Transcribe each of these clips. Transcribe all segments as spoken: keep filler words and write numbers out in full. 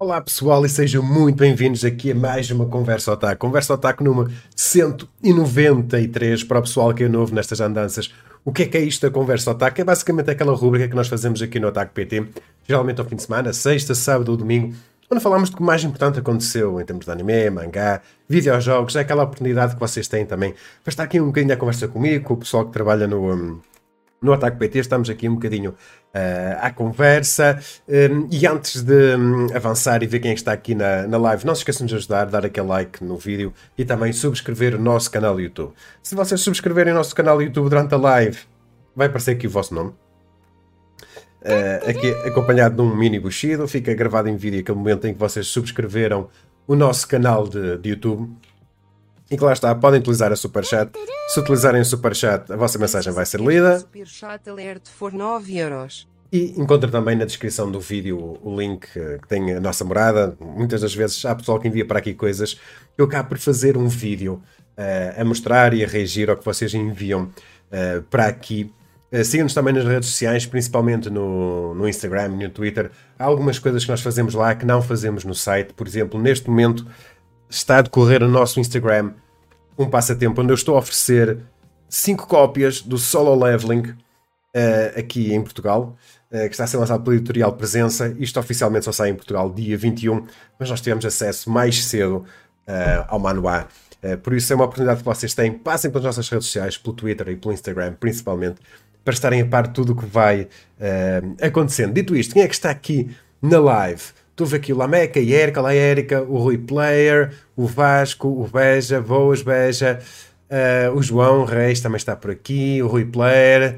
Olá pessoal e sejam muito bem-vindos aqui a mais uma Conversa Otaku. Conversa Otaku número cento e noventa e três para o pessoal que é novo nestas andanças. O que é que é isto da Conversa Otaku? É basicamente aquela rúbrica que nós fazemos aqui no Otaku P T, geralmente ao fim de semana, sexta, sábado ou domingo, onde falamos do que mais importante aconteceu em termos de anime, mangá, videojogos. É aquela oportunidade que vocês têm também para estar aqui um bocadinho a conversa comigo, com o pessoal que trabalha no... Um, No Otaku P T estamos aqui um bocadinho uh, à conversa um, e antes de um, avançar e ver quem é que está aqui na, na live, não se esqueçam de ajudar, dar aquele like no vídeo e também subscrever o nosso canal do YouTube. Se vocês subscreverem o nosso canal do YouTube durante a live, vai aparecer aqui o vosso nome. Uh, aqui acompanhado de um mini bushido, fica gravado em vídeo aquele momento em que vocês subscreveram o nosso canal de, de YouTube. E que lá está, podem utilizar a Superchat. Se utilizarem o Superchat, a vossa mensagem vai ser lida. Superchat alert for nove euros. E encontra também na descrição do vídeo o link que tem a nossa morada. Muitas das vezes há pessoal que envia para aqui coisas. Eu acabo por fazer um vídeo uh, a mostrar e a reagir ao que vocês enviam uh, para aqui. Uh, Sigam-nos também nas redes sociais, principalmente no, no Instagram e no Twitter. Há algumas coisas que nós fazemos lá que não fazemos no site. Por exemplo, neste momento está a decorrer o nosso Instagram um passatempo onde eu estou a oferecer cinco cópias do Solo Leveling uh, aqui em Portugal, uh, que está a ser lançado pela editorial Presença. Isto oficialmente só sai em Portugal dia vinte e um, mas nós tivemos acesso mais cedo uh, ao manuá. Uh, por isso é uma oportunidade que vocês têm. Passem pelas nossas redes sociais, pelo Twitter e pelo Instagram, principalmente, para estarem a par de tudo o que vai uh, acontecendo. Dito isto, quem é que está aqui na live? Estou a ver aqui o Lameca, a Erika, a Erika, o Rui Player, o Vasco, o Beja, Boas Beja, uh, o João Reis também está por aqui, o Rui Player.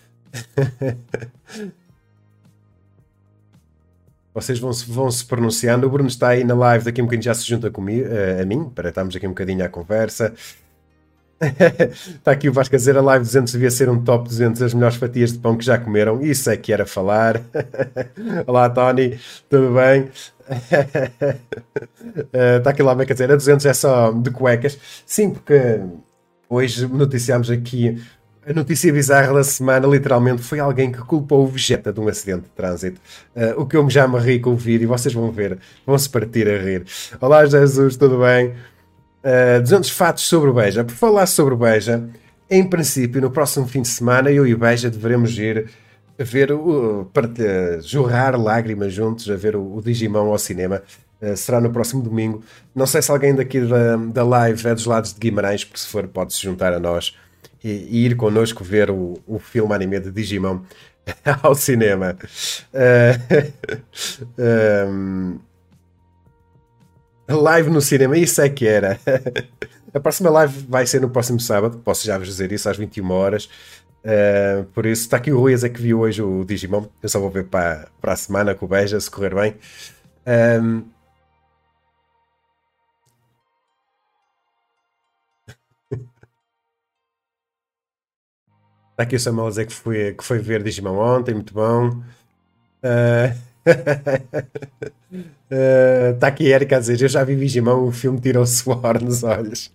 Vocês vão se, vão se pronunciando. O Bruno está aí na live, daqui a um bocadinho já se junta comigo, uh, a mim, para estarmos aqui um bocadinho à conversa. Está aqui o Vasco a dizer: a live duzentos devia ser um top duzentos, as melhores fatias de pão que já comeram. Isso é que era falar. Olá Tony, tudo bem? Está aqui lá a dizer: a duzentos é só de cuecas. Sim, porque hoje noticiámos aqui a notícia bizarra da semana. Literalmente foi alguém que culpou o Vegeta de um acidente de trânsito. Uh, o que eu já me ri com o vídeo, vocês vão ver, vão se partir a rir. Olá Jesus, tudo bem? Uh, duzentos fatos sobre o Beja. Por falar sobre o Beja, em princípio, no próximo fim de semana, eu e o Beja devemos ir a ver o, para uh, jorrar lágrimas juntos, a ver o, o Digimon ao cinema. Uh, será no próximo domingo. Não sei se alguém daqui da, da live é dos lados de Guimarães, porque se for, pode se juntar a nós e, e ir connosco ver o, o filme anime de Digimon ao cinema. Uh, um, Live no cinema, isso é que era. A próxima live vai ser no próximo sábado, posso já vos dizer isso, às vinte e uma horas. Uh, por isso, está aqui o Rui a dizer que viu hoje o Digimon. Eu só vou ver para, para a semana com o Beja, se correr bem. Um... Está aqui o Samuel a dizer que foi, que foi ver Digimon ontem, muito bom. Uh... Está uh, aqui a Erika a dizer: eu já vi Digimon, o filme tirou suor nos olhos.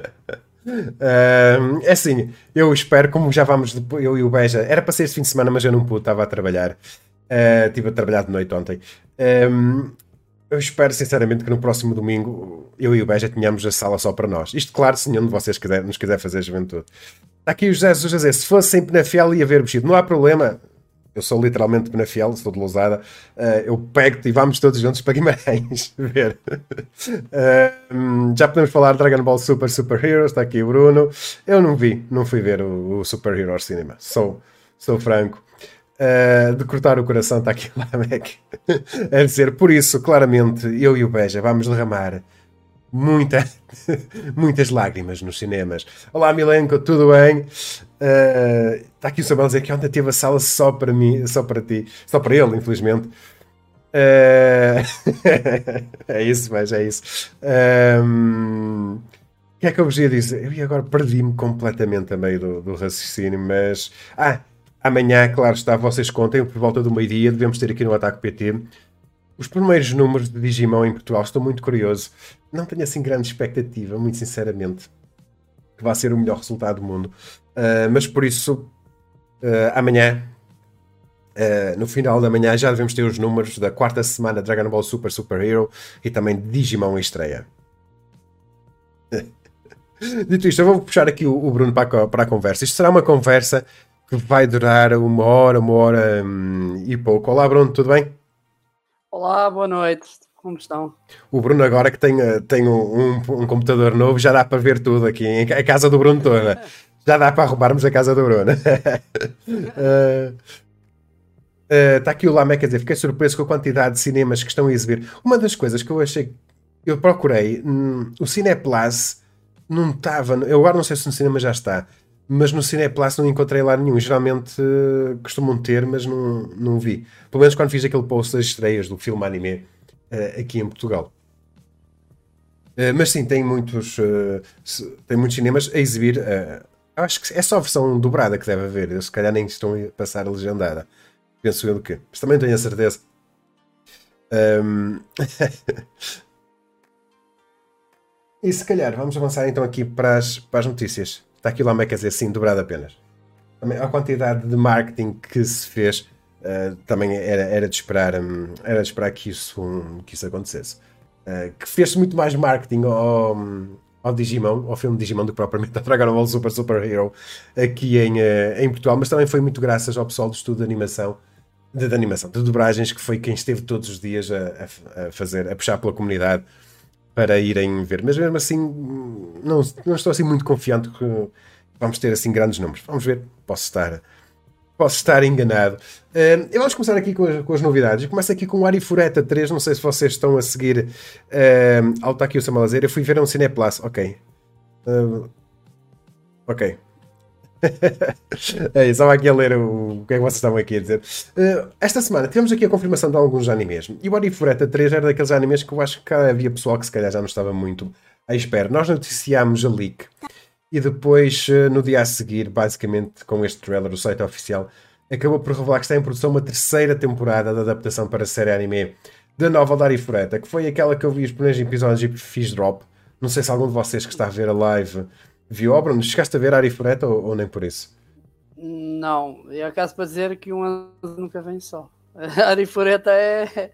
uh, é assim, eu espero, como já vamos, eu e o Beja, era para ser este fim de semana, mas eu não pude, estava a trabalhar. Uh, estive a trabalhar de noite ontem. Um, eu espero sinceramente que no próximo domingo eu e o Beja tenhamos a sala só para nós. Isto, claro, se nenhum de vocês quiser, nos quiser fazer juventude. Está aqui o José Jesus a dizer: se fosse em Penafiel ia ver o vestido, não há problema. Eu sou literalmente de Penafiel, sou de Lousada. Uh, eu pego-te e vamos todos juntos para Guimarães ver. Uh, já podemos falar de Dragon Ball Super Super Heroes. Está aqui o Bruno. Eu não vi, não fui ver o, o Super Hero Cinema. Sou, sou franco. Uh, de cortar o coração, está aqui o Lamek a dizer: por isso, claramente, eu e o Beja vamos derramar muita, muitas lágrimas nos cinemas. Olá Milenko, tudo bem? Uh, está aqui o Samuel a dizer que ontem teve a sala só para mim, só para ti, só para ele, infelizmente. Uh... é isso, mas é isso. Um... O que é que eu vos ia dizer? Eu ia agora perdi-me completamente a meio do, do raciocínio, mas... Ah, amanhã, claro está, vocês contem, por volta do meio-dia, devemos ter aqui no Otaku P T os primeiros números de Digimon em Portugal. Estou muito curioso. Não tenho assim grande expectativa, muito sinceramente, que vai ser o melhor resultado do mundo. Uh, mas por isso, uh, amanhã Uh, no final da manhã já devemos ter os números da quarta semana de Dragon Ball Super Super Hero e também de Digimon em estreia. Dito isto, eu vou puxar aqui o, o Bruno para a, para a conversa. Isto será uma conversa que vai durar uma hora, uma hora hum, e pouco. Olá, Bruno, tudo bem? Olá, boa noite. Como estão? O Bruno agora que tem, tem um, um, um computador novo, já dá para ver tudo aqui, a casa do Bruno toda. Já dá para roubarmos a casa do Bruno. uh, Está uh, aqui o Lameca a dizer, fiquei surpreso com a quantidade de cinemas que estão a exibir. Uma das coisas que eu achei, eu procurei, hum, o Cineplus não estava, eu agora não sei se no cinema já está, mas no Cineplus não encontrei lá nenhum. Geralmente uh, costumam ter, mas não, não vi. Pelo menos quando fiz aquele post das estreias do filme anime uh, aqui em Portugal. Uh, mas sim, tem muitos, uh, tem muitos cinemas a exibir. Uh, acho que é só a versão dobrada que deve haver. Eu, se calhar nem estão a passar a legendada. Penso eu que. Mas também tenho a certeza. Um... e se calhar vamos avançar então aqui para as, para as notícias. Está aqui o Lameca quer dizer sim, dobrado apenas. Também a quantidade de marketing que se fez uh, também era, era, de esperar, um, era de esperar que isso, um, que isso acontecesse. Uh, que fez-se muito mais marketing ao, ao Digimon, ao filme Digimon, do que propriamente ao Dragon Ball Super Super Hero aqui em, uh, em Portugal, mas também foi muito graças ao pessoal do estudo de animação De, de animação, de dobragens, que foi quem esteve todos os dias a, a, a fazer, a puxar pela comunidade para irem ver. Mas mesmo assim, não, não estou assim muito confiante que vamos ter assim grandes números. Vamos ver, posso estar, posso estar enganado. Uh, e vamos começar aqui com as, com as novidades. Eu começo aqui com o Arifureta três, não sei se vocês estão a seguir uh, ao Takio Samalazer. Eu fui ver um Cineplus, ok. Uh, ok. É, estava aqui a ler o, o que é que vocês estavam aqui a dizer. Uh, esta semana tivemos aqui a confirmação de alguns animes. E o Arifureta três era daqueles animes que eu acho que havia pessoal que se calhar já não estava muito à espera. Nós noticiámos a leak e depois, uh, no dia a seguir, basicamente com este trailer, o site oficial acabou por revelar que está em produção uma terceira temporada da adaptação para a série anime da nova da Arifureta, que foi aquela que eu vi os primeiros episódios e fiz drop. Não sei se algum de vocês que está a ver a live viu, Bruno? Chegaste a ver a Arifureta ou, ou nem por isso? Não, é acaso para dizer que um ano nunca vem só. A Arifureta é,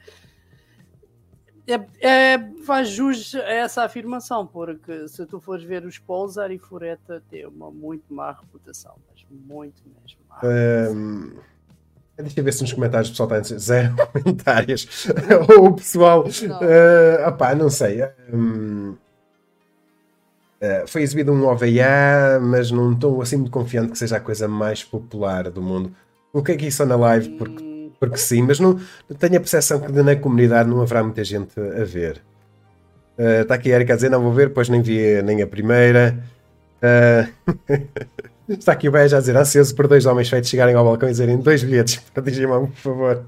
é, é faz jus a essa afirmação, porque se tu fores ver os polls, a Arifureta tem uma muito má reputação, mas muito mesmo má. Um, deixa eu ver se nos comentários o pessoal está a dizer zero comentários. Ou o pessoal, não, uh, opá, não sei. Um, Uh, foi exibido um O V A, mas não estou assim muito confiante que seja a coisa mais popular do mundo. Coloquei aqui só na live porque, porque sim, mas não, tenho a percepção que na comunidade não haverá muita gente a ver. Uh, está aqui a Erika a dizer, não vou ver, pois nem vi nem a primeira. Uh, está aqui o Beja a dizer, ansioso por dois homens feitos chegarem ao balcão e dizerem dois bilhetes para Digimon, por favor.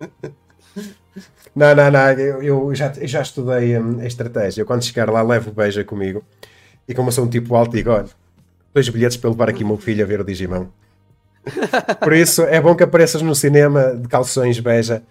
Não, não, não, eu, eu, já, eu já estudei um, a estratégia. Eu quando chegar lá levo o Beja comigo. E como eu sou um tipo alto, digo, olha, dois bilhetes para levar aqui o meu filho a ver o Digimon. Por isso, é bom que apareças no cinema de calções Beja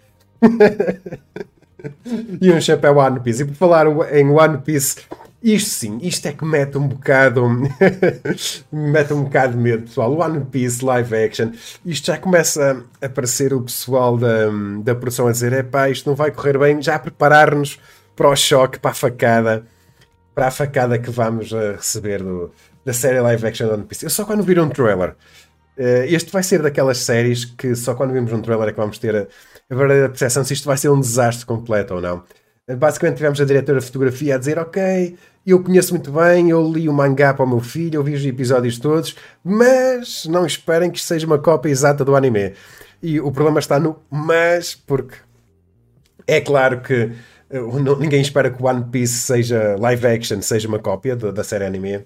e um chapéu One Piece. E por falar em One Piece, isto sim, isto é que mete um bocado mete um bocado de medo, pessoal. O One Piece live action, isto já começa a aparecer o pessoal da, da produção a dizer, epá, isto não vai correr bem, já a preparar-nos para o choque, para a facada. Para a facada que vamos uh, receber do, da série live action do One Piece. Eu só quando vir um trailer, uh, este vai ser daquelas séries que só quando vimos um trailer é que vamos ter a, a verdadeira percepção se isto vai ser um desastre completo ou não. Uh, basicamente tivemos a diretora de fotografia a dizer, ok, eu conheço muito bem, eu li o mangá para o meu filho, eu vi os episódios todos, mas não esperem que isto seja uma cópia exata do anime. E o problema está no mas, porque é claro que ninguém espera que o One Piece seja live action, seja uma cópia da, da série anime,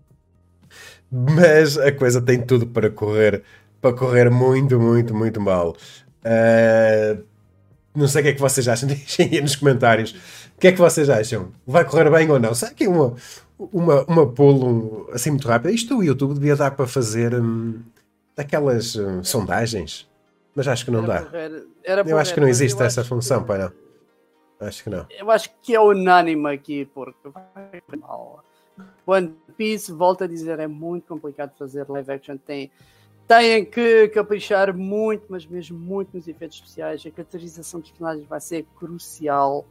mas a coisa tem tudo para correr, para correr muito, muito, muito mal. Uh, não sei o que é que vocês acham, deixem aí nos comentários o que é que vocês acham, vai correr bem ou não? Será que é uma, uma, uma pulo assim muito rápida? Isto o YouTube devia dar para fazer hum, daquelas hum, sondagens, mas acho que não era dá. Porrer, era eu acho que não existe essa que... função, pai não. Acho que não. Eu acho que é unânime aqui, porque vai mal. One Piece, volto a dizer, é muito complicado fazer live action. Tem, têm que caprichar muito, mas mesmo muito nos efeitos especiais. A caracterização dos personagens vai ser crucial.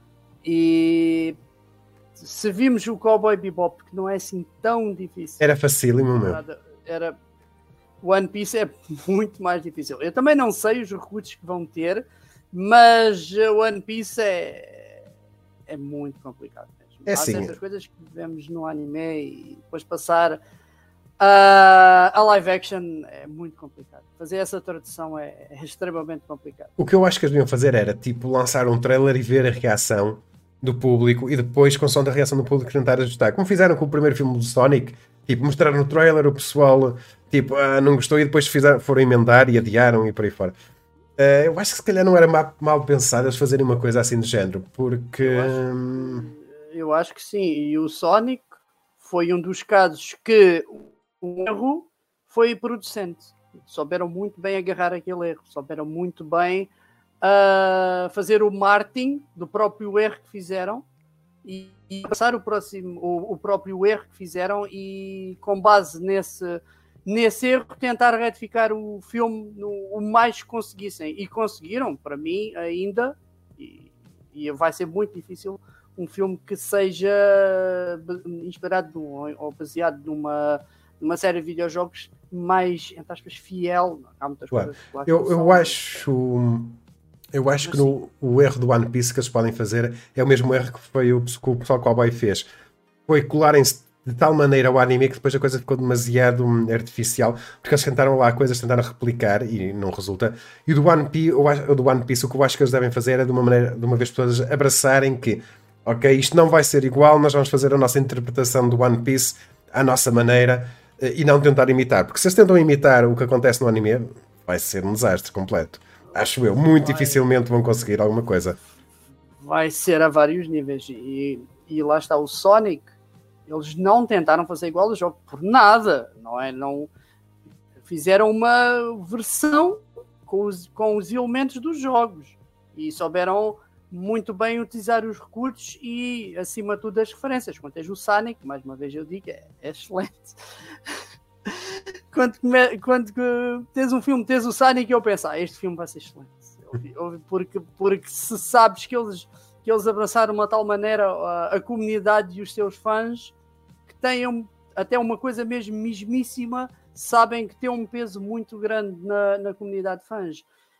E se vimos o Cowboy Bebop, que não é assim tão difícil. Era facílimo, meu. Era... One Piece é muito mais difícil. Eu também não sei os recursos que vão ter, mas One Piece é, é muito complicado mesmo. É Há sim. certas coisas que vemos no anime e depois passar a, a live action é muito complicado. Fazer essa tradução é, é extremamente complicado. O que eu acho que eles deviam fazer era tipo lançar um trailer e ver a reação do público e depois, consoante a reação do público, tentar ajustar. Como fizeram com o primeiro filme do Sonic, tipo, mostraram no trailer, o pessoal tipo, ah, não gostou e depois fizeram, foram emendar e adiaram e por aí fora. Uh, eu acho que se calhar não era mal, mal pensado eles fazerem uma coisa assim do género, porque... Eu acho, eu acho que sim, e o Sonic foi um dos casos que o erro foi producente. Souberam muito bem agarrar aquele erro, souberam muito bem uh, fazer o marketing do próprio erro que fizeram e, e passar o, próximo, o, o próprio erro que fizeram e com base nesse... nesse erro, tentar retificar o filme no, o mais que conseguissem. E conseguiram, para mim, ainda, e, e vai ser muito difícil, um filme que seja inspirado ou baseado numa, numa série de videojogos mais, entre aspas, fiel. Há muitas claro. coisas. Eu, eu acho... Eu acho que no, o erro do One Piece que eles podem fazer é o mesmo erro que foi o que o pessoal Cowboy fez. Foi colarem-se de tal maneira o anime que depois a coisa ficou demasiado artificial, porque eles tentaram lá coisas, tentaram replicar e não resulta. E o do One Piece, o do One Piece, o que eu acho que eles devem fazer é de uma maneira, de uma vez por todas, abraçarem que, ok, isto não vai ser igual, nós vamos fazer a nossa interpretação do One Piece à nossa maneira e não tentar imitar, porque se eles tentam imitar o que acontece no anime, vai ser um desastre completo. Acho eu, muito vai. Dificilmente vão conseguir alguma coisa. Vai ser a vários níveis e, e lá está o Sonic. Eles não tentaram fazer igual ao jogo por nada, não é? Não fizeram uma versão com os, com os elementos dos jogos e souberam muito bem utilizar os recursos e, acima de tudo, as referências. Quando tens o Sonic, mais uma vez eu digo, é, é excelente. quando, quando tens um filme, tens o Sonic, eu penso, ah, este filme vai ser excelente. Porque, porque se sabes que eles... que eles abraçaram de uma tal maneira a, a comunidade e os seus fãs que tenham até uma coisa mesmo mesmíssima, sabem que tem um peso muito grande na, na comunidade de fãs.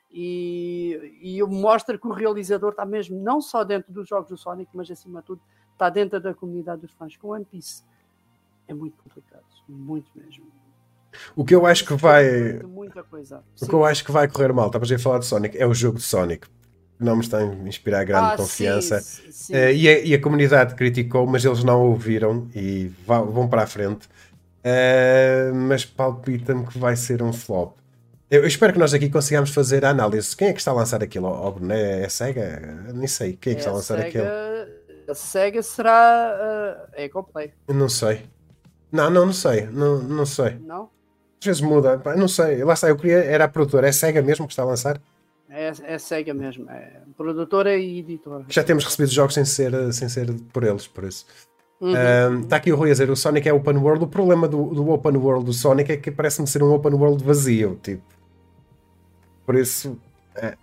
E, e mostra que o realizador está mesmo não só dentro dos jogos do Sonic, mas acima de tudo está dentro da comunidade dos fãs. Com One Piece é muito complicado, muito mesmo. O que eu acho que vai... Muita coisa. O que eu acho que vai correr mal, estavas a falar de Sonic, é o jogo de Sonic. Não me está a inspirar grande ah, confiança. Sim, sim. Uh, e, a, e a comunidade criticou, mas eles não ouviram e vão, vão para a frente. Uh, mas palpita-me que vai ser um flop. Eu, eu espero que nós aqui consigamos fazer a análise. Quem é que está a lançar aquilo? Oh, é, é a SEGA? Nem sei. Quem é que está a lançar Sega, aquilo? A SEGA será a uh, Ecoplay. Não sei. Não, não, não sei. Não, não sei. Não? Às vezes muda. Não sei. Lá está. Eu queria... Era a produtora. É a SEGA mesmo que está a lançar? É, é SEGA mesmo, é produtora e editora. Já temos recebido jogos sem ser, sem ser por eles, por isso. Uhum. Um, está aqui o Rui a dizer, o Sonic é open world. O problema do, do open world do Sonic é que parece-me ser um open world vazio, tipo. Por isso... É.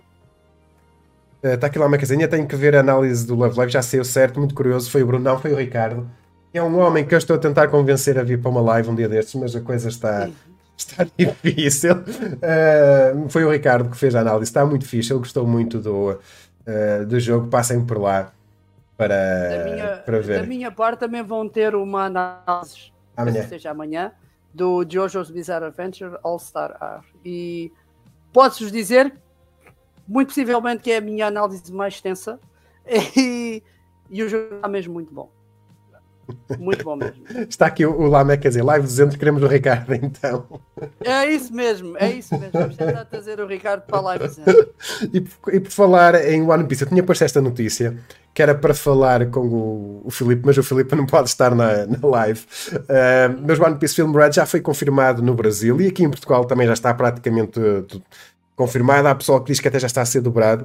Está aqui lá uma casinha, tenho que ver a análise do Love Live, já sei o certo, muito curioso. Foi o Bruno, não, foi o Ricardo. É um homem que eu estou a tentar convencer a vir para uma live um dia destes, mas a coisa está... Está difícil. Uh, foi o Ricardo que fez a análise. Está muito fixe. Ele gostou muito do, uh, do jogo. Passem por lá para, da minha, para ver. Da minha parte também vão ter uma análise, amanhã. seja amanhã, do JoJo's Bizarre Adventure All-Star R. E posso-vos dizer, muito possivelmente, que é a minha análise mais extensa. E, e o jogo está mesmo muito bom. Muito bom mesmo. Está aqui o, o Lameca a dizer, live duzentos, queremos o Ricardo, então. É isso mesmo, é isso mesmo. Vamos tentar trazer o Ricardo para a live duzentos. E por, e por falar em One Piece, eu tinha posto esta notícia, que era para falar com o, o Filipe, mas o Filipe não pode estar na, na live. Uh, mas o One Piece Film Red já foi confirmado no Brasil e aqui em Portugal também já está praticamente uh, confirmado. Há pessoal que diz que até já está a ser dobrado.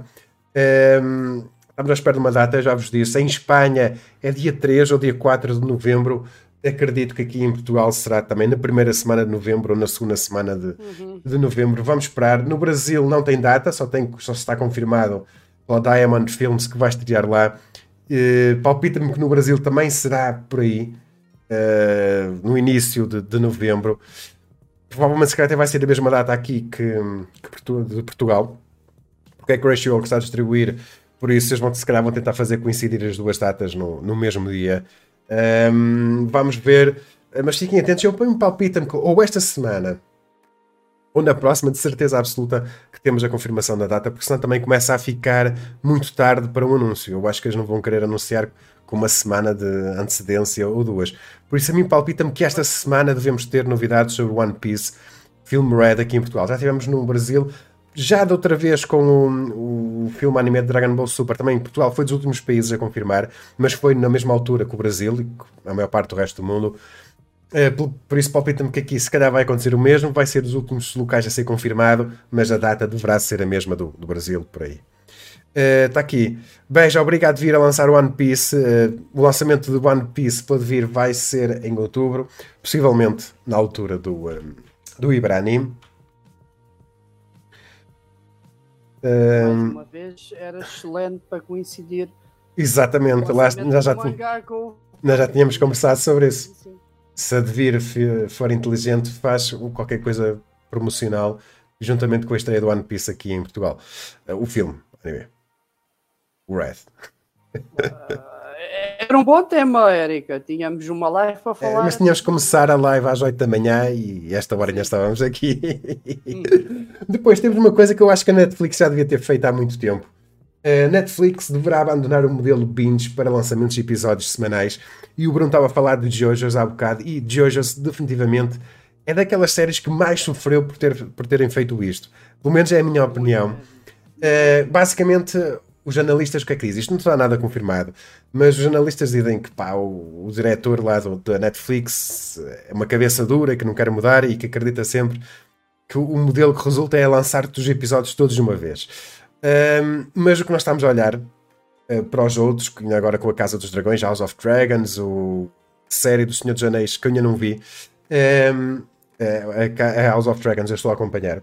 Uh, Estamos à espera de uma data, já vos disse. Em Espanha é dia três ou dia quatro de novembro. acredito que aqui em Portugal será também na primeira semana de novembro ou na segunda semana de, Uhum. de novembro. Vamos esperar. No Brasil não tem data, só, tem, só está confirmado pela Diamond Films que vai estrear lá. Uh, palpita-me que no Brasil também será por aí, uh, no início de, de novembro. Provavelmente se calhar até vai ser a mesma data aqui que, que de Portugal, porque é que o Ratio está a distribuir, por isso eles vão, se calhar vão tentar fazer coincidir as duas datas no, no mesmo dia. Um, vamos ver, mas fiquem atentos, eu ponho um palpite-me que ou esta semana ou na próxima, de certeza absoluta que temos a confirmação da data, porque senão também começa a ficar muito tarde para um anúncio. Eu acho que eles não vão querer anunciar com uma semana de antecedência ou duas. Por isso a mim palpita-me que esta semana devemos ter novidades sobre One Piece Film Red aqui em Portugal. Já tivemos no Brasil, já de outra vez com o, o filme anime de Dragon Ball Super, também em Portugal foi dos últimos países a confirmar, mas foi na mesma altura que o Brasil e a maior parte do resto do mundo. Uh, por, por isso palpita-me que aqui se calhar vai acontecer o mesmo, vai ser dos últimos locais a ser confirmado, mas a data deverá ser a mesma do, do Brasil, por aí. Está uh, aqui. Beja, obrigado de vir a lançar One Piece. Uh, o lançamento de One Piece pode vir, vai ser em outubro, possivelmente na altura do, um, do Ibrani. Mais uma vez, era excelente para coincidir. Exatamente, lá, nós, já com... nós já tínhamos conversado sobre isso. Sim. Se a Devir for inteligente, faz qualquer coisa promocional juntamente com a estreia do One Piece aqui em Portugal. O filme, anyway. O Red. Uh, era um bom tema, Érica. Tínhamos uma live para falar. É, mas tínhamos que começar a live às oito da manhã e esta hora ainda estávamos aqui. Hum. Depois temos uma coisa que eu acho que a Netflix já devia ter feito há muito tempo. A Netflix deverá abandonar o modelo binge para lançamentos de episódios semanais. E o Bruno estava a falar de JoJo's há bocado. E JoJo's definitivamente é daquelas séries que mais sofreu por, ter, por terem feito isto. Pelo menos é a minha opinião. Uh, basicamente, os analistas, o que é que dizem? Isto não está nada confirmado. Mas os analistas dizem que pá, o, o diretor lá do, da Netflix é uma cabeça dura, que não quer mudar e que acredita sempre que o modelo que resulta é lançar os episódios todos de uma vez. Um, mas o que nós estamos a olhar uh, para os outros, agora com a Casa dos Dragões, House of Dragons, o a série do Senhor dos Anéis que eu ainda não vi, um, uh, a House of Dragons eu estou a acompanhar.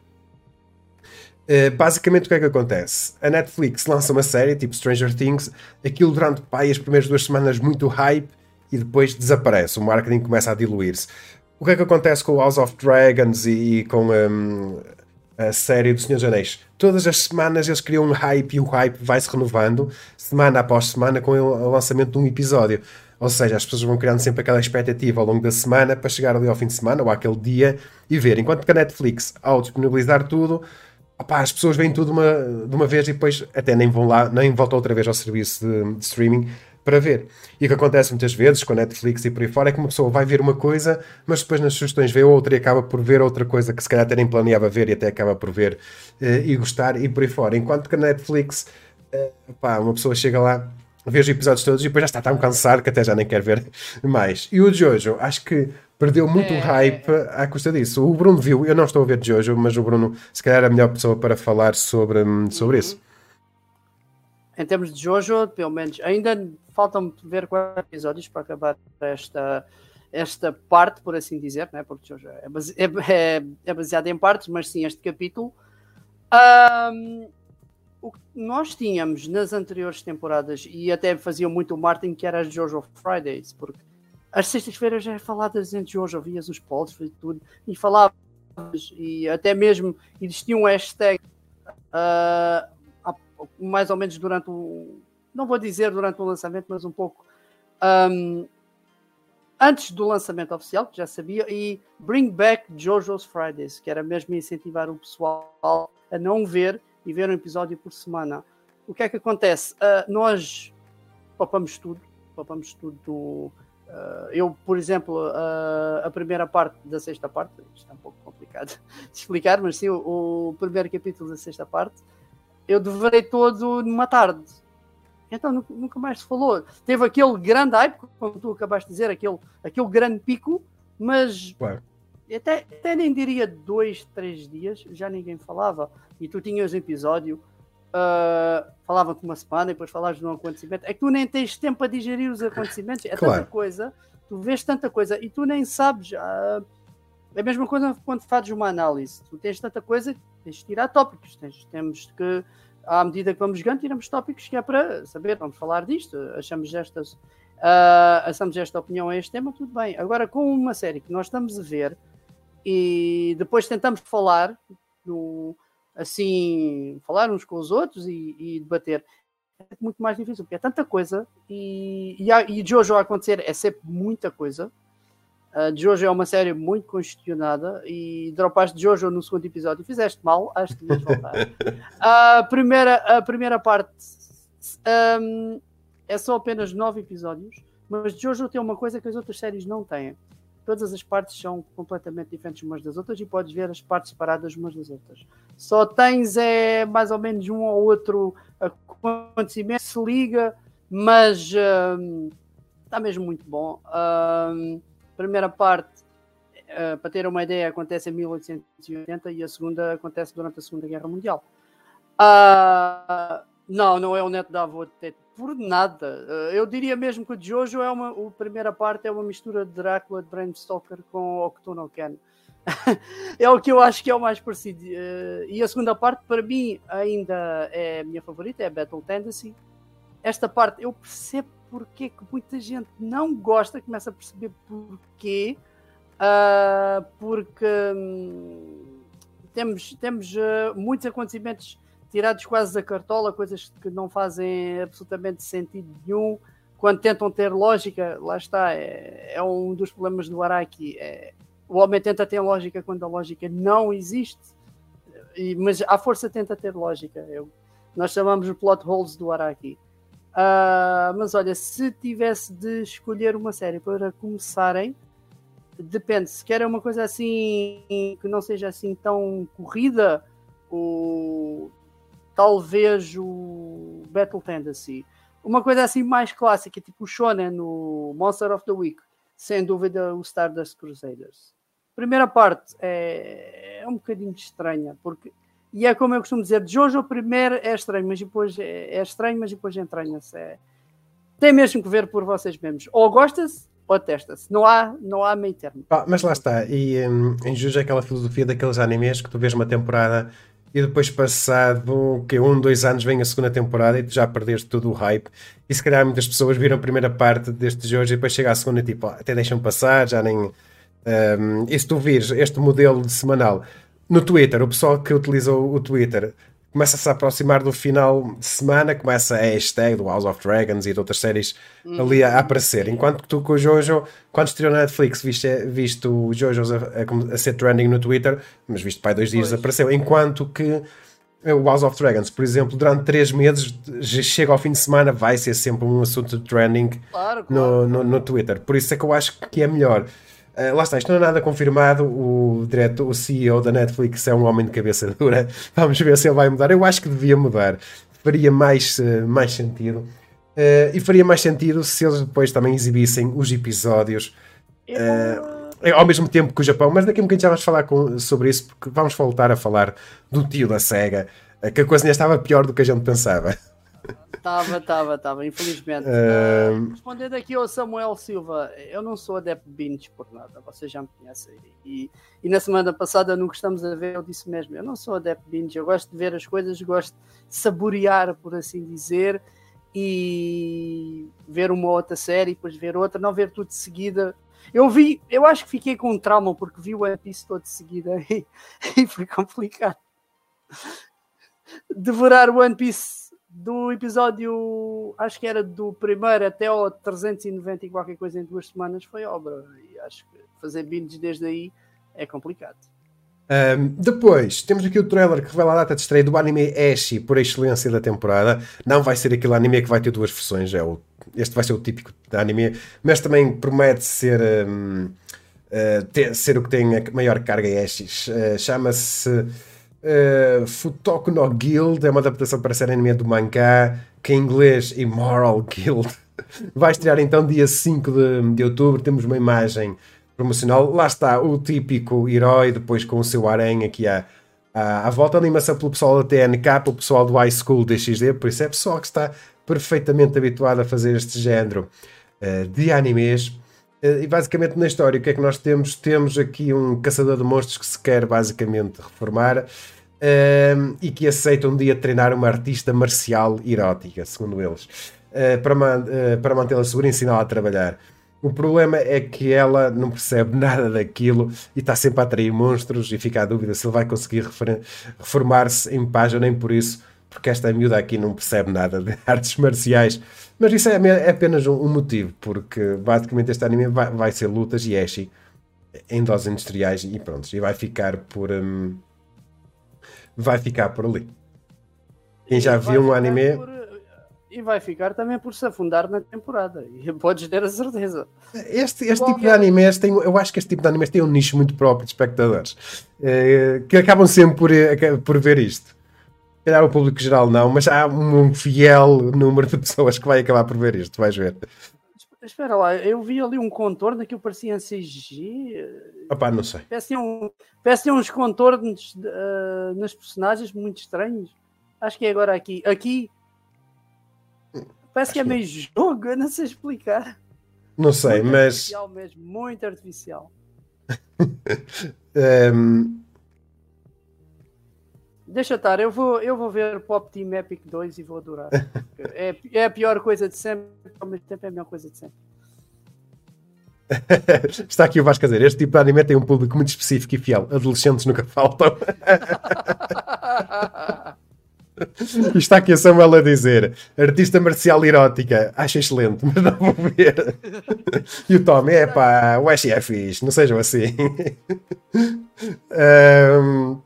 Uh, basicamente o que é que acontece? A Netflix lança uma série tipo Stranger Things, aquilo durante pá, as primeiras duas semanas muito hype e depois desaparece, o marketing começa a diluir-se. O que é que acontece com o House of Dragons e, e com um, a série do Senhor dos Anéis? Todas as semanas eles criam um hype e o hype vai-se renovando semana após semana com o lançamento de um episódio. Ou seja, as pessoas vão criando sempre aquela expectativa ao longo da semana para chegar ali ao fim de semana ou àquele dia e ver. Enquanto que a Netflix, ao disponibilizar tudo, opá, as pessoas veem tudo uma, de uma vez e depois até nem vão lá, nem voltam outra vez ao serviço de, de streaming para ver. E o que acontece muitas vezes com a Netflix e por aí fora é que uma pessoa vai ver uma coisa, mas depois nas sugestões vê outra e acaba por ver outra coisa que se calhar até nem planeava ver e até acaba por ver uh, e gostar e por aí fora. Enquanto que a Netflix, uh, pá, uma pessoa chega lá, vê os episódios todos e depois já está tão cansado que até já nem quer ver mais. E o Jojo, acho que perdeu muito é... hype à custa disso. O Bruno viu, eu não estou a ver Jojo, mas o Bruno se calhar é a melhor pessoa para falar sobre, sobre uhum. isso. Em termos de Jojo, pelo menos, ainda faltam ver quatro episódios para acabar esta, esta parte, por assim dizer, né? Porque Jojo é, base, é, é baseado em partes, mas sim este capítulo. Um, o que nós tínhamos nas anteriores temporadas, e até faziam muito o marketing, que era as Jojo Fridays, porque as sextas-feiras já faladas em Jojo, vias os posts e tudo, e falavas, e até mesmo existia um hashtag... Uh, mais ou menos durante o... não vou dizer durante o lançamento, mas um pouco um, antes do lançamento oficial, que já sabia, e Bring Back JoJo's Fridays, que era mesmo incentivar o pessoal a não ver e ver um episódio por semana. O que é que acontece? Uh, nós papamos tudo, papamos tudo do... Uh, eu, por exemplo, uh, a primeira parte da sexta parte, isto é um pouco complicado de explicar, mas sim, o, o primeiro capítulo da sexta parte, eu devorei todo numa tarde. Então nunca mais se falou. Teve aquele grande hype, como tu acabaste de dizer, aquele, aquele grande pico, mas claro. até, até nem diria dois, três dias, já ninguém falava. E tu tinhas um episódio uh, falavam-te uma semana e depois falavas de um acontecimento. É que tu nem tens tempo a digerir os acontecimentos. É Claro. tanta coisa, tu vês tanta coisa e tu nem sabes. Uh, é a mesma coisa quando fazes uma análise. Tu tens tanta coisa, tens de tirar tópicos. Tens, temos que, à medida que vamos jogando, tiramos tópicos que é para saber, vamos falar disto, achamos estas, uh, achamos esta opinião a este tema, tudo bem. Agora, com uma série que nós estamos a ver e depois tentamos falar, no, assim, falar uns com os outros e, e debater, é muito mais difícil, porque é tanta coisa e, e, há, e Jojo a acontecer é sempre muita coisa. Uh, Jojo é uma série muito congestionada e dropaste Jojo no segundo episódio e fizeste mal, acho que devias voltar. a, primeira, a primeira parte um, é só apenas nove episódios, mas Jojo tem uma coisa que as outras séries não têm. Todas as partes são completamente diferentes umas das outras e podes ver as partes separadas umas das outras. Só tens é, mais ou menos um ou outro acontecimento que se liga, mas um, está mesmo muito bom. Um, a primeira parte, uh, para ter uma ideia, acontece em mil oitocentos e oitenta e a segunda acontece durante a Segunda Guerra Mundial. Uh, não, não é o Neto da Avô por nada. Eu diria mesmo que o Jojo é uma, a primeira parte é uma mistura de Drácula, de Bram Stoker com Octo Ken. É o que eu acho que é o mais parecido. E a segunda parte, para mim, ainda é a minha favorita, é Battle Tendency. Esta parte eu percebo porque que muita gente não gosta, começa a perceber porquê. Uh, porque hum, temos, temos uh, muitos acontecimentos tirados quase da cartola, coisas que não fazem absolutamente sentido nenhum. Quando tentam ter lógica, lá está, é, é um dos problemas do Araki. É, o homem tenta ter lógica quando a lógica não existe, e, mas à força tenta ter lógica. Eu, nós chamamos de plot holes do Araki. Uh, mas olha, se tivesse de escolher uma série para começarem, depende, se querem uma coisa assim que não seja assim tão corrida, o talvez o Battle Tendency. Uma coisa assim mais clássica, tipo o Shonen no Monster of the Week, sem dúvida o Stardust Crusaders. Primeira parte é, é um bocadinho estranha, porque, e é como eu costumo dizer, Jojo primeiro é estranho, mas depois é, é estranho, mas depois entranha-se. É, tem mesmo que ver por vocês mesmos. Ou gosta-se, ou testa-se. Não há, não há meio termo. Ah, mas lá está, e um, em Jojo é aquela filosofia daqueles animes que tu vês uma temporada e depois passado que um, dois anos vem a segunda temporada e tu já perdeste todo o hype e se calhar muitas pessoas viram a primeira parte deste jogo e depois chega a segunda e tipo, até deixam passar, já nem... Um, e se tu vires este modelo de semanal no Twitter, o pessoal que utilizou o Twitter começa-se a aproximar do final de semana, começa a hashtag do House of Dragons e de outras séries hum. ali a, a aparecer, enquanto que tu com o Jojo, quando estreou na Netflix, viste, viste o Jojo a, a, a ser trending no Twitter, mas viste para aí dois dias pois. Apareceu, enquanto que o House of Dragons, por exemplo, durante três meses, chega ao fim de semana, vai ser sempre um assunto de trending claro, claro, no, no, claro. no Twitter, por isso é que eu acho que é melhor. Uh, lá está, isto não é nada confirmado. O diretor, o C E O da Netflix é um homem de cabeça dura. Vamos ver se ele vai mudar. Eu acho que devia mudar, faria mais, uh, mais sentido uh, e faria mais sentido se eles depois também exibissem os episódios uh, ao mesmo tempo que o Japão. Mas daqui a um bocadinho já vamos falar com, sobre isso, porque vamos voltar a falar do tio da SEGA, uh, que a coisa ainda estava pior do que a gente pensava. Estava, estava, estava, infelizmente. Uh... Uh, respondendo aqui ao Samuel Silva, eu não sou adepto de binge por nada, vocês já me conhecem. E, e na semana passada, no que estamos a ver, eu disse mesmo: eu não sou adepto de binge, eu gosto de ver as coisas, gosto de saborear, por assim dizer, e ver uma outra série, depois ver outra, não ver tudo de seguida. Eu vi, eu acho que fiquei com um trauma porque vi o One Piece todo de seguida e, e foi complicado. Devorar o One Piece do episódio, acho que era do primeiro até ao trezentos e noventa e qualquer coisa em duas semanas, foi obra. E acho que fazer binges desde aí é complicado. Um, depois, temos aqui o trailer que revela a data de estreia do anime Ashi, por excelência da temporada. Não vai ser aquele anime que vai ter duas versões, é o, este vai ser o típico da anime, mas também promete ser, um, uh, ter, ser o que tem a maior carga Ashis. Uh, chama-se Uh, Futoku no Guild, é uma adaptação para a série anime do mangá, que em inglês Immoral Guild. Vai estrear então dia cinco de, de outubro. Temos uma imagem promocional, lá está o típico herói, depois com o seu harém aqui à, à, à volta, animação pelo pessoal da T N K, pelo pessoal do High School D X D, por isso é pessoal que está perfeitamente habituado a fazer este género uh, de animes. Uh, e basicamente na história, o que é que nós temos? Temos aqui um caçador de monstros que se quer basicamente reformar uh, e que aceita um dia treinar uma artista marcial erótica, segundo eles, uh, para, man uh, para mantê-la segura e ensiná-la a trabalhar. O problema é que ela não percebe nada daquilo e está sempre a atrair monstros e fica a dúvida se ele vai conseguir reformar-se em paz ou nem por isso, porque esta miúda aqui não percebe nada de artes marciais. Mas isso é, é apenas um, um motivo, porque basicamente este anime vai, vai ser lutas e eshi em doses industriais e pronto, e vai ficar por um, vai ficar por ali. Quem já viu um anime... Por... E vai ficar também por se afundar na temporada. E podes ter a certeza. Este, este tipo de animes tem, eu acho que este tipo de animes tem um nicho muito próprio de espectadores eh, que acabam sempre por, por ver isto. Calhar o público geral não, mas há um fiel número de pessoas que vai acabar por ver isto, vais ver. Espera lá, eu vi ali um contorno que parecia em C G. Opá, não sei. Parece um, parece uns contornos uh, nas personagens muito estranhos. Acho que é agora aqui. Aqui. Parece que é meio jogo, eu não sei explicar. Não sei, muito mas... artificial mesmo, muito artificial. um... Deixa estar, eu vou, eu vou ver Pop Team Epic dois e vou adorar. É, é a pior coisa de sempre, ao mesmo tempo é a melhor coisa de sempre. Está aqui o Vasco a dizer, este tipo de anime tem um público muito específico e fiel. Adolescentes nunca faltam. E está aqui a Samuel a dizer, artista marcial erótica, acho excelente, mas não vou ver. E o Tommy, é pá, o Ash é fixe, não sejam assim. um...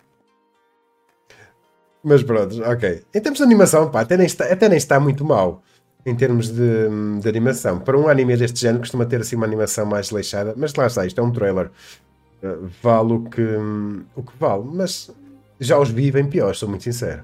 Mas pronto, ok. Em termos de animação, pá, até nem está, até nem está muito mal. Em termos de, de animação. Para um anime deste género costuma ter assim uma animação mais leixada, mas lá está, isto é um trailer. Uh, vale o que, um, o que vale, mas já os vi bem piores, sou muito sincero.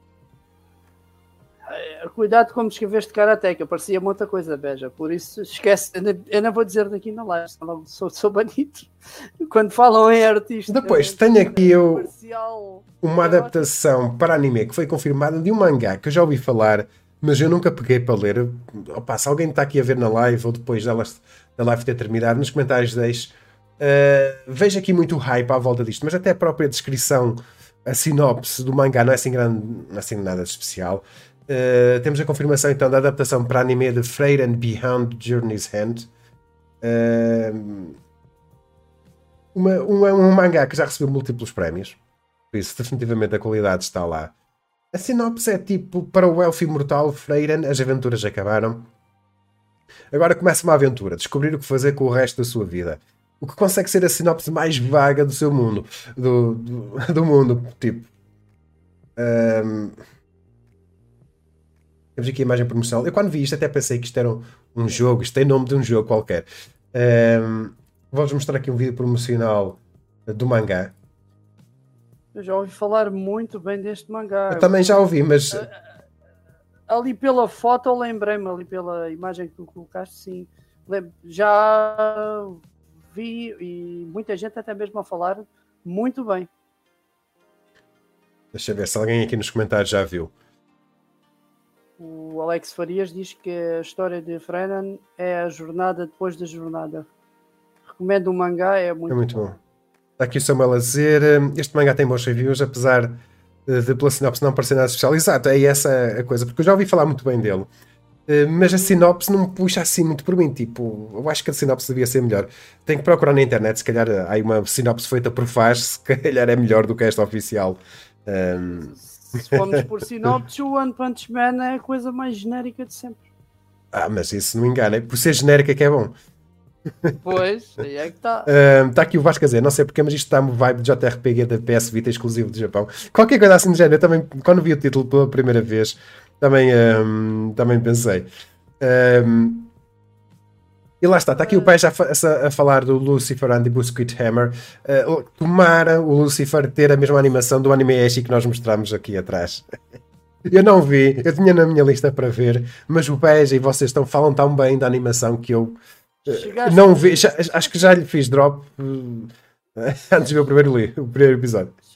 Cuidado como escreveste Karateka, parecia muita coisa, beija. Por isso, esquece. Eu não vou dizer daqui na live, senão sou, sou banido. Quando falam em artista. Depois, tenho aqui eu marcial, uma adaptação para anime que foi confirmada de um mangá que eu já ouvi falar, mas eu nunca peguei para ler. Opa, se alguém está aqui a ver na live ou depois da live ter terminado, nos comentários deixe. Uh, vejo aqui muito hype à volta disto, mas até a própria descrição, a sinopse do mangá não é assim, grande, não é assim nada de especial. Uh, temos a confirmação então da adaptação para anime de Freight and Beyond Journey's End. Uh, uma, um, um mangá que já recebeu múltiplos prémios, por isso definitivamente a qualidade está lá. A sinopse é tipo, para o elfo imortal Freyren, as aventuras acabaram. Agora começa uma aventura, descobrir o que fazer com o resto da sua vida. O que consegue ser a sinopse mais vaga do seu mundo, do, do, do mundo, tipo... Um, temos aqui a imagem promocional. Eu quando vi isto até pensei que isto era um, um jogo, isto tem nome de um jogo qualquer. Um, Vou-vos mostrar aqui um vídeo promocional do mangá. Eu já ouvi falar muito bem deste mangá. Eu também já ouvi, mas... Ali pela foto lembrei-me, ali pela imagem que tu colocaste, sim. Já vi e muita gente até mesmo a falar muito bem. Deixa eu ver se alguém aqui nos comentários já viu. O Alex Farias diz que a história de Frenan é a jornada depois da jornada. Recomendo o mangá, é muito, é muito bom. bom. Está aqui o Samuel a dizer, este mangá tem bons reviews, apesar de pela sinopse não parecer nada especial. Exato, é essa a coisa, porque eu já ouvi falar muito bem dele. Mas a sinopse não me puxa assim muito por mim, tipo, eu acho que a sinopse devia ser melhor. Tenho que procurar na internet, se calhar há uma sinopse feita por fãs, se calhar é melhor do que esta oficial. Um... Se formos por sinopse, o One Punch Man é a coisa mais genérica de sempre. Ah, mas isso não me engana, por ser genérica que é bom. Pois, aí é que está. Uh, está aqui o Vasco a dizer, não sei porque, mas isto está-me vibe de J R P G da P S Vita exclusivo do Japão. Qualquer coisa assim do género. Eu também, quando vi o título pela primeira vez, também, um, também pensei. Um, e lá está, está aqui o pai já a, a falar do Lucifer and the Biscuit Hammer. Uh, tomara o Lucifer ter a mesma animação do anime Eshi que nós mostramos aqui atrás. Eu não vi, eu tinha na minha lista para ver, mas o Beja e vocês estão, falam tão bem da animação que eu uh, não vi. Já, acho que já lhe fiz drop uh, antes de ver o primeiro, o primeiro episódio.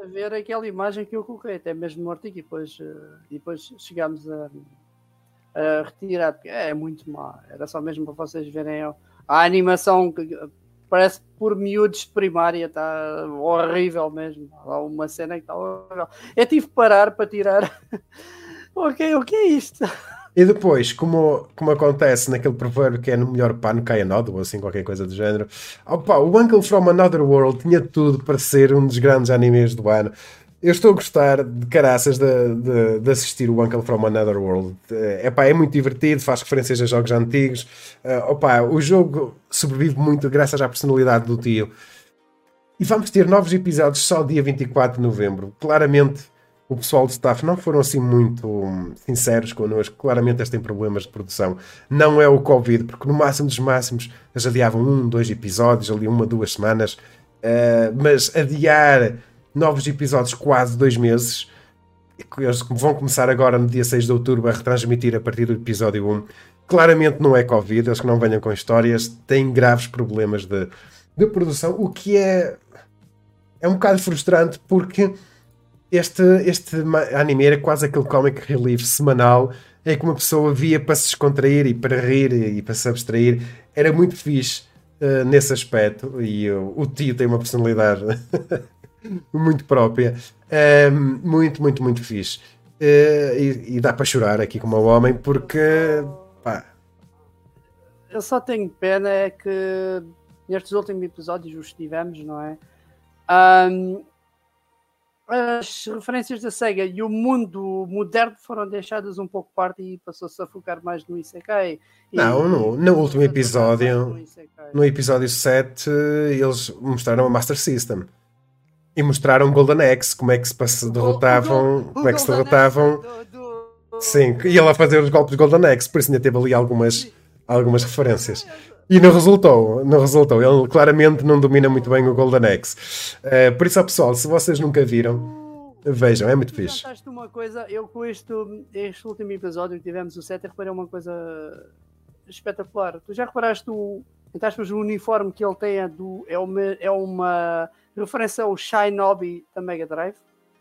ver aquela imagem que eu coloquei, até mesmo no artigo, e depois, uh, e depois chegámos a, a retirar, porque é muito má. Era só mesmo para vocês verem a, a animação que parece por miúdos de primária, está horrível mesmo. Há uma cena que está horrível. Eu tive que parar para tirar. Ok, o que é isto? E depois, como, como acontece naquele provérbio que é no melhor pano cai a nódoa, ou assim, qualquer coisa do género, opa, o Uncle from Another World tinha tudo para ser um dos grandes animes do ano. Eu estou a gostar de caraças de, de, de assistir o Uncle from Another World. É, epá, é muito divertido, faz referências a jogos antigos. Uh, opa, o jogo sobrevive muito graças à personalidade do tio. E vamos ter novos episódios só dia vinte e quatro de novembro. Claramente, o pessoal do staff não foram assim muito sinceros connosco. Claramente eles têm problemas de produção. Não é o Covid, porque no máximo dos máximos eles adiavam um, dois episódios, ali uma, duas semanas. Uh, mas adiar novos episódios quase dois meses. Eles vão começar agora no dia seis de outubro a retransmitir a partir do episódio um. Claramente não é Covid, eles que não venham com histórias, têm graves problemas de, de produção, o que é, é um bocado frustrante porque este, este anime era quase aquele comic relief semanal em que uma pessoa via para se descontrair e para rir e para se abstrair. Era muito fixe uh, nesse aspecto e uh, o tio tem uma personalidade muito própria, uh, muito, muito, muito fixe. Uh, e, e dá para chorar aqui como um homem porque pá. Eu só tenho pena é que nestes últimos episódios os tivemos, não é? Um, as referências da SEGA e o mundo moderno foram deixadas um pouco parte e passou-se a focar mais no Isekai. Não, e, no, no último episódio, no, no episódio sete, eles mostraram a Master System. E mostraram Golden Axe, como é que se passe, derrotavam, o, o, o como é que se Golden derrotavam. Do, do, sim, e ele a fazer os golpes de Golden Axe, por isso ainda teve ali algumas, algumas referências. E não resultou, não resultou. Ele claramente não domina muito bem o Golden Axe. Uh, por isso, ó, pessoal, se vocês nunca viram, vejam, é muito fixe. Uma coisa, eu com este, este último episódio que tivemos o sete, reparei uma coisa espetacular. Tu já reparaste o, o uniforme que ele tem é, do, é, uma, é uma referência ao Shinobi da Mega Drive?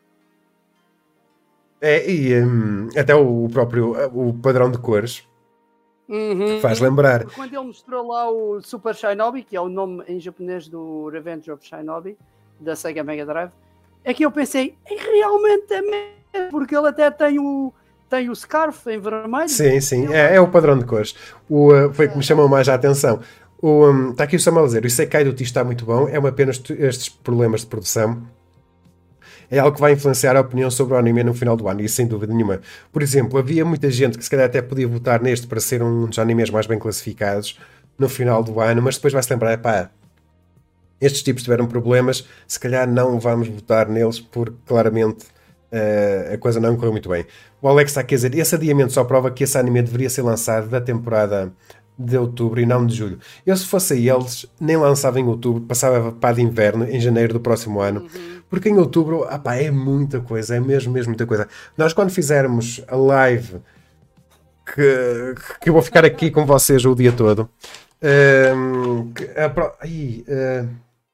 É, e um, até o próprio o padrão de cores. Uhum. Faz lembrar. Porque quando ele mostrou lá o Super Shinobi, que é o nome em japonês do Revenge of Shinobi, da Sega Mega Drive, é que eu pensei, é realmente é mesmo, porque ele até tem o, tem o scarf em vermelho. Sim, sim, é, é o padrão de cores. O, uh, foi o que me chamou mais a atenção. O, um, está aqui o Samuel a dizer, o Isekai do Tio está muito bom, é uma pena estes problemas de produção. É algo que vai influenciar a opinião sobre o anime no final do ano, e sem dúvida nenhuma. Por exemplo, havia muita gente que se calhar até podia votar neste para ser um dos animes mais bem classificados no final do ano, mas depois vai-se lembrar, pá, estes tipos tiveram problemas, se calhar não vamos votar neles porque claramente uh, a coisa não correu muito bem. O Alex está a dizer, esse adiamento só prova que esse anime deveria ser lançado da temporada de outubro e não de julho. Eu, se fosse eles, nem lançava em outubro, passava para de inverno em janeiro do próximo ano, uhum. Porque em outubro, ah pá, é muita coisa, é mesmo, mesmo muita coisa. Nós, quando fizermos a live, que, que eu vou ficar aqui com vocês o dia todo, um, que, a, aí, uh,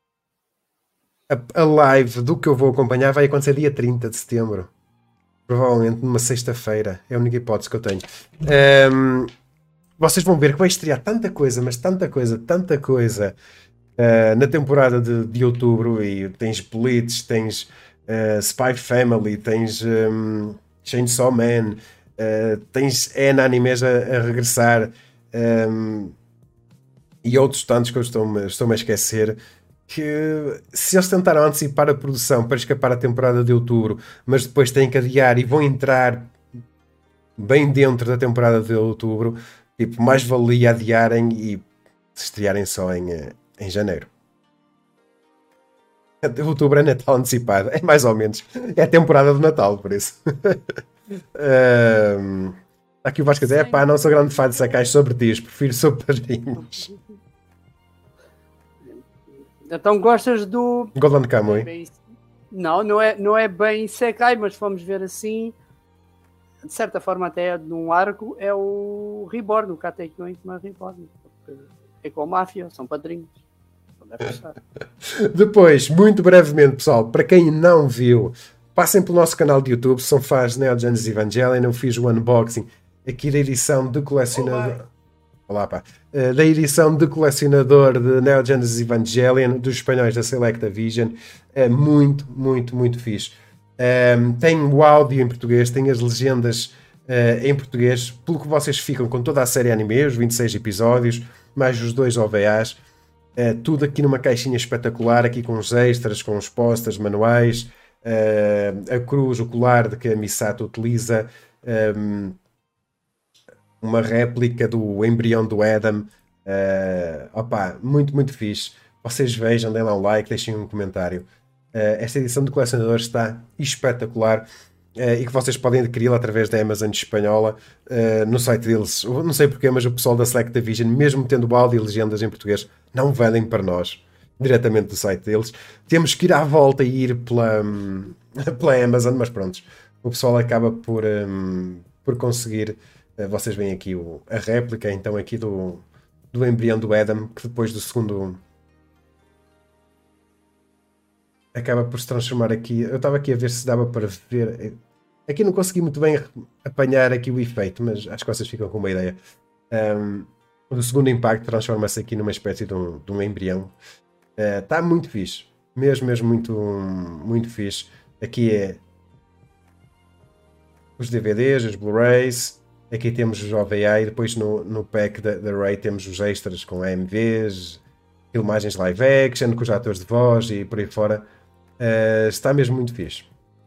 a, a live do que eu vou acompanhar vai acontecer dia trinta de setembro. Provavelmente numa sexta-feira. É a única hipótese que eu tenho. Um, vocês vão ver que vai estrear tanta coisa, mas tanta coisa, tanta coisa uh, na temporada de, de outubro. E tens Blitz, tens uh, Spy Family, tens um, Chainsaw Man, uh, tens N animes a, a regressar um, e outros tantos que eu estou-me, estou-me a esquecer. Que se eles tentaram antecipar a produção para escapar a temporada de outubro, mas depois têm que adiar e vão entrar bem dentro da temporada de outubro, tipo, mais valia adiarem e se estrearem só em, em janeiro. Outubro é Natal antecipado, é mais ou menos, é a temporada do Natal, por isso. um, aqui o Vasco a dizer, é pá, não sou grande fã de sacais sobre tios, prefiro sobre padrinhos. Então gostas do Golden Kamuy? Não, não é, não é bem Isekai, mas vamos ver assim, de certa forma até num arco, é o Reborn, o Katekyo Intima Reborn. É com a máfia, são padrinhos. Deve gostar. Depois, muito brevemente, pessoal, para quem não viu, passem pelo nosso canal de YouTube, se são fãs de Neo Genesis Evangelion. Eu fiz o unboxing aqui da edição de colecionador. Olá, pá. Uh, da edição de colecionador de Neo Genesis Evangelion, dos espanhóis da Selectavision. É muito, muito, muito fixe. Um, tem o áudio em português, tem as legendas uh, em português, pelo que vocês ficam com toda a série anime, os vinte e seis episódios, mais os dois O V As. Uh, tudo aqui numa caixinha espetacular, aqui com os extras, com os posters, manuais, uh, a cruz, o colar de que a Misato utiliza, um, uma réplica do embrião do Adam. Uh, opa, muito, muito fixe. Vocês vejam, deem lá um like, deixem um comentário. Uh, esta edição de colecionador está espetacular. Uh, e que vocês podem adquiri-la através da Amazon espanhola, uh, no site deles. Eu não sei porquê, mas o pessoal da Selectavision, mesmo tendo áudio e legendas em português, não vendem para nós, diretamente do site deles. Temos que ir à volta e ir pela, um, pela Amazon, mas pronto, o pessoal acaba por, um, por conseguir. Uh, vocês veem aqui o, a réplica, então, aqui do, do embrião do Adam, que depois do segundo... acaba por se transformar aqui. Eu estava aqui a ver se dava para ver. Aqui não consegui muito bem apanhar aqui o efeito, mas acho que vocês ficam com uma ideia. Um, o segundo impacto transforma-se aqui numa espécie de um, de um embrião. Está uh, muito fixe. Mesmo, mesmo muito, muito fixe. Aqui é os D V Ds, os Blu-rays. Aqui temos os O V A e depois no, no pack da, da Ray temos os extras com A M Vs, filmagens live action, com os atores de voz e por aí fora. Uh, está mesmo muito fixe.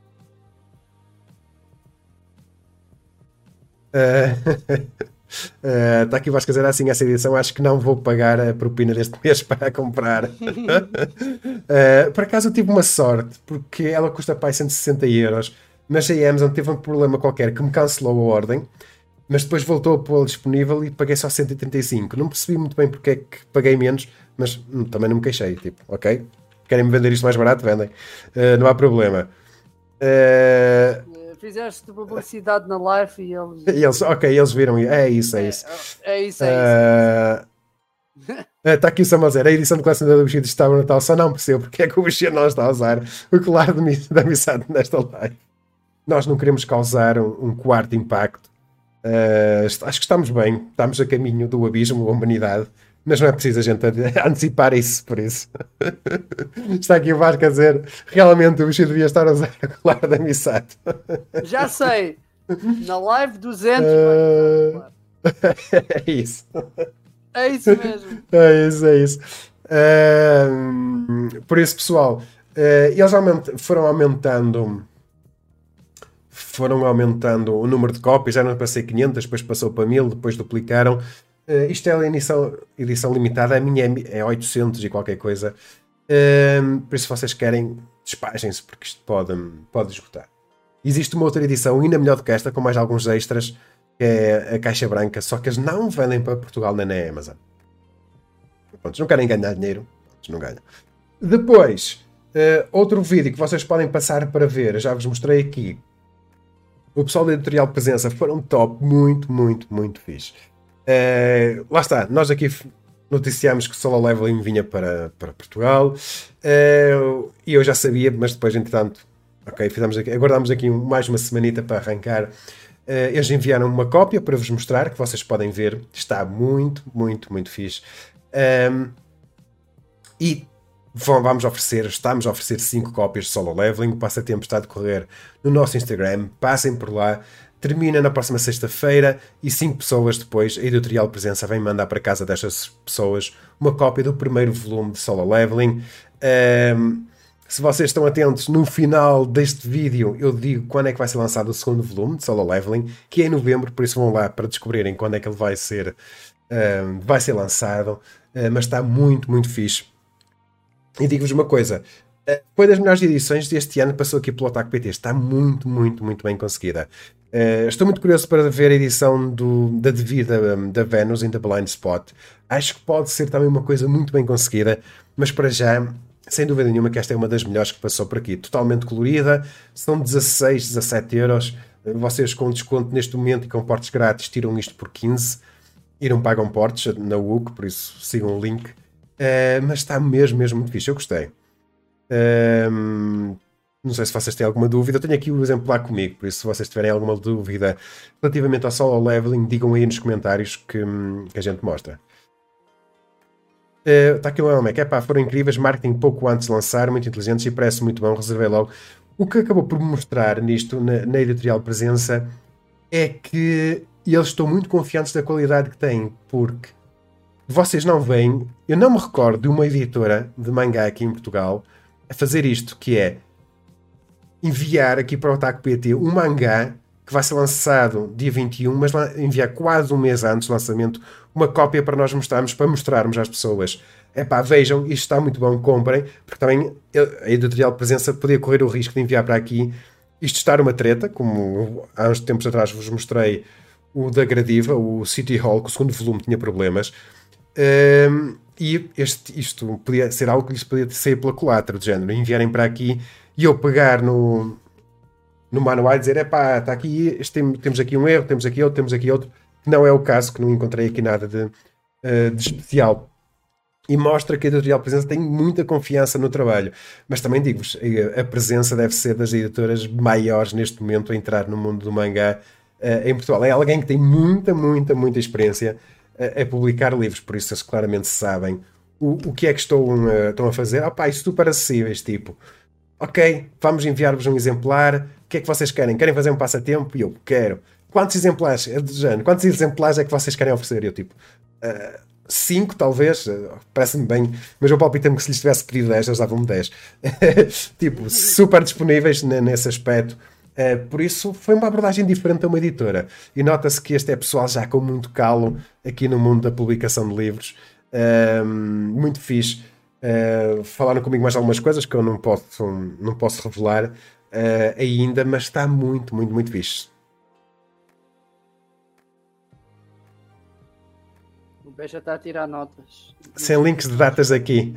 Uh, uh, está aqui o Vasco a dizer assim, essa edição acho que não vou pagar a propina deste mês para comprar. uh, por acaso eu tive uma sorte, porque ela custa para aí cento e sessenta euros, mas a Amazon teve um problema qualquer que me cancelou a ordem, mas depois voltou a pô-la disponível e paguei só cento e trinta e cinco. Não percebi muito bem porque é que paguei menos, mas hum, também não me queixei. Tipo, ok, querem me vender isto mais barato? Vendem. Uh, não há problema. Uh... Fizeste publicidade na live e eles... e eles... Ok, eles viram. É isso, é isso. É, é isso, é isso. Uh... Está aqui o Samuel a dizer, a edição de colecionador do vestido estava no Natal, só não percebo porque é que o vestido não está a usar o colar de, da Misato nesta live. Nós não queremos causar um, um quarto impacto. Uh, acho que estamos bem, estamos a caminho do abismo, a humanidade, mas não é preciso a gente antecipar isso, por isso. Está aqui o Vasco a dizer, realmente o vestido devia estar a usar a colar da Misato. Já sei, na live duzentos. Uh... é isso. É isso mesmo. É isso, é isso. Uh, por isso, pessoal, uh, eles aument foram aumentando foram aumentando o número de cópias, já não passei quinhentas, depois passou para mil, depois duplicaram. Uh, isto é a edição, edição limitada, a minha é, é oitocentos e qualquer coisa. Uh, por isso, se vocês querem, despachem-se, porque isto pode, pode esgotar. Existe uma outra edição, ainda melhor do que esta, com mais alguns extras, que é a caixa branca, só que eles não vendem para Portugal nem na Amazon. Pronto, não querem ganhar dinheiro, não ganham. Depois, uh, outro vídeo que vocês podem passar para ver, eu já vos mostrei aqui. O pessoal da Editorial Presença foram top, muito, muito, muito fixe. Uh, lá está, nós aqui noticiámos que Solo Leveling vinha para, para Portugal, uh, e eu já sabia, mas depois, entretanto, ok, fizemos aqui, aguardámos aqui mais uma semanita para arrancar. Uh, eles enviaram uma cópia para vos mostrar, que vocês podem ver, está muito, muito, muito fixe. Um, e vamos oferecer, estamos a oferecer cinco cópias de Solo Leveling. O passatempo está a decorrer no nosso Instagram, passem por lá, termina na próxima sexta-feira e cinco pessoas depois, a Editorial Presença vem mandar para casa destas pessoas uma cópia do primeiro volume de Solo Leveling. Um, se vocês estão atentos, no final deste vídeo eu digo quando é que vai ser lançado o segundo volume de Solo Leveling, que é em novembro, por isso vão lá para descobrirem quando é que ele vai ser, um, vai ser lançado, uh, mas está muito, muito fixe. E digo-vos uma coisa, foi das melhores edições deste ano, passou aqui pelo Otaku P T, está muito, muito, muito bem conseguida. Uh, estou muito curioso para ver a edição do, da devida da Venus in the Blind Spot. Acho que pode ser também uma coisa muito bem conseguida, mas para já, sem dúvida nenhuma, que esta é uma das melhores que passou por aqui. Totalmente colorida, são dezasseis, dezassete euros. Vocês com desconto neste momento e com portes grátis tiram isto por quinze e não pagam portes na U C, por isso sigam o link. Uh, mas está mesmo, mesmo muito fixe. Eu gostei. Uh, não sei se vocês têm alguma dúvida. Eu tenho aqui o exemplar comigo, por isso, se vocês tiverem alguma dúvida relativamente ao solo leveling, digam aí nos comentários que, que a gente mostra. Está uh, aqui o meu Mac. É pá, foram incríveis. Marketing pouco antes de lançar, muito inteligentes e parece muito bom. Reservei logo. O que acabou por mostrar nisto, na, na editorial presença, é que eles estão muito confiantes da qualidade que têm, porque vocês não veem, eu não me recordo de uma editora de mangá aqui em Portugal a fazer isto, que é enviar aqui para o Otaku P T um mangá que vai ser lançado dia vinte e um, mas enviar quase um mês antes do lançamento uma cópia para nós mostrarmos, para mostrarmos às pessoas. Epá, vejam, isto está muito bom, comprem, porque também a editorial presença podia correr o risco de enviar para aqui isto estar uma treta, como há uns tempos atrás vos mostrei o da Gradiva, o City Hall, que o segundo volume tinha problemas. Um, e este, isto podia ser algo que lhes podia sair pela culatra, de género, enviarem para aqui e eu pegar no, no manual e dizer, epá, está aqui, este, temos aqui um erro, temos aqui outro, temos aqui outro, que não é o caso, que não encontrei aqui nada de, uh, de especial. E mostra que a editorial presença tem muita confiança no trabalho. Mas também digo-vos, a presença deve ser das editoras maiores neste momento a entrar no mundo do mangá uh, em Portugal. É alguém que tem muita, muita, muita experiência a, a publicar livros, por isso eles claramente sabem o, o que é que estão, uh, estão a fazer. Ah pá, isso tudo para acessíveis, tipo, ok, vamos enviar-vos um exemplar, o que é que vocês querem? Querem fazer um passatempo? E eu quero. Quantos exemplares? Quantos exemplares é que vocês querem oferecer? E eu tipo... Uh, cinco talvez, parece-me bem, mas eu palpitei-me que se lhes tivesse pedido dez, eles davam-me dez. Tipo, super disponíveis nesse aspecto. Uh, por isso foi uma abordagem diferente a uma editora. E nota-se que este é pessoal já com muito calo aqui no mundo da publicação de livros. Uh, muito fixe. Uh, falaram comigo mais algumas coisas que eu não posso, não posso revelar uh, ainda, mas está muito, muito, muito fixe. O Beja está a tirar notas. Sem links de datas aqui.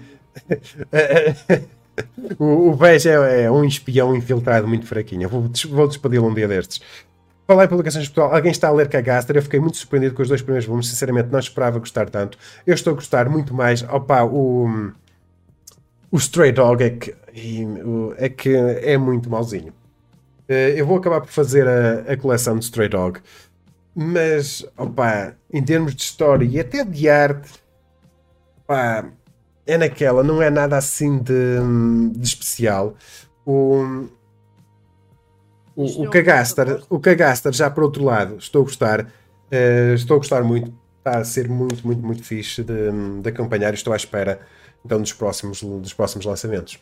o, o Beja é, é um espião infiltrado muito fraquinho. Vou, vou despedi-lo um dia destes. Falar em publicações de Portugal, alguém está a ler Cagaster? Eu fiquei muito surpreendido com os dois primeiros volumes. Sinceramente, não esperava gostar tanto. Eu estou a gostar muito mais. Opa, o, o Stray Dog é que, é que é muito mauzinho. Eu vou acabar por fazer a, a coleção de Stray Dog. Mas, opa, em termos de história e até de arte, opa, é naquela, não é nada assim de, de especial. O, o, o Cagaster, o Cagaster, já por outro lado, estou a gostar, uh, estou a gostar muito, está a ser muito, muito, muito fixe de, de acompanhar e estou à espera então dos próximos, dos próximos lançamentos.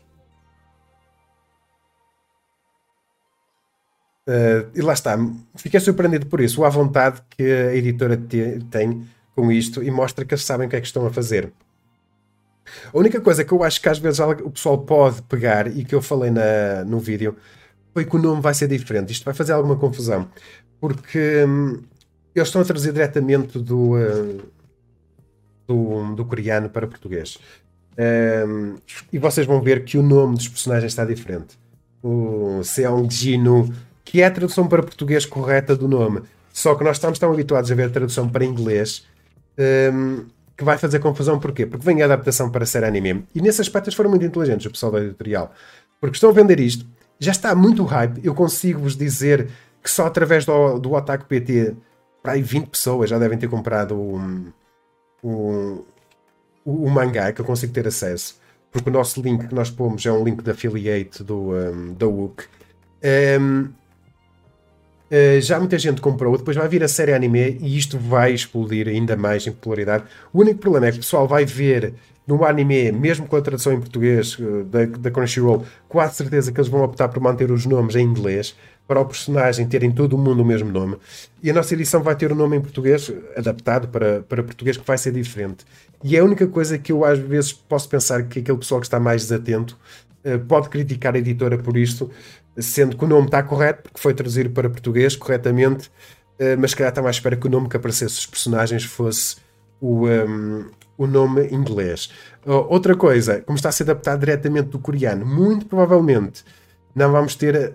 Uh, e lá está, fiquei surpreendido por isso, a vontade que a editora te, tem com isto e mostra que eles sabem o que é que estão a fazer. A única coisa que eu acho que às vezes o pessoal pode pegar e que eu falei na, no vídeo foi que o nome vai ser diferente. Isto vai fazer alguma confusão porque hum, eles estão a traduzir diretamente do, uh, do, do coreano para português. Um, e vocês vão ver que o nome dos personagens está diferente. O Seong-jinu, que é a tradução para português correta do nome. Só que nós estamos tão habituados a ver a tradução para inglês um, que vai fazer confusão. Porquê? Porque vem a adaptação para ser anime. E nesse aspecto eles foram muito inteligentes, o pessoal da editorial. Porque estão a vender isto, já está muito hype. Eu consigo-vos dizer que só através do, do Otaku P T, para aí vinte pessoas já devem ter comprado o, o, o, o mangá, que eu consigo ter acesso. Porque o nosso link que nós pomos é um link de affiliate do, um, da W U C. Um, Uh, já muita gente comprou, depois vai vir a série anime e isto vai explodir ainda mais em popularidade. O único problema é que o pessoal vai ver no anime, mesmo com a tradução em português uh, da, da Crunchyroll, quase certeza que eles vão optar por manter os nomes em inglês para o personagem terem todo o mundo o mesmo nome. E a nossa edição vai ter o nome em português adaptado para, para português, que vai ser diferente. E é a única coisa que eu às vezes posso pensar que aquele pessoal que está mais desatento uh, pode criticar a editora por isto, sendo que o nome está correto, porque foi traduzido para português corretamente, mas se calhar está mais à espera que o nome que aparecesse dos personagens fosse o, um, o nome inglês. Outra coisa, como está a ser adaptado diretamente do coreano, muito provavelmente não vamos ter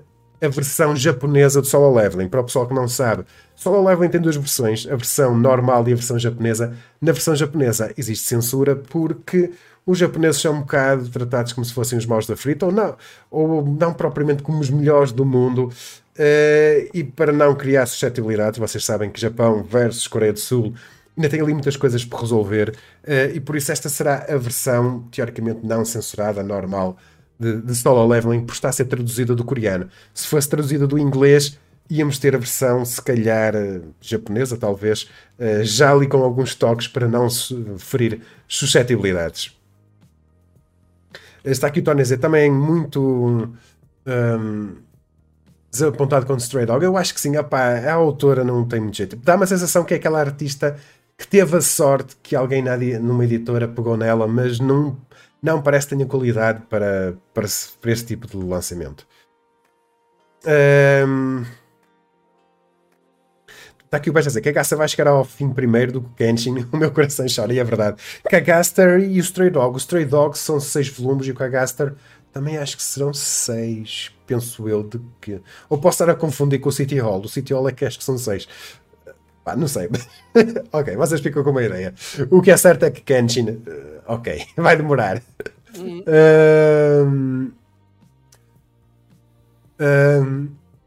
a versão japonesa do Solo Leveling. Para o pessoal que não sabe, Solo Leveling tem duas versões, a versão normal e a versão japonesa. Na versão japonesa existe censura porque os japoneses são um bocado tratados como se fossem os maus da frita, ou não, ou não propriamente como os melhores do mundo. Uh, e para não criar suscetibilidades, vocês sabem que Japão versus Coreia do Sul ainda tem ali muitas coisas por resolver, uh, e por isso esta será a versão teoricamente não censurada, normal, de, de Solo Leveling, por estar a ser traduzida do coreano. Se fosse traduzida do inglês, íamos ter a versão, se calhar, uh, japonesa, talvez, uh, já ali com alguns toques para não su- ferir suscetibilidades. Está aqui o Tony a dizer, também muito um, desapontado com Stray Dog. Eu acho que sim, opá, a autora não tem muito jeito. Dá uma sensação que é aquela artista que teve a sorte que alguém na, numa editora pegou nela, mas não, não parece que tenha qualidade para, para, para este tipo de lançamento. Um, Está aqui o Beja a dizer que a Gaster vai chegar ao fim primeiro do que Genshin. O meu coração chora, e é verdade. Que a Gaster e o Stray Dog. O Stray Dog são seis volumes e o Gaster também acho que serão seis. Penso eu de que. Ou posso estar a confundir com o City Hall. O City Hall é que acho que são seis. Pá, não sei. Ok, vocês ficam com uma ideia. O que é certo é que Genshin. Uh, ok, vai demorar. Uhum. Um, um,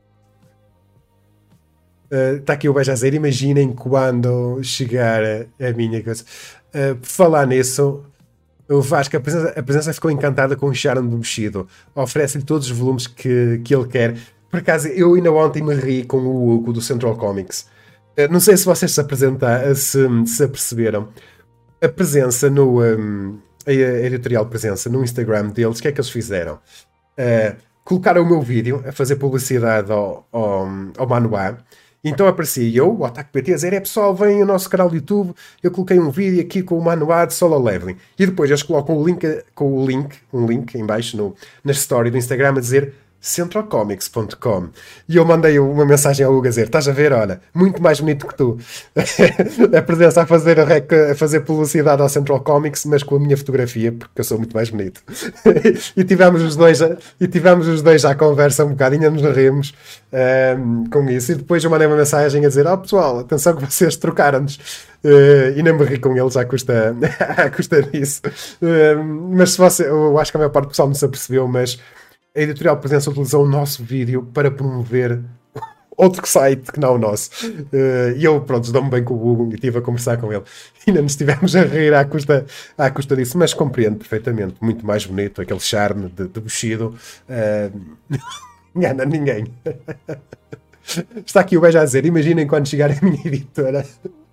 Está uh, aqui o Beja a dizer, imaginem quando chegar a, a minha coisa. Uh, por falar nisso, o Vasco, a presença, a presença ficou encantada com o Sharon do Bushido. Oferece-lhe todos os volumes que, que ele quer. Por acaso, eu ainda ontem me ri com o Hugo do Central Comics. Uh, não sei se vocês se, apresentar, se, se aperceberam. A presença no... Um, a editorial presença no Instagram deles, o que é que eles fizeram? Uh, colocaram o meu vídeo a fazer publicidade ao, ao, ao Manuá. Então aparecia eu, o Ataque P T, a dizer, é pessoal, vem ao nosso canal do YouTube, eu coloquei um vídeo aqui com o Manuá de Solo Leveling. E depois eles colocam o link, com o link, um link em baixo no, na story do Instagram a dizer central comics ponto com. E eu mandei uma mensagem ao Hugo a dizer, estás a ver, olha, muito mais bonito que tu. A presença a fazer, a, rec, a fazer publicidade ao Central Comics, mas com a minha fotografia, porque eu sou muito mais bonito. E tivemos os dois a, e tivemos os dois à conversa um bocado, ainda nos rimos um, com isso. E depois eu mandei uma mensagem a dizer, ó oh, pessoal, atenção que vocês trocaram-nos. Uh, e nem me ri com eles à custa, à custa disso. Uh, mas se você, eu acho que a maior parte do pessoal não se apercebeu, mas a editorial Presença utilizou o nosso vídeo para promover outro site que não o nosso. Uh, e eu, pronto, dou-me bem com o Hugo e estive a conversar com ele. E ainda nos estivemos a rir à custa, à custa disso, mas compreendo perfeitamente. Muito mais bonito, aquele charme de, de Bushido. Uh, engana ninguém. Está aqui o Beja a dizer, imaginem quando chegar a minha editora.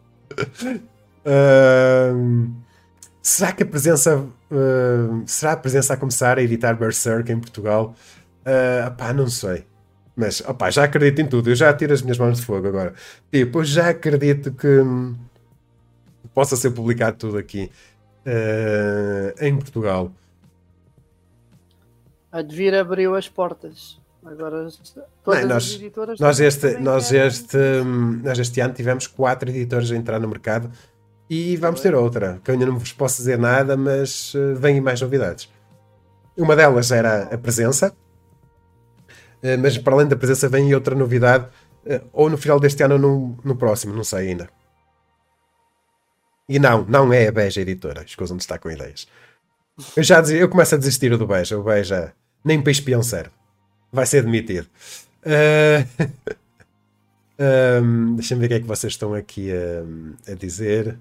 Uh, será que a presença uh, será a presença a começar a editar Berserk em Portugal? Uh, opá, não sei, mas opá, já acredito em tudo. Eu já tiro as minhas mãos de fogo agora. Tipo, eu já acredito que hum, possa ser publicado tudo aqui uh, em Portugal. A Devir abriu as portas. Agora todas não, nós, as editoras nós, este, nós, querem... este, nós este ano tivemos quatro editores a entrar no mercado e vamos ter outra, que eu ainda não vos posso dizer nada, mas uh, vêm mais novidades. Uma delas era a presença, uh, mas para além da presença vem outra novidade, uh, ou no final deste ano ou no, no próximo, não sei ainda. E não, não é a Beja Editora, escusam de estar com ideias. Eu já dizia, eu começo a desistir do Beja, o Beja nem para espião serve. Vai ser demitido. Uh, um, Deixa-me ver o que é que vocês estão aqui a, a dizer.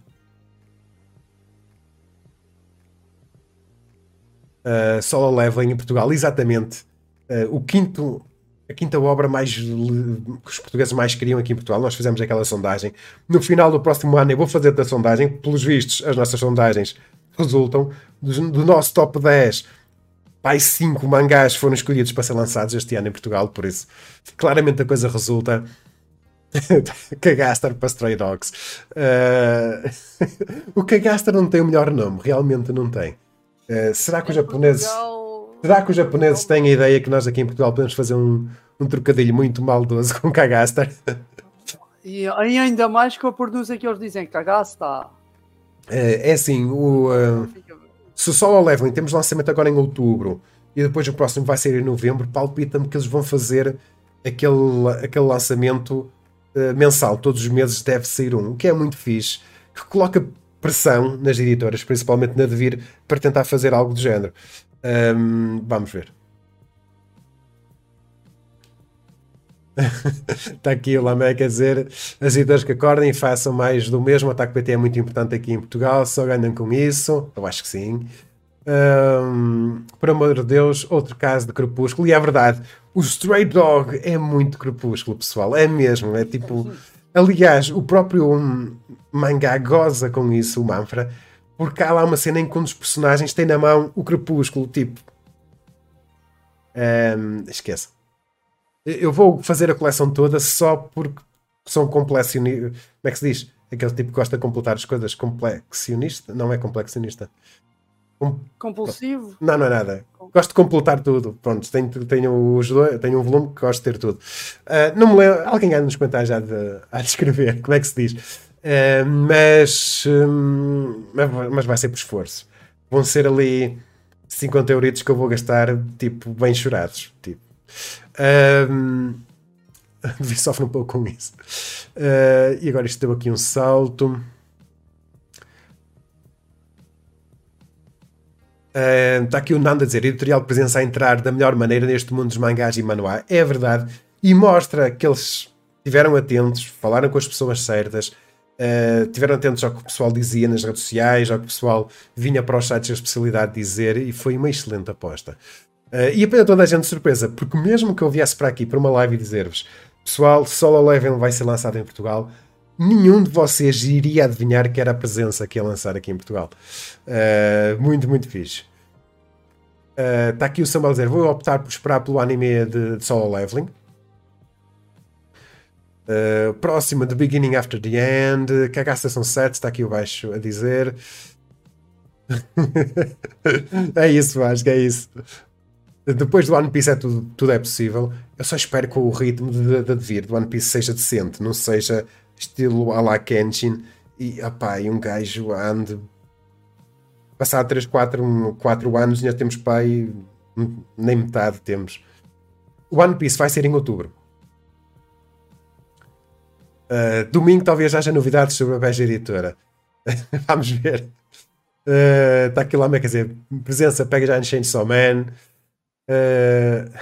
Uh, Solo Leveling em Portugal, exatamente. Uh, o quinto, a quinta obra mais que os portugueses mais queriam aqui em Portugal. Nós fizemos aquela sondagem. No final do próximo ano eu vou fazer a sondagem. Pelos vistos, as nossas sondagens resultam. Do, do nosso top dez, pai, cinco mangás foram escolhidos para ser lançados este ano em Portugal, por isso claramente a coisa resulta. Cagastar para Stray Dogs. Uh... o Cagastar não tem o melhor nome, realmente não tem. Uh, será que os japoneses Portugal... será que os japoneses têm a ideia que nós aqui em Portugal podemos fazer um, um trocadilho muito maldoso com Cagastar? E ainda mais com a pronúncia que eles dizem, Cagastar. Uh, é assim, o uh... se o Solo Leveling temos lançamento agora em outubro e depois o próximo vai ser em novembro, palpita-me que eles vão fazer aquele, aquele lançamento uh, mensal, todos os meses deve sair um, o que é muito fixe, que coloca pressão nas editoras, principalmente na Devir, para tentar fazer algo do género. Um, vamos ver. Está aqui o Lameca a dizer: as editoras que acordem e façam mais do mesmo. O Ataque P T é muito importante aqui em Portugal, só ganham com isso. Eu acho que sim. Um, por amor de Deus, outro caso de Crepúsculo. E é verdade, o Stray Dog é muito Crepúsculo, pessoal. É mesmo, é tipo. Aliás, o próprio um, mangá goza com isso, o Manfra, porque há lá uma cena em que um dos personagens tem na mão o Crepúsculo. Tipo, um, esqueça. Eu vou fazer a coleção toda só porque sou um colecionista. Como é que se diz? Aquele tipo que gosta de completar as coisas. Complexionista? Não é complexionista. Com... Compulsivo? Não, não é nada. Gosto de completar tudo. Pronto, tenho, tenho, os dois, tenho um volume que gosto de ter tudo. Uh, não me lembro. Alguém há nos comentários já de, a descrever como é que se diz. Uh, mas, um, mas vai ser por esforço. Vão ser ali cinquenta euritos que eu vou gastar, tipo, bem chorados. Tipo. Um, vi sofre um pouco com isso. Uh, e agora isto deu aqui um salto. Está uh, aqui o Nando a dizer: editorial presença a entrar da melhor maneira neste mundo dos mangás e manuá. É verdade. E mostra que eles estiveram atentos, falaram com as pessoas certas, uh, estiveram atentos ao que o pessoal dizia nas redes sociais, ao que o pessoal vinha para os sites da especialidade dizer, e foi uma excelente aposta. Uh, e apanhou toda a gente de surpresa, porque mesmo que eu viesse para aqui para uma live e dizer-vos: pessoal, Solo Leveling vai ser lançado em Portugal, nenhum de vocês iria adivinhar que era a presença que ia lançar aqui em Portugal. Uh, muito, muito fixe. Está uh, aqui o Samuel a dizer: vou optar por esperar pelo anime de, de Solo Leveling. Uh, próximo, The Beginning After the End. K H Station sete, está aqui o baixo a dizer. É isso, acho que é isso. Depois do One Piece é tudo, tudo é possível. Eu só espero que o ritmo de, de, de vir do One Piece seja decente, não seja estilo a la Kenshin e, opá, e um gajo ande passado três, quatro anos ainda temos pai, nem metade temos. O One Piece vai ser em outubro. Uh, domingo talvez haja novidades sobre a Beja Editora. Vamos ver. Está uh, aqui lá, quer dizer, presença pega já em Chainsaw Man. Uh...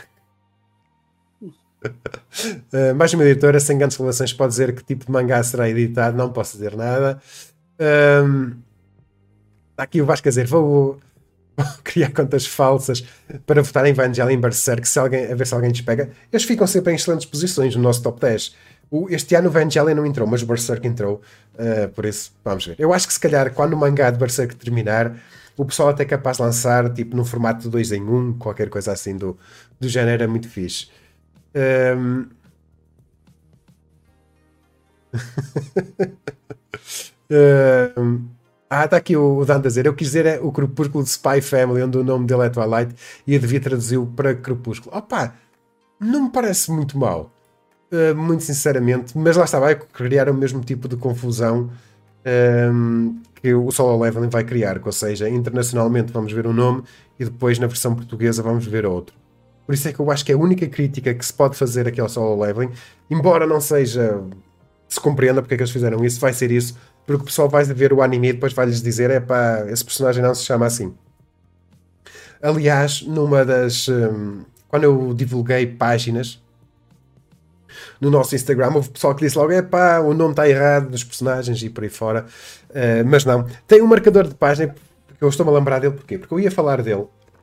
uh, mais uma editora sem grandes relações pode dizer que tipo de mangá será editado. Não posso dizer nada. Um... Está aqui o Vasco a dizer: vou, vou criar contas falsas para votar em Evangelion Berserk, se alguém, a ver se alguém despega. Eles ficam sempre em excelentes posições no nosso top dez. O, este ano o Evangelion não entrou, mas o Berserk entrou. Uh, por isso, vamos ver. Eu acho que se calhar quando o mangá de Berserk terminar, o pessoal até é capaz de lançar tipo no formato de dois em um, qualquer coisa assim do, do género. É muito fixe. Um... um... Ah, está aqui o Dan a dizer: eu quis dizer é o Crepúsculo de Spy Family, onde o nome dele é Twilight, e eu devia traduzi-lo para Crepúsculo. Opa, não me parece muito mal, uh, muito sinceramente, mas lá está, vai criar o mesmo tipo de confusão um, que o Solo Leveling vai criar, ou seja, internacionalmente vamos ver um nome e depois na versão portuguesa vamos ver outro. Por isso é que eu acho que a única crítica que se pode fazer aqui ao Solo Leveling, embora não seja, se compreenda porque é que eles fizeram isso, vai ser isso, porque o pessoal vai ver o anime e depois vai-lhes dizer: é pá, esse personagem não se chama assim. Aliás, numa das... Um, quando eu divulguei páginas no nosso Instagram, houve pessoal que disse logo: é pá, o nome está errado dos personagens e por aí fora. Uh, mas não. Tem um marcador de página, que eu estou-me a lembrar dele. Porquê? Porque eu ia falar dele,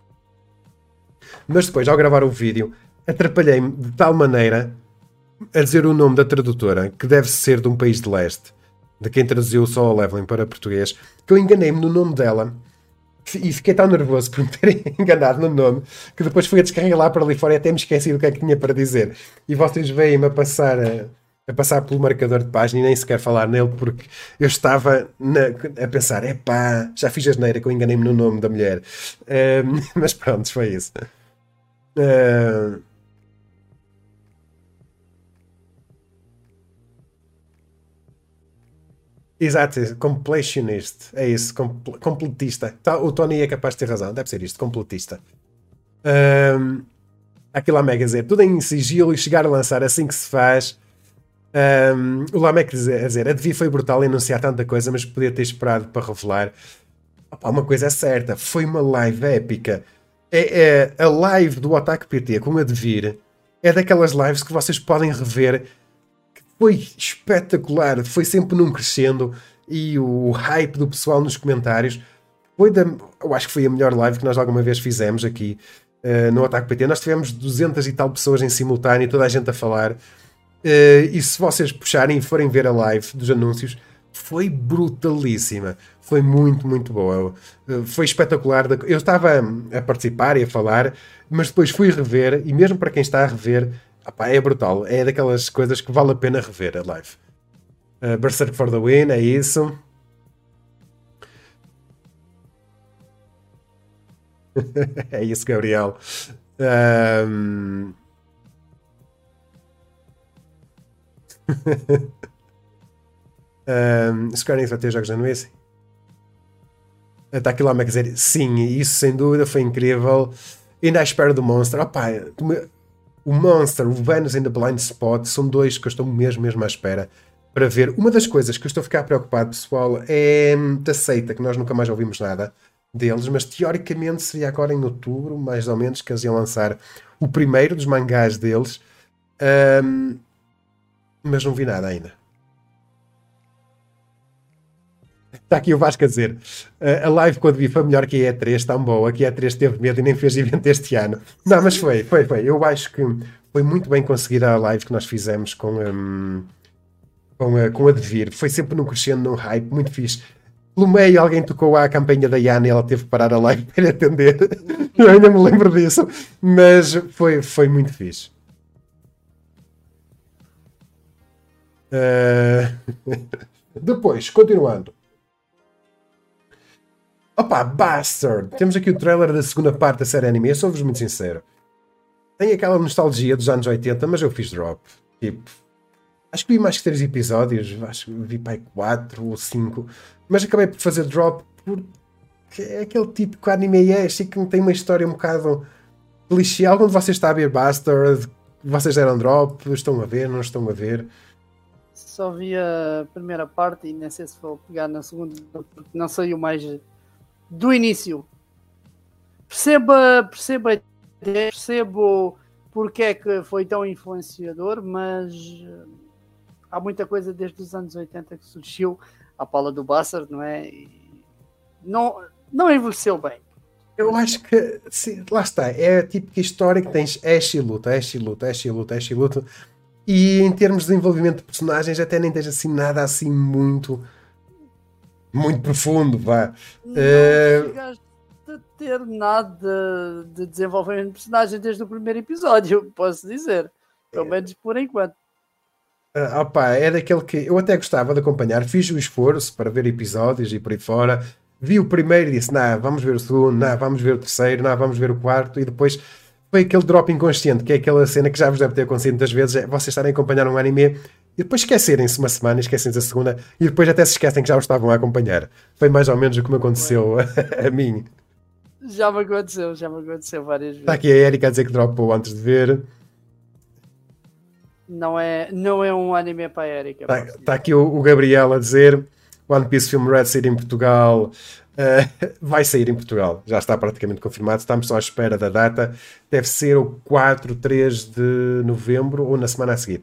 mas depois, ao gravar o vídeo, atrapalhei-me de tal maneira a dizer o nome da tradutora, que deve ser de um país de leste, de quem traduziu o Solo Leveling para português, que eu enganei-me no nome dela e fiquei tão nervoso por me ter enganado no nome que depois fui a descarregar lá para ali fora e até me esqueci do que é que tinha para dizer. E vocês veem-me a passar a, a passar pelo marcador de página e nem sequer falar nele, porque eu estava na, a pensar: epá, já fiz a asneira que eu enganei-me no nome da mulher. Uh, mas pronto, foi isso. Uh, Exato, completionist, é isso, compl completista. Tá, o Tony é capaz de ter razão, deve ser isto, completista. Um, aquilo lá Mega dizer, tudo em sigilo e chegar a lançar assim que se faz. Um, o Lamek a dizer, a Devi foi brutal em anunciar tanta coisa, mas podia ter esperado para revelar. Opa, uma coisa é certa, foi uma live épica. É, é a live do Otaku P T com a Devir é daquelas lives que vocês podem rever, que foi espetacular, foi sempre num crescendo, e o hype do pessoal nos comentários foi da, eu acho que foi a melhor live que nós alguma vez fizemos aqui uh, no Otaku P T. Nós tivemos duzentas e tal pessoas em simultâneo, toda a gente a falar. Uh, e se vocês puxarem e forem ver a live dos anúncios, foi brutalíssima, foi muito, muito boa, uh, foi espetacular. Eu estava a participar e a falar, mas depois fui rever, e mesmo para quem está a rever, opá, é brutal, é daquelas coisas que vale a pena rever a live. uh, Berserk for the win, é isso. É isso, Gabriel. um... um, Square Enix vai ter jogos da Nuance. Está aqui lá a dizer sim, isso sem dúvida foi incrível. Ainda à espera do Monster. Opa, o Monster, o Venus and the Blind Spot são dois que eu estou mesmo, mesmo à espera para ver. Uma das coisas que eu estou a ficar preocupado, pessoal, é da Seita, que nós nunca mais ouvimos nada deles, mas teoricamente seria agora em outubro, mais ou menos, que eles iam lançar o primeiro dos mangás deles. Um, mas não vi nada ainda. Está aqui o Vasco a dizer, a live com a Devi foi melhor que a E três, tão boa, que a E três teve medo e nem fez evento este ano. Não, mas foi, foi, foi. Eu acho que foi muito bem conseguida a live que nós fizemos com, um, com, a, com a Devir. Foi sempre num crescendo, num hype, muito fixe. Pelo meio alguém tocou a campanha da Yana e ela teve que parar a live para lhe atender. Eu ainda me lembro disso, mas foi, foi muito fixe. Uh... Depois, continuando. Opa, Bastard! Temos aqui o trailer da segunda parte da série anime. Eu sou-vos muito sincero. Tem aquela nostalgia dos anos oitenta, mas eu fiz drop. Tipo, acho que vi mais que três episódios. Acho que vi para aí quatro ou cinco. Mas acabei por fazer drop porque é aquele tipo que o anime é. Achei que tem uma história um bocado clichê. Algum de vocês está a ver Bastard? Vocês deram drop? Estão a ver? Não estão a ver? Só vi a primeira parte e nem sei se vou pegar na segunda, porque não saiu mais do início. Perceba, perceba, percebo porque é que foi tão influenciador, mas há muita coisa desde os anos oitenta que surgiu à pala do Bastard, não é? E não, não envelheceu bem. Eu acho que, sim, lá está, é a típica história que tens Ash e luta, Ash e luta, Ash e luta, Ash e luta. E em termos de desenvolvimento de personagens até nem tens assim nada assim muito muito profundo, vá. Não Uh, chegaste a ter nada de desenvolvimento de personagem desde o primeiro episódio, posso dizer. Pelo menos por enquanto. uh, opa, é daquele que eu até gostava de acompanhar, fiz o esforço para ver episódios e por aí fora. Vi o primeiro e disse, não, vamos ver o segundo, não, vamos ver o terceiro, não, vamos ver o quarto, e depois foi aquele drop inconsciente, que é aquela cena que já vos deve ter acontecido muitas vezes, é vocês estarem a acompanhar um anime e depois esquecerem-se uma semana, esquecem-se a segunda e depois até se esquecem que já o estavam a acompanhar. Foi mais ou menos o que me aconteceu a, a mim. Já me aconteceu, já me aconteceu várias vezes. Está aqui a Erika a dizer que dropou antes de ver. Não é, não é um anime para a Erika. Está, está aqui o, o Gabriel a dizer One Piece Film Red sair em Portugal. Uh, vai sair em Portugal, já está praticamente confirmado, estamos só à espera da data, deve ser o quatro, três de novembro ou na semana a seguir.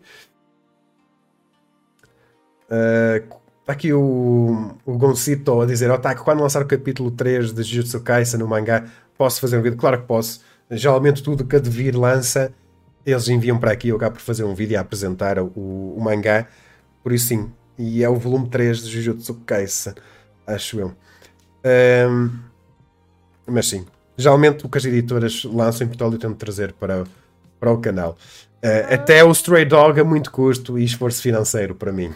Uh, está aqui o, o Goncito a dizer, Otaku, quando lançar o capítulo três de Jujutsu Kaisen no mangá, posso fazer um vídeo? Claro que posso, geralmente tudo que a Devir lança eles enviam para aqui, eu acabo por fazer um vídeo a apresentar o, o mangá, por isso sim, e é o volume três de Jujutsu Kaisen, acho eu. Um, mas sim, geralmente o que as editoras lançam em Portugal eu tento trazer para, para o canal. Uh, até o Stray Dog a muito custo e esforço financeiro para mim.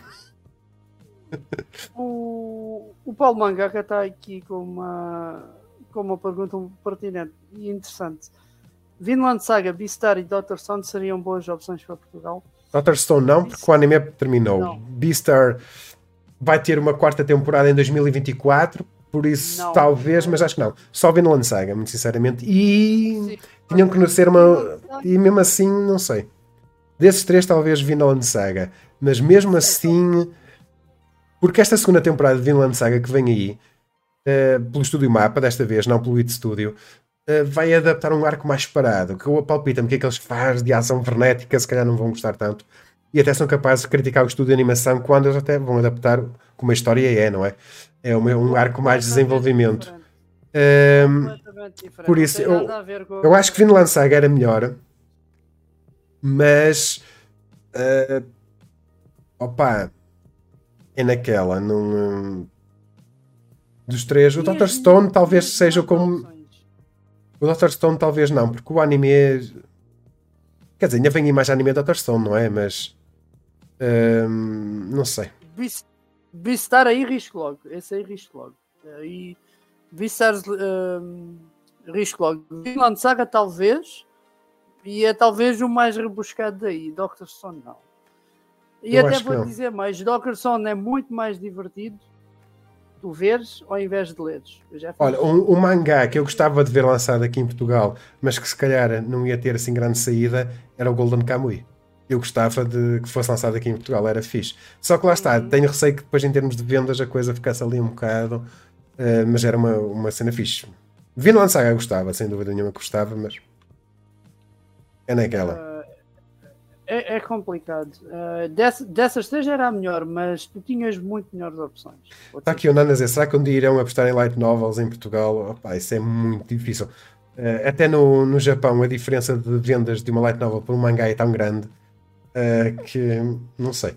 O, o Paulo Mangaka está aqui com uma, com uma pergunta pertinente e interessante. Vinland Saga, Beastar e doutor Stone seriam boas opções para Portugal? doutor Stone não, porque o anime terminou. Beastar vai ter uma quarta temporada em dois mil e vinte e quatro. Por isso, não, talvez, não. Mas acho que não. Só Vinland Saga, muito sinceramente. E, Tinham que ser uma... E mesmo assim, não sei. Desses três, talvez Vinland Saga. Mas mesmo assim... Porque esta segunda temporada de Vinland Saga que vem aí, uh, pelo Estúdio Mapa, desta vez, não pelo It Studio, uh, vai adaptar um arco mais parado. Que eu palpita-me que aqueles fãs de ação frenética se calhar não vão gostar tanto. E até são capazes de criticar o estúdio de animação quando eles até vão adaptar como a história é, não é? É um, um arco mais de desenvolvimento. Um, por isso, eu, eu acho que Vinland Saga era melhor, mas uh, opa, é naquela, num, dos três, o doutor Stone talvez seja como o doutor Stone talvez não, porque o anime é... quer dizer, ainda vem aí mais anime do doutor Stone, não é? Mas um, não sei. Visitar aí risco logo, esse aí risco logo. Aí visitar um, risco logo. Vinland Saga talvez, e é talvez o mais rebuscado daí. doutor Stone não. E eu até vou dizer mais, doutor Stone é muito mais divertido tu veres ao invés de leres. Olha, um, um mangá que eu gostava de ver lançado aqui em Portugal, mas que se calhar não ia ter assim grande saída, era o Golden Kamuy. Eu gostava de que fosse lançado aqui em Portugal, era fixe. Só que lá está, uhum. Tenho receio que depois em termos de vendas a coisa ficasse ali um bocado, uh, mas era uma, uma cena fixe. Vinland Saga eu gostava, sem dúvida nenhuma que gostava, mas é naquela. Uh, é, é complicado. Uh, dessa, dessas três era a melhor, mas tu tinhas muito melhores opções. Está aqui o Nana dizer, será que um dia irão apostar em light novels em Portugal? Opa, isso é muito difícil. Uh, até no, no Japão a diferença de vendas de uma light novel por um mangá é tão grande uh, que não sei.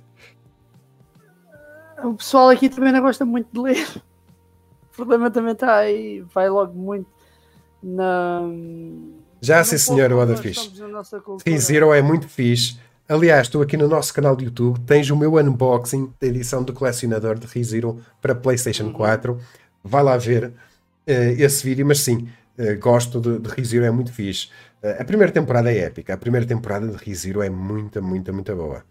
O pessoal aqui também não gosta muito de ler. O problema também está aí, vai logo muito na... Já sim senhor, o Oda fixe. ReZero é muito fixe. Aliás, estou aqui no nosso canal de YouTube, tens o meu unboxing da edição do colecionador de ReZero para PlayStation uhum. quatro. Vai lá ver uh, esse vídeo, mas sim, uh, gosto de, de ReZero, é muito fixe. Uh, a primeira temporada é épica, a primeira temporada de ReZero é muito, muito, muito boa.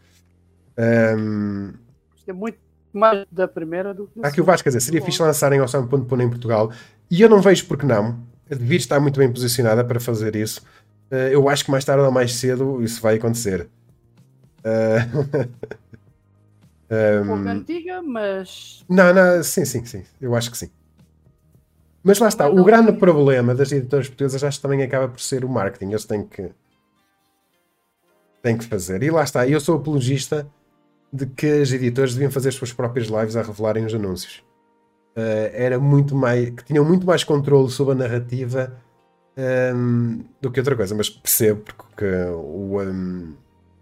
Um... É muito mais da primeira do que... Aqui o Vasco a dizer, seria fixe lançarem Osamu Ponto Puna em Portugal, e eu não vejo porque não. A Devir está muito bem posicionada para fazer isso. Uh, eu acho que mais tarde ou mais cedo isso vai acontecer. Uh... um... um pouco antiga, mas... Não, não, sim, sim, sim. Eu acho que sim. Mas lá está. O grande problema das editoras portuguesas acho que também acaba por ser o marketing. Eles têm que... têm que fazer. E lá está. Eu sou apologista de que as editoras deviam fazer as suas próprias lives a revelarem os anúncios. Uh, era muito mais, que tinham muito mais controle sobre a narrativa um, do que outra coisa, mas percebo porque o, um,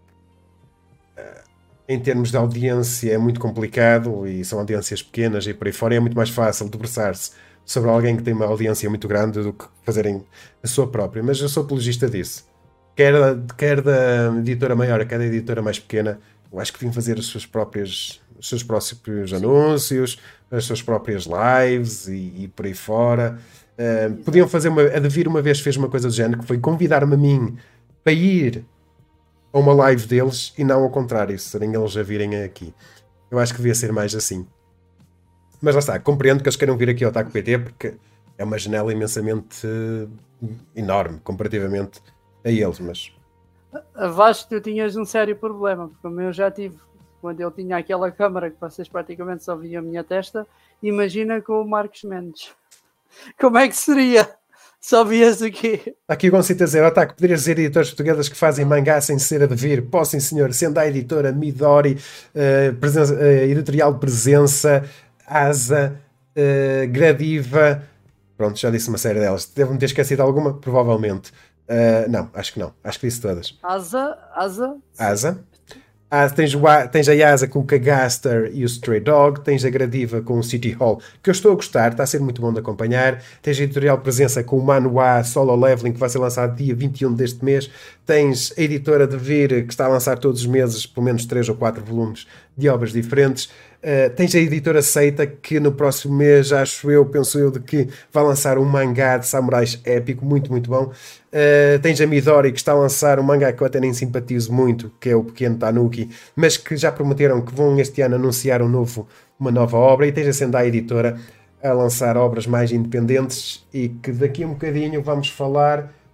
uh, em termos de audiência é muito complicado e são audiências pequenas e por aí fora é muito mais fácil debruçar-se sobre alguém que tem uma audiência muito grande do que fazerem a sua própria, mas eu sou apologista disso, quer, quer da editora maior, quer da editora mais pequena. Eu acho que deviam fazer as suas próprias, os seus próprios anúncios, as suas próprias lives e, e por aí fora. Uh, podiam fazer uma... A Devir uma vez fez uma coisa do género, que foi convidar-me a mim para ir a uma live deles e não ao contrário, serem eles a virem aqui. Eu acho que devia ser mais assim. Mas lá está, compreendo que eles queiram vir aqui ao Otaku P T porque é uma janela imensamente uh, enorme comparativamente a eles, mas... A Vasco, tu tinhas um sério problema, porque como eu já tive, quando eu tinha aquela câmara que vocês praticamente só viam a minha testa, imagina com o Marcos Mendes. Como é que seria? Só vias aqui. Aqui o Gonçalo a dizer, Otaku, poderias dizer editores portugueses que fazem mangá sem ser a Devir? Posso, sim senhor, sendo a editora Midori, uh, presença, uh, editorial Presença, Asa, uh, Gradiva, pronto, já disse uma série delas. Devo-me ter esquecido alguma? Provavelmente. Uh, não, acho que não. Acho que disse todas. Asa, Asa. Asa. Ah, tens, o, tens a Asa com o Kagaster e o Stray Dog. Tens a Gradiva com o City Hall, que eu estou a gostar, está a ser muito bom de acompanhar. Tens a editorial Presença com o Manhwa Solo Leveling, que vai ser lançado dia vinte e um deste mês. Tens a editora Devir, que está a lançar todos os meses pelo menos três ou quatro volumes de obras diferentes. Uh, tens a editora Seita, que no próximo mês, acho eu, penso eu, de que vai lançar um mangá de samurais épico, muito, muito bom. Uh, tens a Midori, que está a lançar um mangá que eu até nem simpatizo muito, que é o Pequeno Tanuki, mas que já prometeram que vão este ano anunciar um novo, uma nova obra. E tens a Sendai Editora a lançar obras mais independentes e que daqui a um bocadinho vamos falar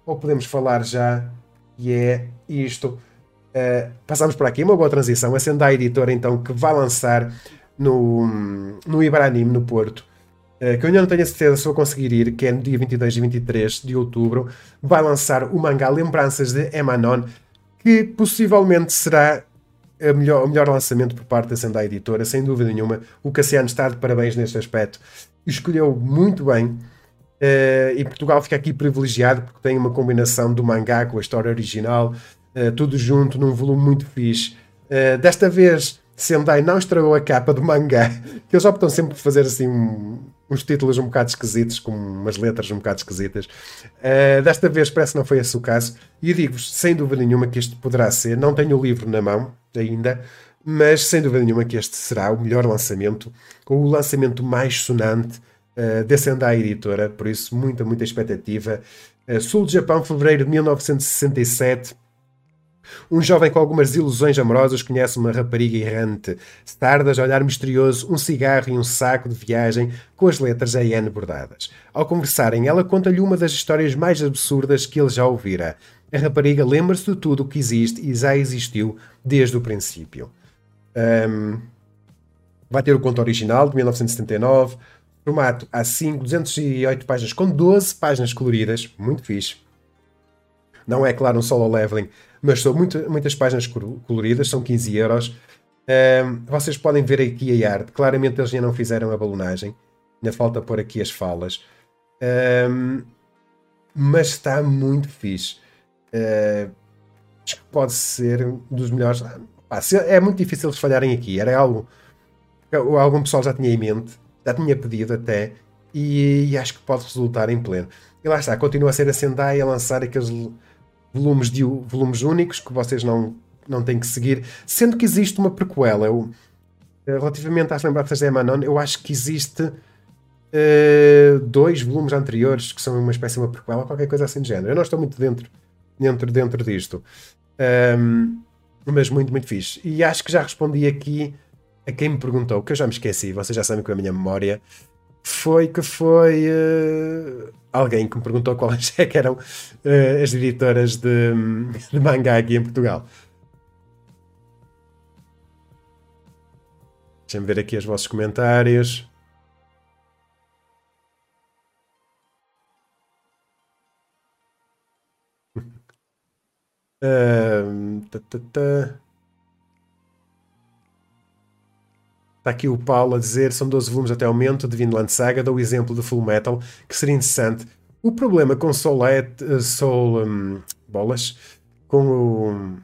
ou podemos falar já, e é isto. Uh, passamos por aqui, uma boa transição. A Sendai Editora, então, que vai lançar no, no Iberanime, no Porto, uh, que eu ainda não tenho a certeza se vou conseguir ir, que é no dia vinte e dois e vinte e três de outubro, vai lançar o mangá Lembranças de Emanon, que possivelmente será a melhor, o melhor lançamento por parte da Sendai Editora, sem dúvida nenhuma. O Cassiano está de parabéns neste aspecto. Escolheu muito bem. Uh, e Portugal fica aqui privilegiado porque tem uma combinação do mangá com a história original, uh, tudo junto num volume muito fixe. Uh, desta vez, Sendai não estragou a capa do mangá, que eles optam sempre por fazer assim um, uns títulos um bocado esquisitos, com umas letras um bocado esquisitas. Uh, desta vez parece que não foi esse o caso, e eu digo-vos, sem dúvida nenhuma, que este poderá ser. Não tenho o livro na mão ainda, mas sem dúvida nenhuma que este será o melhor lançamento, ou o lançamento mais sonante Uh, da Sendai Editora, por isso muita, muita expectativa. Uh, Sul do Japão, fevereiro de mil novecentos e sessenta e sete. Um jovem com algumas ilusões amorosas conhece uma rapariga errante. Stardust, olhar misterioso, um cigarro e um saco de viagem com as letras A N bordadas. Ao conversarem, ela conta-lhe uma das histórias mais absurdas que ele já ouvira. A rapariga lembra-se de tudo o que existe e já existiu desde o princípio. Um, vai ter o conto original de mil novecentos e setenta e nove. Formato A cinco, duzentas e oito páginas com doze páginas coloridas, muito fixe. Não é, claro, um solo leveling, mas são muito, muitas páginas coloridas, são quinze euros. Um, vocês podem ver aqui a arte. Claramente eles ainda não fizeram a balonagem. Ainda falta pôr aqui as falas. Um, mas está muito fixe. Uh, acho que pode ser um dos melhores. Pá, é muito difícil eles falharem aqui. Era algo que algum pessoal já tinha em mente. Já tinha pedido até, e, e acho que pode resultar em pleno. E lá está, continua a ser a Sendai a lançar aqueles volumes, de, volumes únicos que vocês não, não têm que seguir, sendo que existe uma prequela. Eu, relativamente às lembranças de Emanon, eu acho que existe uh, dois volumes anteriores que são uma espécie de uma prequela, qualquer coisa assim de género. Eu não estou muito dentro, dentro, dentro disto. Um, mas muito, muito fixe. E acho que já respondi aqui a quem me perguntou, que eu já me esqueci, vocês já sabem com a minha memória, foi que foi uh, alguém que me perguntou quais é que eram uh, as editoras de, de mangá aqui em Portugal. Deixem-me ver aqui os vossos comentários. uh, tá, tá, tá. Está aqui o Paulo a dizer, são doze volumes até ao momento de Vinland Saga, dou o exemplo de Full Metal, que seria interessante. O problema com Soul, Soul um, bolas, com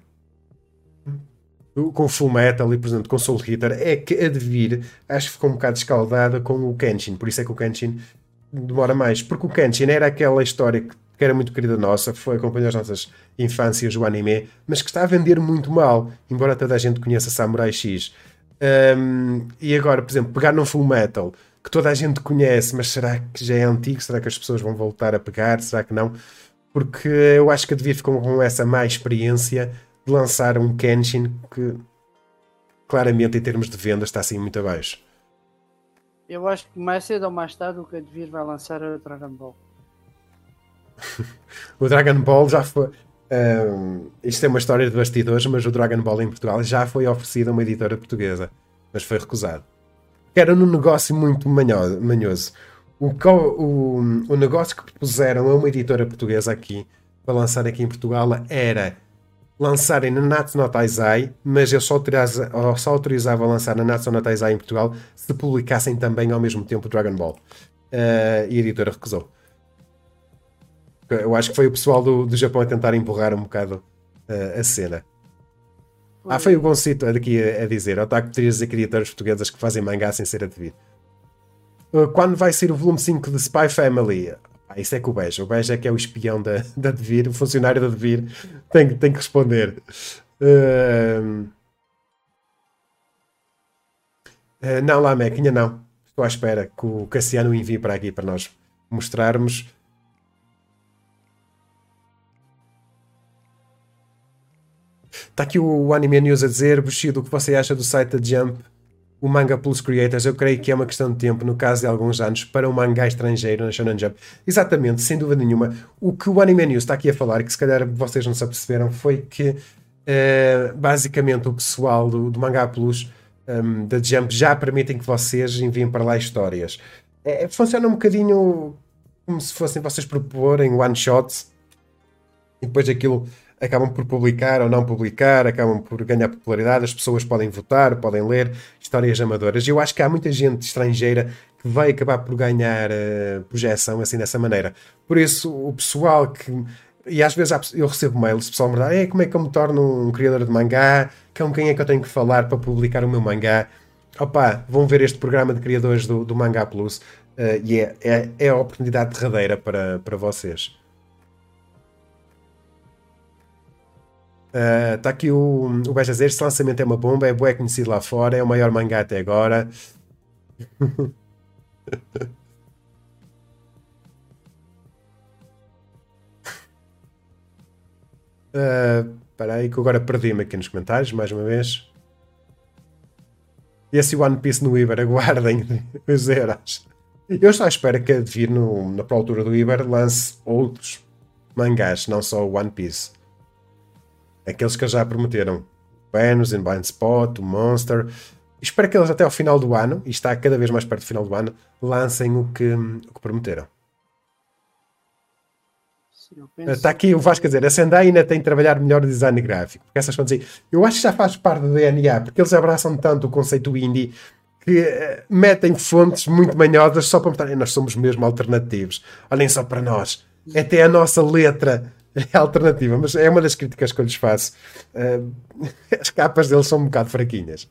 o com Full Metal e, por exemplo, com Soul Hitter, é que a de vir, acho que ficou um bocado escaldada com o Kenshin, por isso é que o Kenshin demora mais, porque o Kenshin era aquela história que, que era muito querida nossa, foi acompanhou as nossas infâncias, o anime, mas que está a vender muito mal, embora toda a gente conheça Samurai X. Um, e agora, por exemplo, pegar num Full Metal que toda a gente conhece, mas será que já é antigo? Será que as pessoas vão voltar a pegar? Será que não? Porque eu acho que a Devir ficou com essa má experiência de lançar um Kenshin que claramente em termos de venda está assim muito abaixo. Eu acho que mais cedo ou mais tarde o que a Devir vai lançar é o Dragon Ball. O Dragon Ball já foi. Um, isto é uma história de bastidores, mas o Dragon Ball em Portugal já foi oferecido a uma editora portuguesa, mas foi recusado. Era num negócio muito manhoso. O, o, o negócio que propuseram a uma editora portuguesa aqui, para lançar aqui em Portugal, era lançarem na Natsu no Taizai, mas eu só, autoriza, só autorizava a lançar na Natsu no Taizai em Portugal se publicassem também ao mesmo tempo o Dragon Ball. Uh, e a editora recusou. Eu acho que foi o pessoal do, do Japão a tentar empurrar um bocado uh, a cena. Ah, foi o Goncito aqui a, a dizer. Otaku, poderias dizer que editoras portuguesas que fazem mangá sem ser a Devir. Uh, quando vai ser o volume cinco de Spy Family? Ah, isso é com o Beja. O Beja é que é o espião da, da Devir, o funcionário da Devir. Tem, tem que responder. Uh, uh, não, lá, Mequinha, não. Estou à espera que o Cassiano envie para aqui para nós mostrarmos. Está aqui o Anime News a dizer, Bushido, o que você acha do site da Jump o Manga Plus Creators, eu creio que é uma questão de tempo, no caso de alguns anos, para um mangá estrangeiro na Shonen Jump. Exatamente, sem dúvida nenhuma. O que o Anime News está aqui a falar, que se calhar vocês não se aperceberam, foi que uh, basicamente o pessoal do, do Manga Plus um, da Jump já permitem que vocês enviem para lá histórias. É, funciona um bocadinho como se fossem vocês proporem one-shots e depois aquilo acabam por publicar ou não publicar, acabam por ganhar popularidade, as pessoas podem votar, podem ler histórias amadoras. Eu acho que há muita gente estrangeira que vai acabar por ganhar uh, projeção assim dessa maneira. Por isso, o pessoal que... E às vezes eu recebo mails, o pessoal me dá, como é que eu me torno um criador de mangá? Com quem é que eu tenho que falar para publicar o meu mangá? Opa, vão ver este programa de criadores do, do Manga Plus uh, e é, é, é a oportunidade derradeira para, para vocês. Está uh, aqui o, o Beja dizer, este lançamento é uma bomba, é bué conhecido lá fora, é o maior mangá até agora. Espera uh, aí que agora perdi-me aqui nos comentários, mais uma vez. E esse One Piece no Iber, aguardem os euros. Eu estou à espera que a vir no, na altura do Iber lance outros mangás, não só o One Piece. Aqueles que eles já prometeram. Venus, In Blind Spot, o Monster. Espero que eles até ao final do ano, e está cada vez mais perto do final do ano, lancem o que, o que prometeram. Está aqui o Vasco a dizer, a Sendai ainda tem de trabalhar melhor o design gráfico. Porque essas coisas aí, eu acho que já faz parte do D N A, porque eles abraçam tanto o conceito indie que uh, metem fontes muito manhosas só para mostrar, nós somos mesmo alternativos. Olhem só para nós. Até a nossa letra é alternativa, mas é uma das críticas que eu lhes faço. Uh, as capas deles são um bocado fraquinhas.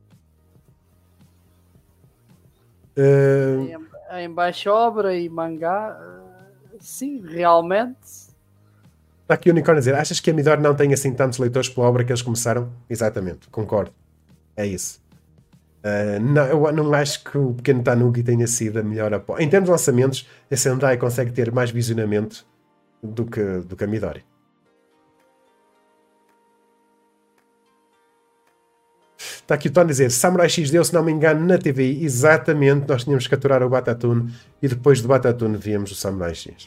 Uh... Em, em baixa obra e mangá, uh, sim, realmente. Está aqui o Unicórnio a dizer, achas que a Midori não tem assim tantos leitores pela obra que eles começaram? Exatamente, concordo. É isso. Uh, não, eu não acho que o Pequeno Tanuki tenha sido a melhor aposta. Em termos de lançamentos, a Sendai consegue ter mais visionamento do que, do que a Midori. Está aqui o Tom a dizer, Samurai X deu, se não me engano, na T V I. Exatamente, nós tínhamos que capturar o Batatune e depois do Batatune víamos o Samurai X.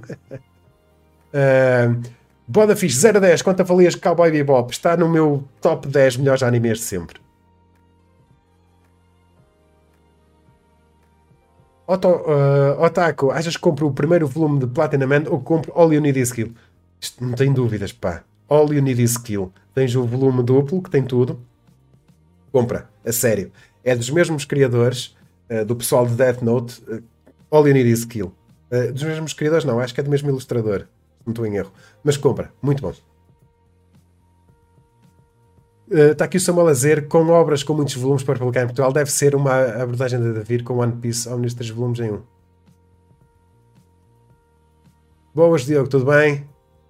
uh, Bodafish zero a dez, quanto avalias Cowboy Bebop? Está no meu top dez melhores animes de sempre. Oto, uh, Otaku, achas que compro o primeiro volume de Platinum Man ou compro All You Need Is Kill? Isto não tem dúvidas, pá. All You Need Is Kill. Tens o volume duplo, que tem tudo. Compra, a sério. É dos mesmos criadores, uh, do pessoal de Death Note. Uh, All You Need Is Kill. Uh, dos mesmos criadores, não. Acho que é do mesmo ilustrador. Não estou em erro. Mas compra. Muito bom. Está uh, aqui o Samuel a dizer, com obras com muitos volumes para publicar em Portugal, deve ser uma abordagem de David com One Piece ao ministro três volumes em um. Boas, Diogo, tudo bem?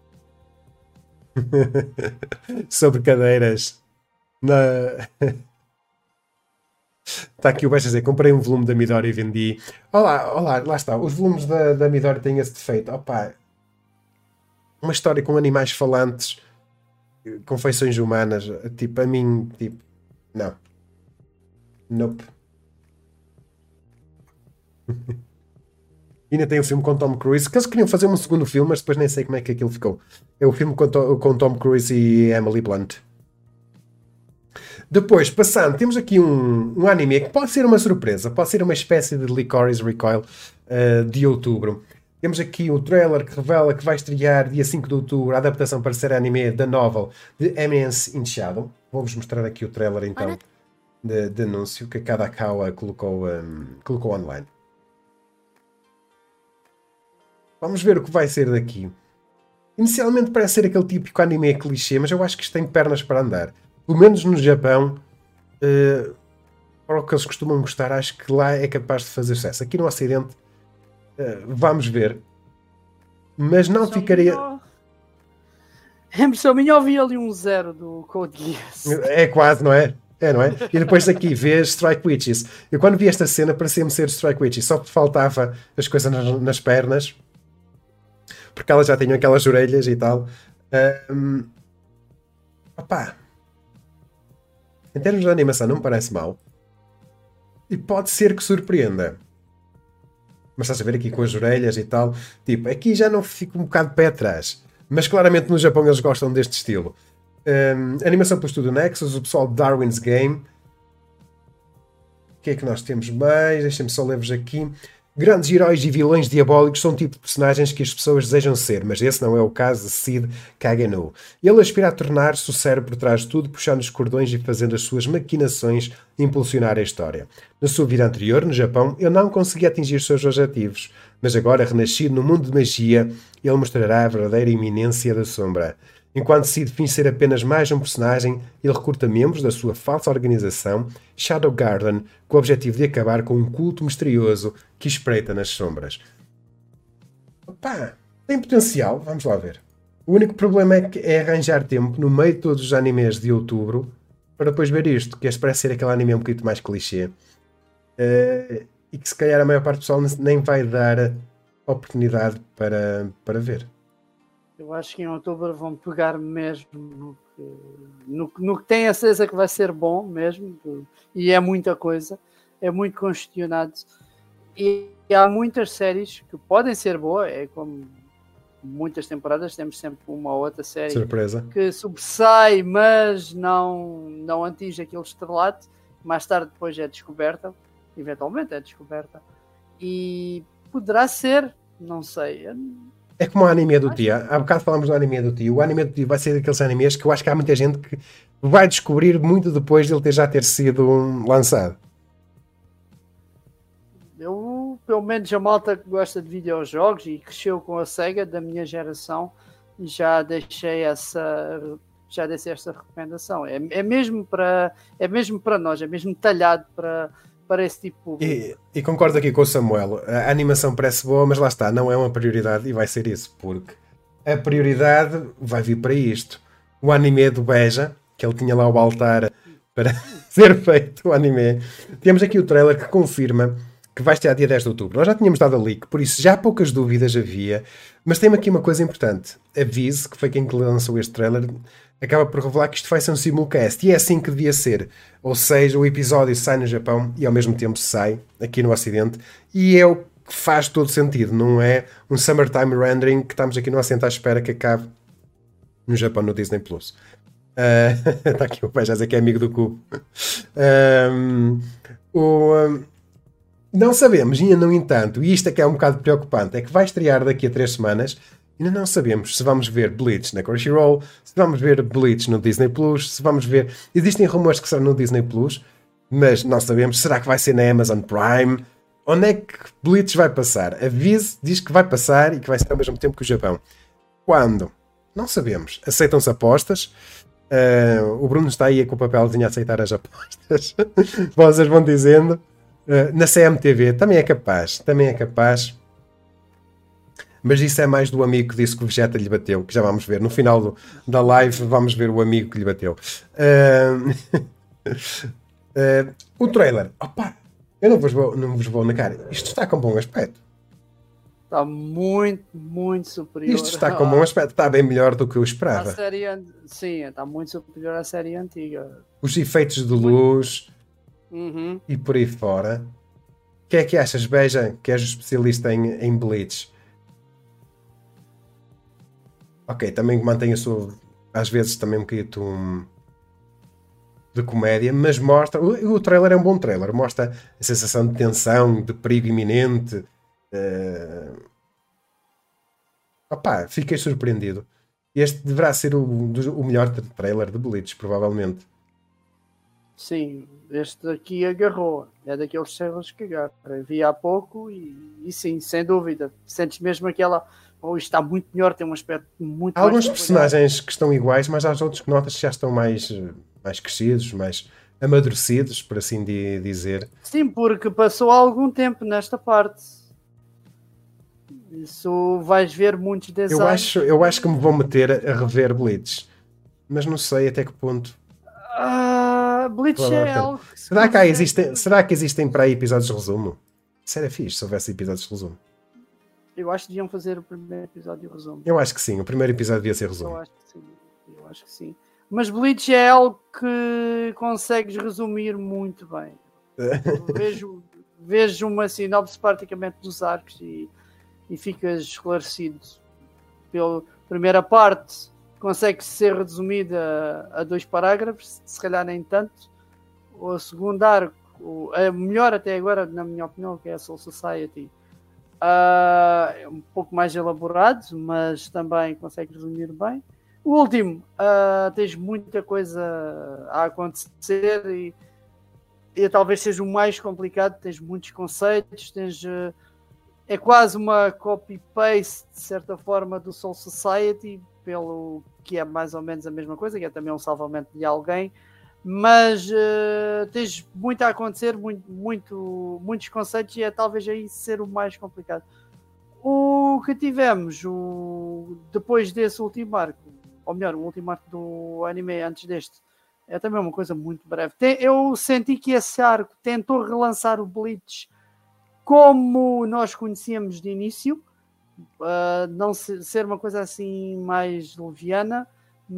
Sobre cadeiras. Na... Está aqui o Beijo a dizer, comprei um volume da Midori e vendi. Olá, olá, lá está. Os volumes da, da Midori têm esse defeito. Opa, uma história com animais falantes, com feições humanas, tipo, a mim, tipo, não. Nope. E ainda tem o filme com Tom Cruise, que eles queriam fazer um segundo filme, mas depois nem sei como é que aquilo ficou. É o filme com, to com Tom Cruise e Emily Blunt. Depois, passando, temos aqui um, um anime que pode ser uma surpresa, pode ser uma espécie de Licorice Recoil uh, de outubro. Temos aqui o trailer que revela que vai estrear dia cinco de outubro a adaptação para ser anime da novel de Eminence in Shadow. Vou-vos mostrar aqui o trailer então de, de anúncio que a Kadakawa colocou, um, colocou online. Vamos ver o que vai ser daqui. Inicialmente parece ser aquele típico anime clichê, mas eu acho que isto tem pernas para andar. Pelo menos no Japão, uh, para o que eles costumam gostar, acho que lá é capaz de fazer sucesso. Aqui no Ocidente, uh, vamos ver. Mas não ficaria... É impressão minha, ouvi ali um zero do Code Geass. É quase, não é? É, não é? E depois daqui vês Strike Witches. Eu quando vi esta cena parecia-me ser Strike Witches, só que faltava as coisas nas, nas pernas, porque elas já tinham aquelas orelhas e tal. Um, opá. Em termos de animação não me parece mal. e pode ser que surpreenda. Mas estás a ver aqui com as orelhas e tal. Tipo, aqui já não fico um bocado de pé atrás. Mas claramente no Japão eles gostam deste estilo. Um, animação pelo estúdio Nexus, o pessoal de Darwin's Game. O que é que nós temos mais? Deixem-me só ler-vos aqui. Grandes heróis e vilões diabólicos são o tipo de personagens que as pessoas desejam ser, mas esse não é o caso de Sid Kagenu. Ele aspira a tornar-se o cérebro por trás de tudo, puxando os cordões e fazendo as suas maquinações impulsionar a história. Na sua vida anterior, no Japão, ele não conseguia atingir os seus objetivos, mas agora, renascido no mundo de magia, ele mostrará a verdadeira iminência da sombra. Enquanto Sid finge ser apenas mais um personagem, ele recruta membros da sua falsa organização, Shadow Garden, com o objetivo de acabar com um culto misterioso que espreita nas sombras. Opa, tem potencial, vamos lá ver. O único problema é, que é arranjar tempo no meio de todos os animes de outubro para depois ver isto, que este parece ser aquele anime um bocadinho mais clichê. Uh, e que se calhar a maior parte do pessoal nem vai dar oportunidade para, para ver. Eu acho que em outubro vão pegar mesmo no que, no, no que tem a certeza que vai ser bom mesmo, e é muita coisa, é muito congestionado, e, e há muitas séries que podem ser boas, é como muitas temporadas, temos sempre uma ou outra série Surpresa. Que sobressai, mas não, não atinge aquele estrelato, mais tarde depois é descoberta, eventualmente é descoberta, e poderá ser, não sei... É como o anime do Tia. Há bocado falámos do anime do Tia. O anime do Tia vai ser daqueles animes que eu acho que há muita gente que vai descobrir muito depois de ele ter já ter sido lançado. Eu, pelo menos a malta que gosta de videojogos e cresceu com a Sega da minha geração, já deixei essa, já deixei essa recomendação. É, é, mesmo para, é mesmo para nós, é mesmo talhado para... para esse tipo de... e, e concordo aqui com o Samuel, a animação parece boa, mas lá está, não é uma prioridade e vai ser isso, porque a prioridade vai vir para isto. O anime do Beja, que ele tinha lá o altar para ser feito o anime. Temos aqui o trailer que confirma que vai estar dia dez de outubro. Nós já tínhamos dado a leak, por isso já poucas dúvidas havia, mas tem aqui uma coisa importante. A Viz, que foi quem lançou este trailer, acaba por revelar que isto vai ser um simulcast, e é assim que devia ser. Ou seja, o episódio sai no Japão e ao mesmo tempo sai aqui no Ocidente, e é o que faz todo sentido, não é um summertime rendering que estamos aqui no Ocidente à espera que acabe no Japão, no Disney Plus. Uh, está aqui o pai já dizer que é amigo do Cubo. Um, o, um, não sabemos, e no entanto, e isto é que é um bocado preocupante, é que vai estrear daqui a três semanas. Ainda não sabemos se vamos ver Bleach na Crunchyroll, se vamos ver Bleach no Disney Plus, se vamos ver... Existem rumores que serão no Disney Plus, mas não sabemos. Será que vai ser na Amazon Prime? Onde é que Bleach vai passar? A Viz diz que vai passar e que vai ser ao mesmo tempo que o Japão. Quando? Não sabemos. Aceitam-se apostas. Uh, o Bruno está aí com o papelzinho a aceitar as apostas. Vocês vão dizendo. Uh, na C M T V também é capaz. Também é capaz. Mas isso é mais do amigo que disse que o Vegeta lhe bateu, que já vamos ver. No final do, da live vamos ver o amigo que lhe bateu. Uh, uh, o trailer. Opa, eu não vos, vou, não vos vou na cara. Isto está com bom aspecto. Está muito, muito superior. Isto está com bom aspecto. Está bem melhor do que eu esperava. A série, sim, está muito superior à série antiga. Os efeitos de luz uhum. e por aí fora. O que é que achas, Beja, que és especialista em, em Bleach? Ok, também mantém a sua, às vezes também um bocadinho de comédia, mas mostra, o, o trailer é um bom trailer, mostra a sensação de tensão, de perigo iminente. Uh... Opá, fiquei surpreendido. Este deverá ser o, o melhor trailer de Bleach, provavelmente. Sim, este aqui agarrou, é daqueles trailers que agarra. Vi há pouco e, e sim, sem dúvida, sentes mesmo aquela... Oh, isto está muito melhor, tem um aspecto muito há mais... alguns personagens que estão iguais, mas há outros que notas que já estão mais, mais crescidos, mais amadurecidos, por assim de dizer. Sim, porque passou algum tempo nesta parte. Isso vais ver muitos designs. Eu acho, eu acho que me vou meter a rever Bleach, mas não sei até que ponto. Ah, Bleach é algo... Que se será, que há, existem, será que existem para aí episódios de resumo? Isso era fixe, se houvesse episódios de resumo. Eu acho que deviam fazer o primeiro episódio de resumo. Eu acho que sim, o primeiro episódio devia ser resumo. Eu acho que sim, eu acho que sim. Mas Bleach é algo que consegues resumir muito bem. vejo, vejo uma sinopse praticamente dos arcos e, e ficas esclarecido. Pela primeira parte consegue ser resumida a, a dois parágrafos, se calhar nem tanto. O segundo arco, o, a melhor até agora, na minha opinião, que é a Soul Society, uh, é um pouco mais elaborado, mas também consegue resumir bem. O último, uh, tens muita coisa a acontecer e, e talvez seja o mais complicado. Tens muitos conceitos, tens, uh, é quase uma copy-paste, de certa forma, do Soul Society, pelo que é mais ou menos a mesma coisa, que é também um salvamento de alguém, mas uh, tens muito a acontecer, muito, muito, muitos conceitos, e é talvez aí ser o mais complicado. O que tivemos o, depois desse último arco, ou melhor, o último arco do anime antes deste, é também uma coisa muito breve. Tem, eu senti que esse arco tentou relançar o Bleach como nós conhecíamos de início, uh, não se, ser uma coisa assim mais leviana,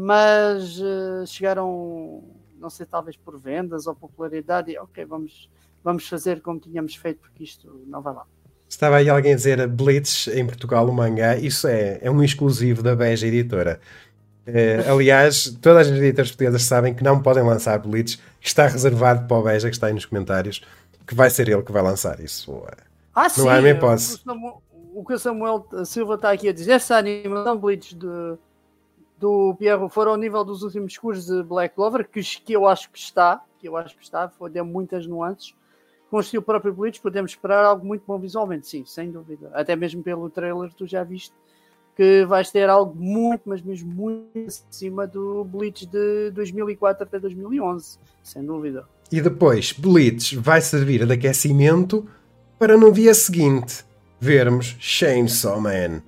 mas uh, chegaram, não sei, talvez por vendas ou popularidade, e ok, vamos, vamos fazer como tínhamos feito, porque isto não vai lá. Estava aí alguém a dizer Bleach em Portugal, o mangá, isso é, é um exclusivo da Beja Editora. Uh, aliás, todas as editoras portuguesas sabem que não podem lançar Bleach, que está reservado para o Beja, que está aí nos comentários, que vai ser ele que vai lançar isso. Uh, ah, não sim, há nem hipótese. O que o Samuel Silva está aqui a dizer, essa animação Bleach de, do Pierro foram ao nível dos últimos discursos de Black Clover, que, que eu acho que está, que eu acho que está, deu muitas nuances. Com o estilo próprio Bleach, podemos esperar algo muito bom visualmente, sim, sem dúvida. Até mesmo pelo trailer tu já viste que vais ter algo muito, mas mesmo muito acima do Bleach de dois mil e quatro até dois mil e onze, sem dúvida. E depois, Bleach vai servir de aquecimento para no dia seguinte vermos Chainsaw Man.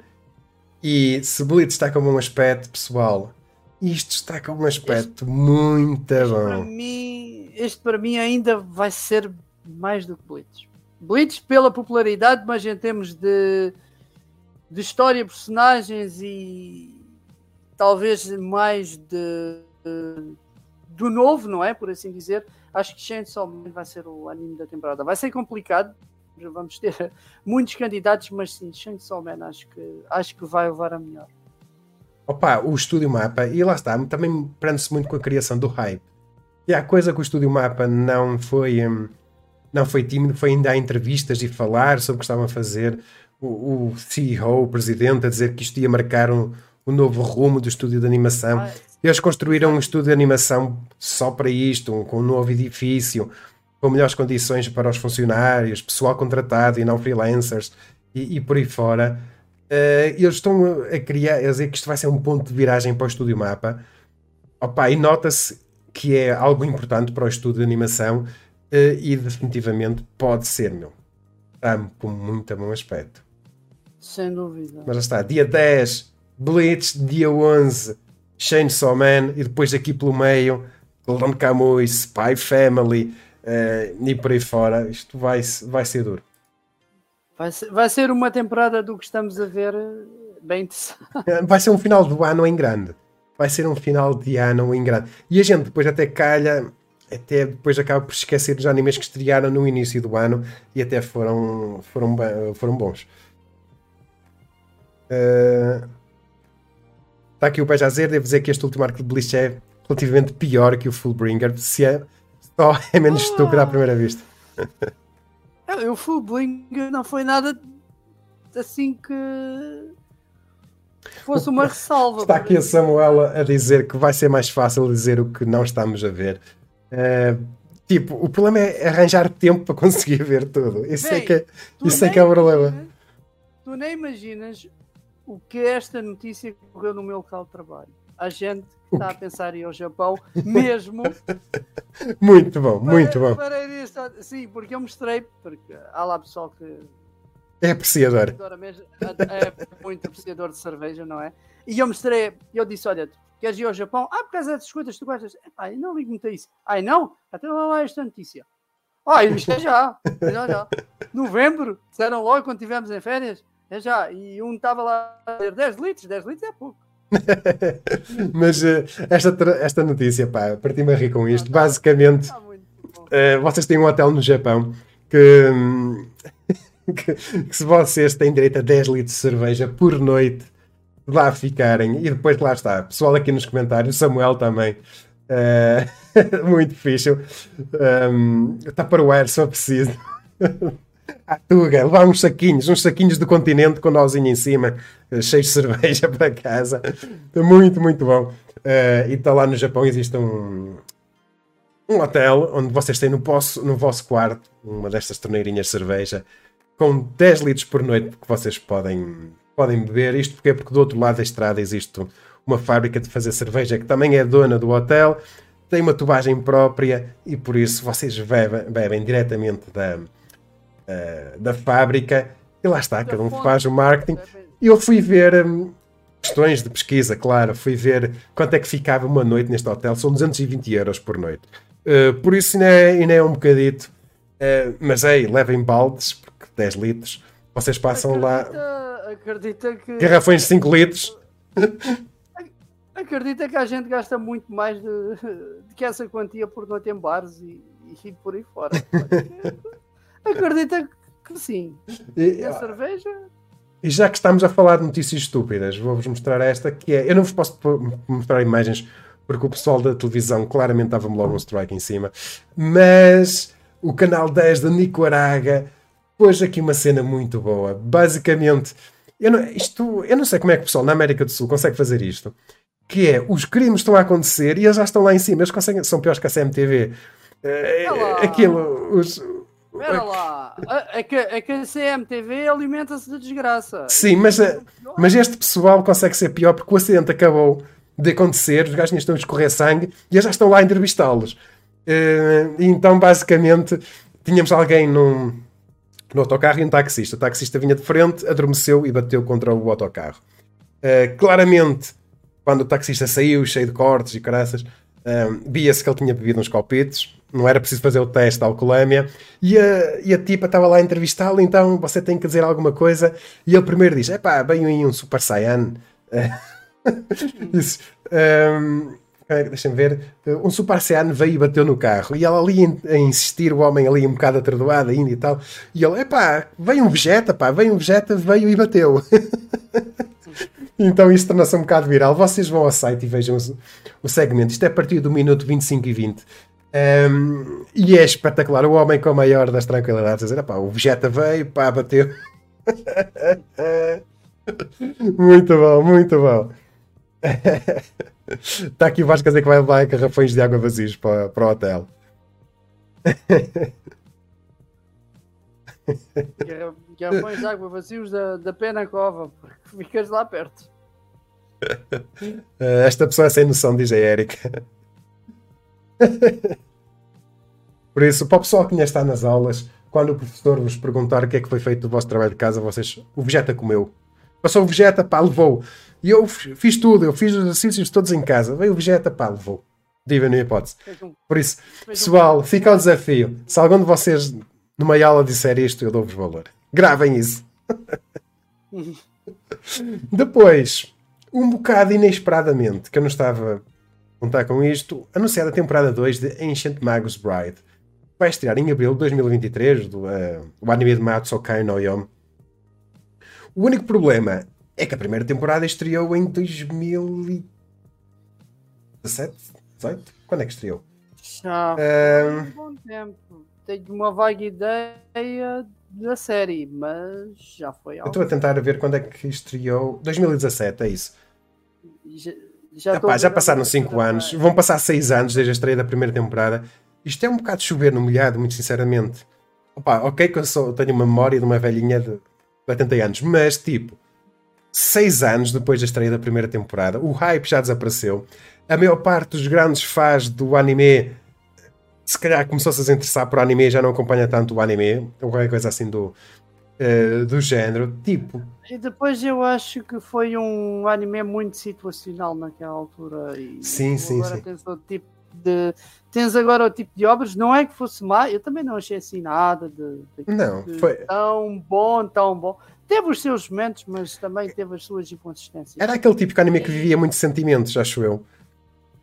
E se Bleach está com um bom aspecto, pessoal, isto está com um aspecto este, muito este bom. Para mim, este para mim ainda vai ser mais do que Bleach. Bleach pela popularidade, mas em termos de de história, personagens e talvez mais de, de do novo, não é? Por assim dizer, acho que Chainsaw Man vai ser o anime da temporada. Vai ser complicado, vamos ter muitos candidatos, mas sim, Chainsaw Man acho que, acho que vai levar a melhor. Opa, o Estúdio Mapa, e lá está, também prende-se muito com a criação do hype. E a coisa que o Estúdio Mapa não foi, hum, não foi tímido, foi ainda a entrevistas e falar sobre o que estavam a fazer. O, o C E O, o presidente, a dizer que isto ia marcar um, um novo rumo do estúdio de animação. Ah, eles construíram um estúdio de animação só para isto, um, com um novo edifício, com melhores condições para os funcionários, pessoal contratado e não freelancers, e, e por aí fora. Uh, eles estão a criar, a dizer que isto vai ser um ponto de viragem para o Estúdio Mapa. Opa, e nota-se que é algo importante para o estúdio de animação, uh, e definitivamente pode ser, meu. Está com muito bom aspecto. Sem dúvida. Mas já está, dia dez, Bleach, dia onze, Chainsaw Man, e depois aqui pelo meio, Golden Kamuy, Spy Family, uh, e por aí fora. Isto vai, vai ser duro. Vai ser, vai ser uma temporada do que estamos a ver bem interessante. Vai ser um final do ano em grande. Vai ser um final de ano em grande. E a gente depois até calha, até depois acaba por esquecer dos animes que estrearam no início do ano e até foram, foram, foram bons. Uh, está aqui o Beja a dizer, devo dizer que este último arco de Bleach é relativamente pior que o Fullbringer, se é, só é menos ah. estúpido à primeira vista. O Fullbringer não foi nada assim que fosse uma ressalva. Está aqui a Samuela a dizer que vai ser mais fácil dizer o que não estamos a ver. Uh, tipo, o problema é arranjar tempo para conseguir ver tudo. Isso, Bem, é, que é, isso é que é o problema. Tu nem imaginas o que esta notícia ocorreu no meu local de trabalho. A gente que está a pensar em ir ao Japão, mesmo. Muito bom, muito para, bom. Para isso, sim, porque eu mostrei, porque há lá pessoal que é apreciador. Mesmo, é muito apreciador de cerveja, não é? E eu mostrei, eu disse: olha, tu queres ir ao Japão? Ah, por causa dessas coisas, tu gostas? Epá, eu não ligo muito a isso. Ai, não? Até lá, lá esta notícia. Ah, isto é já, já, já. Novembro, disseram logo quando estivemos em férias, é já. E um estava lá a ter dez litros, dez litros é pouco. Mas uh, esta, esta notícia, pá, parti-me a rir com isto. Não, tá, basicamente, tá uh, vocês têm um hotel no Japão que, que, que se vocês têm direito a dez litros de cerveja por noite, lá ficarem. E depois lá está, pessoal aqui nos comentários, Samuel também. Uh, muito fixe. Um, está para o ar, só preciso. À Tuga, levar uns saquinhos, uns saquinhos do continente com nozinho em cima, cheios de cerveja para casa. Muito, muito bom. Uh, e está lá no Japão, existe um, um hotel onde vocês têm no vosso, no vosso quarto uma destas torneirinhas de cerveja com dez litros por noite que vocês podem, podem beber. Isto porque é porque do outro lado da estrada existe uma fábrica de fazer cerveja que também é dona do hotel, tem uma tubagem própria e por isso vocês bebem, bebem diretamente da, uh, da fábrica e lá está, cada um faz o marketing. E eu fui ver um, questões de pesquisa, claro, fui ver quanto é que ficava uma noite neste hotel, são duzentos e vinte euros por noite. Uh, por isso ainda é, ainda é um bocadito, uh, mas ei, levem baldes, porque dez litros, vocês passam acredita, lá acredita que... garrafões de cinco litros. Acredita que a gente gasta muito mais de, de que essa quantia por noite em bares e, e por aí fora. Acredita que sim. E a cerveja... E já que estamos a falar de notícias estúpidas, vou-vos mostrar esta, que é... Eu não vos posso mostrar imagens, porque o pessoal da televisão claramente estava-me logo um strike em cima. Mas o canal dez da Nicarágua pôs aqui uma cena muito boa. Basicamente, eu não, isto, eu não sei como é que o pessoal na América do Sul consegue fazer isto. Que é, os crimes estão a acontecer e eles já estão lá em cima. Eles conseguem, são piores que a C M T V. É, aquilo... Os, Espera lá, é que, é que a C M T V alimenta-se de desgraça. Sim, mas, mas este pessoal consegue ser pior porque o acidente acabou de acontecer, os gajos estão a escorrer sangue e eles já estão lá a entrevistá-los. E então, basicamente, tínhamos alguém num, no autocarro e um taxista. O taxista vinha de frente, adormeceu e bateu contra o autocarro. Uh, claramente, quando o taxista saiu, cheio de cortes e caraças, um, via-se que ele tinha bebido uns copitos. Não era preciso fazer o teste da alcoolemia. E a, e a tipa estava lá a entrevistá-lo, então você tem que dizer alguma coisa. E ele primeiro diz, epá, veio aí um Super Saiyan. Isso. Um, deixa-me ver. Um Super Saiyan veio e bateu no carro. E ela ali a insistir, o homem ali um bocado atordoado ainda e tal. E ele, epá, veio um Vegeta, pá, veio um Vegeta, veio e bateu. Então isto torna-se um bocado viral. Vocês vão ao site e vejam o segmento. Isto é a partir do minuto vinte e cinco e vinte. Um, e é espetacular. O homem com a maior das tranquilidades a dizer, pá, o Vegeta veio, pá, bateu. Muito bom, muito bom. Está aqui o Vasco a dizer que vai levar garrafões de água vazios para, para o hotel. Garrafões de água vazios da, da Pena Cova, porque ficas lá perto. Esta pessoa é sem noção, diz a Érica. Por isso, para o pessoal que ainda está nas aulas, quando o professor vos perguntar o que é que foi feito do vosso trabalho de casa, vocês, o Vegeta comeu. Passou o Vegeta, pá, levou. E eu fiz tudo, eu fiz os exercícios todos em casa. Veio o Vegeta, pá, levou. Diva, não é hipótese. Por isso, pessoal, fica o desafio. Se algum de vocês numa aula disser isto, eu dou-vos valor. Gravem isso. Depois, um bocado inesperadamente, que eu não estava a contar com isto, anunciada a temporada dois de Ancient Magus Bride. Vai estrear em abril de dois mil e vinte e três, do, uh, o anime de Matsukai no Yom. O único problema é que a primeira temporada estreou em dois mil e dezassete, dezoito? Quando é que estreou? Já foi um bom tempo. Tenho uma vaga ideia da série, mas já foi algo. Eu estou a tentar ver quando é que estreou. dois mil e dezassete, é isso. Já, já, Epá, já passaram cinco anos. Vão passar seis anos desde a estreia da primeira temporada. Isto é um bocado chover no molhado, muito sinceramente. Opa, ok que eu só tenho uma memória de uma velhinha de oitenta anos, mas tipo, seis anos depois da estreia da primeira temporada, o hype já desapareceu. A maior parte dos grandes fãs do anime se calhar começou-se a interessar por anime e já não acompanha tanto o anime, ou qualquer coisa assim do, uh, do género. Tipo... E depois eu acho que foi um anime muito situacional naquela altura. E sim, sim, agora sim. Tens, o tipo de, tens agora o tipo de obras, não é que fosse má, eu também não achei assim nada de, de, não, de foi... tão bom, tão bom. Teve os seus momentos, mas também teve as suas inconsistências. Era aquele tipo de anime que vivia muitos sentimentos, acho eu.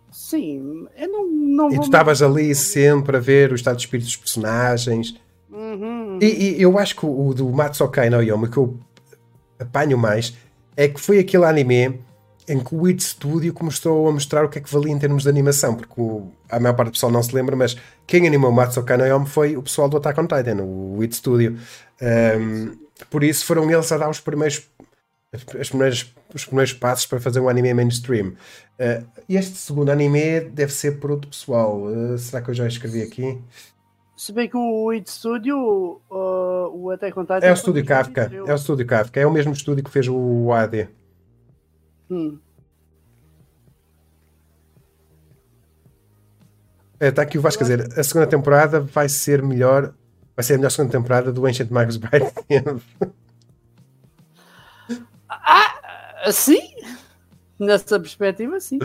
Sim, eu não, não E vou... tu estavas ali sempre a ver o estado de espírito dos personagens. Uhum. E, e eu acho que o, o do Matsukai no Yoma que eu apanho mais é que foi aquele anime em que o id Studio começou a mostrar o que é que valia em termos de animação, porque o, a maior parte do pessoal não se lembra, mas quem animou o Matsukai no Yoma foi o pessoal do Attack on Titan, o id Studio. Um, por isso foram eles a dar os primeiros, as primeiras, os primeiros passos para fazer um anime mainstream. Uh, este segundo anime deve ser por outro pessoal. Uh, será que eu já escrevi aqui? Se bem que o id Studio, uh, o Attack on Titan... É o Estúdio Kafka. É o Estúdio Kafka. É o mesmo estúdio que fez o A D. Hum. Está aqui o Vasco a dizer, a segunda temporada vai ser melhor, vai ser a melhor segunda temporada do Ancient Magus Bride. Ah, sim? Nessa perspectiva, sim.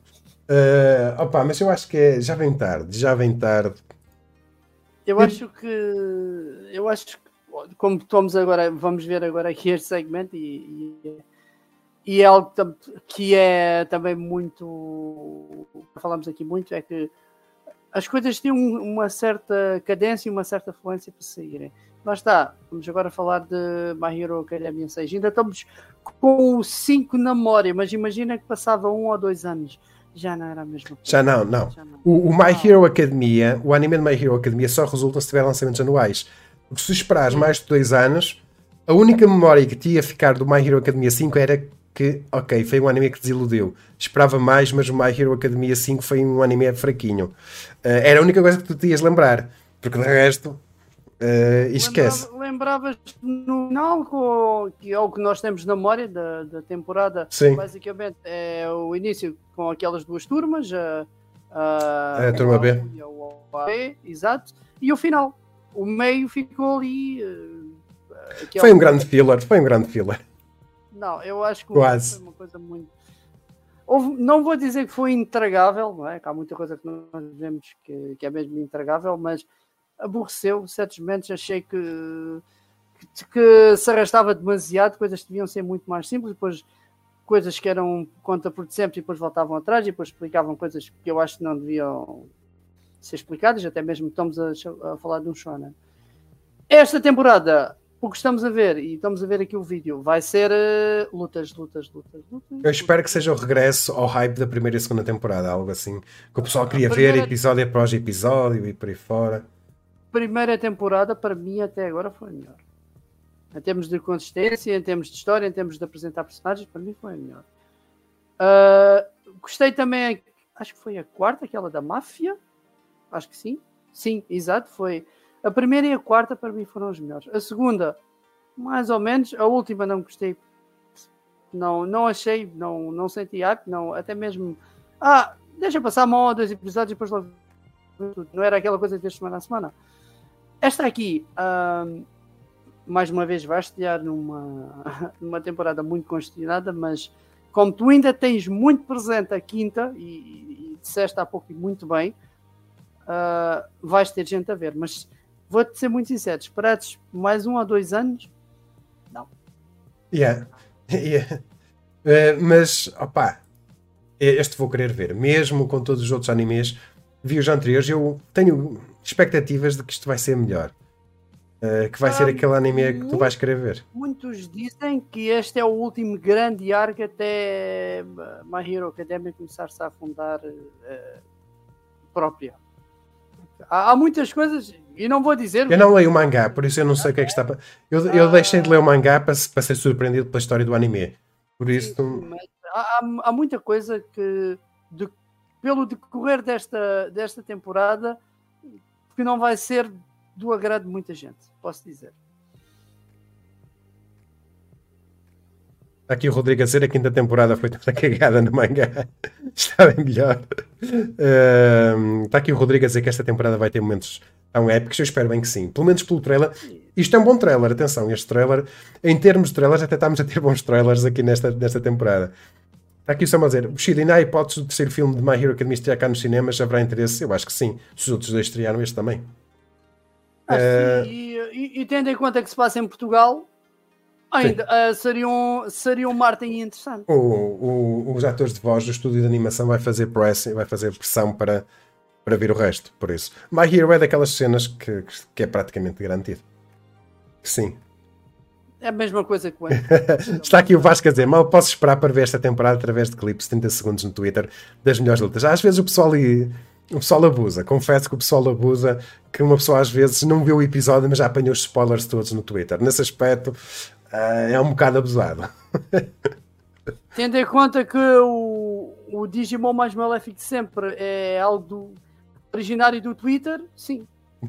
Uh, opa, mas eu acho que é, já vem tarde, já vem tarde. Eu acho que, eu acho que, como estamos agora, vamos ver agora aqui este segmento e, e, e é algo que é também muito, falamos aqui muito, é que as coisas têm uma certa cadência e uma certa fluência para saírem. Lá está, vamos agora falar de My Hero Academia seis. Ainda estamos com o cinco na memória, mas imagina que passava um ou dois anos. Já não era a mesma coisa. Já não, não. Já não. O, o My Hero Academia, o anime de My Hero Academia só resulta se tiver lançamentos anuais. Porque se esperares mais de dois anos, a única memória que te ia ficar do My Hero Academia cinco era que, ok, foi um anime que desiludiu. Esperava mais, mas o My Hero Academia cinco foi um anime fraquinho. Uh, era a única coisa que tu te ias lembrar. Porque de resto, uh, esquece. Lembrava, lembravas no final, que é o que nós temos na memória da, da temporada. Sim. Basicamente é o início com aquelas duas turmas, a, a, a turma B. E a B, exato. E o final. O meio ficou ali. Uh, foi um grande filler, foi um grande filler. Não, eu acho que Quase. foi uma coisa muito... Houve, não vou dizer que foi intragável, não é? Que há muita coisa que nós vemos que, que é mesmo intragável, mas aborreceu certos momentos, achei que, que, que se arrastava demasiado, coisas que deviam ser muito mais simples, depois coisas que eram contraproducentes e depois voltavam atrás e depois explicavam coisas que eu acho que não deviam ser explicadas, até mesmo estamos a, a falar de um shonen. Esta temporada... O que estamos a ver, e estamos a ver aqui o vídeo, vai ser uh, lutas, lutas, lutas, lutas. Eu espero que seja o regresso ao hype da primeira e segunda temporada, algo assim. Que o pessoal queria primeira... ver episódio após episódio e por aí fora. Primeira temporada, para mim, até agora foi a melhor. Em termos de consistência, em termos de história, em termos de apresentar personagens, para mim foi a melhor. Uh, gostei também, acho que foi a quarta, aquela da máfia. Acho que sim. Sim, exato, foi... A primeira e a quarta, para mim, foram as melhores. A segunda, mais ou menos. A última, não gostei. Não, não achei, não, não senti hype, não, até mesmo... Ah, deixa passar uma ou dois episódios e depois logo... Não era aquela coisa de ver semana a semana. Esta aqui, hum, mais uma vez, vai estrear numa, numa temporada muito congestionada, mas como tu ainda tens muito presente a quinta, e, e disseste há pouco muito bem, uh, vais ter gente a ver, mas... Vou-te ser muito sincero, esperados mais um ou dois anos? Não. Yeah. yeah. Uh, mas, opá, este vou querer ver. Mesmo com todos os outros animes, vi os anteriores, eu tenho expectativas de que isto vai ser melhor. Uh, que vai ah, ser aquele anime muito, que tu vais querer ver. Muitos dizem que este é o último grande arco até My Hero Academia começar-se a afundar uh, própria. Há, há muitas coisas... E não vou dizer... Eu não leio o mangá, por isso eu não sei o que é que está... Eu, eu deixei de ler o mangá para, para ser surpreendido pela história do anime. Por isso... Sim, sim, há, há muita coisa que, de, pelo decorrer desta, desta temporada, que não vai ser do agrado de muita gente, posso dizer. Aqui o Rodrigo a dizer a quinta temporada foi toda cagada no mangá. Está bem melhor. Uh, está aqui o Rodrigo a dizer que esta temporada vai ter momentos tão épicos. Eu espero bem que sim. Pelo menos pelo trailer. Isto é um bom trailer. Atenção, este trailer, em termos de trailers, até estamos a ter bons trailers aqui nesta, nesta temporada. Está aqui o Samuel a dizer, Bushido, ainda há hipótese do terceiro filme de My Hero Academia estrear cá nos cinemas? Haverá interesse? Eu acho que sim. Se os outros dois estrearam, este também. Ah, uh... sim. E, e, e tendo em conta que se passa em Portugal... Ainda uh, seria, um, seria um marketing interessante. O, o, os atores de voz do estúdio de animação vai fazer press, vai fazer pressão para, para vir o resto, por isso. My Hero é daquelas cenas que, que é praticamente garantido. Sim. É a mesma coisa que o Está aqui o Vasco a dizer, mal posso esperar para ver esta temporada através de clipes de trinta segundos no Twitter das melhores lutas. Às vezes o pessoal, o pessoal abusa, confesso que o pessoal abusa, que uma pessoa às vezes não viu o episódio, mas já apanhou os spoilers todos no Twitter. Nesse aspecto, uh, é um bocado abusado. Tendo em conta que o, o Digimon mais maléfico de sempre é algo do, originário do Twitter, sim.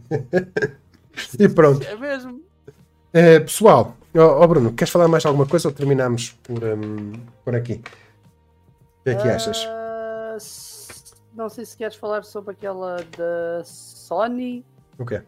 E pronto. É mesmo. Uh, pessoal, ó oh, Bruno, queres falar mais alguma coisa ou terminamos por, um, por aqui? O que é que achas? Uh, não sei se queres falar sobre aquela da Sony. O quê?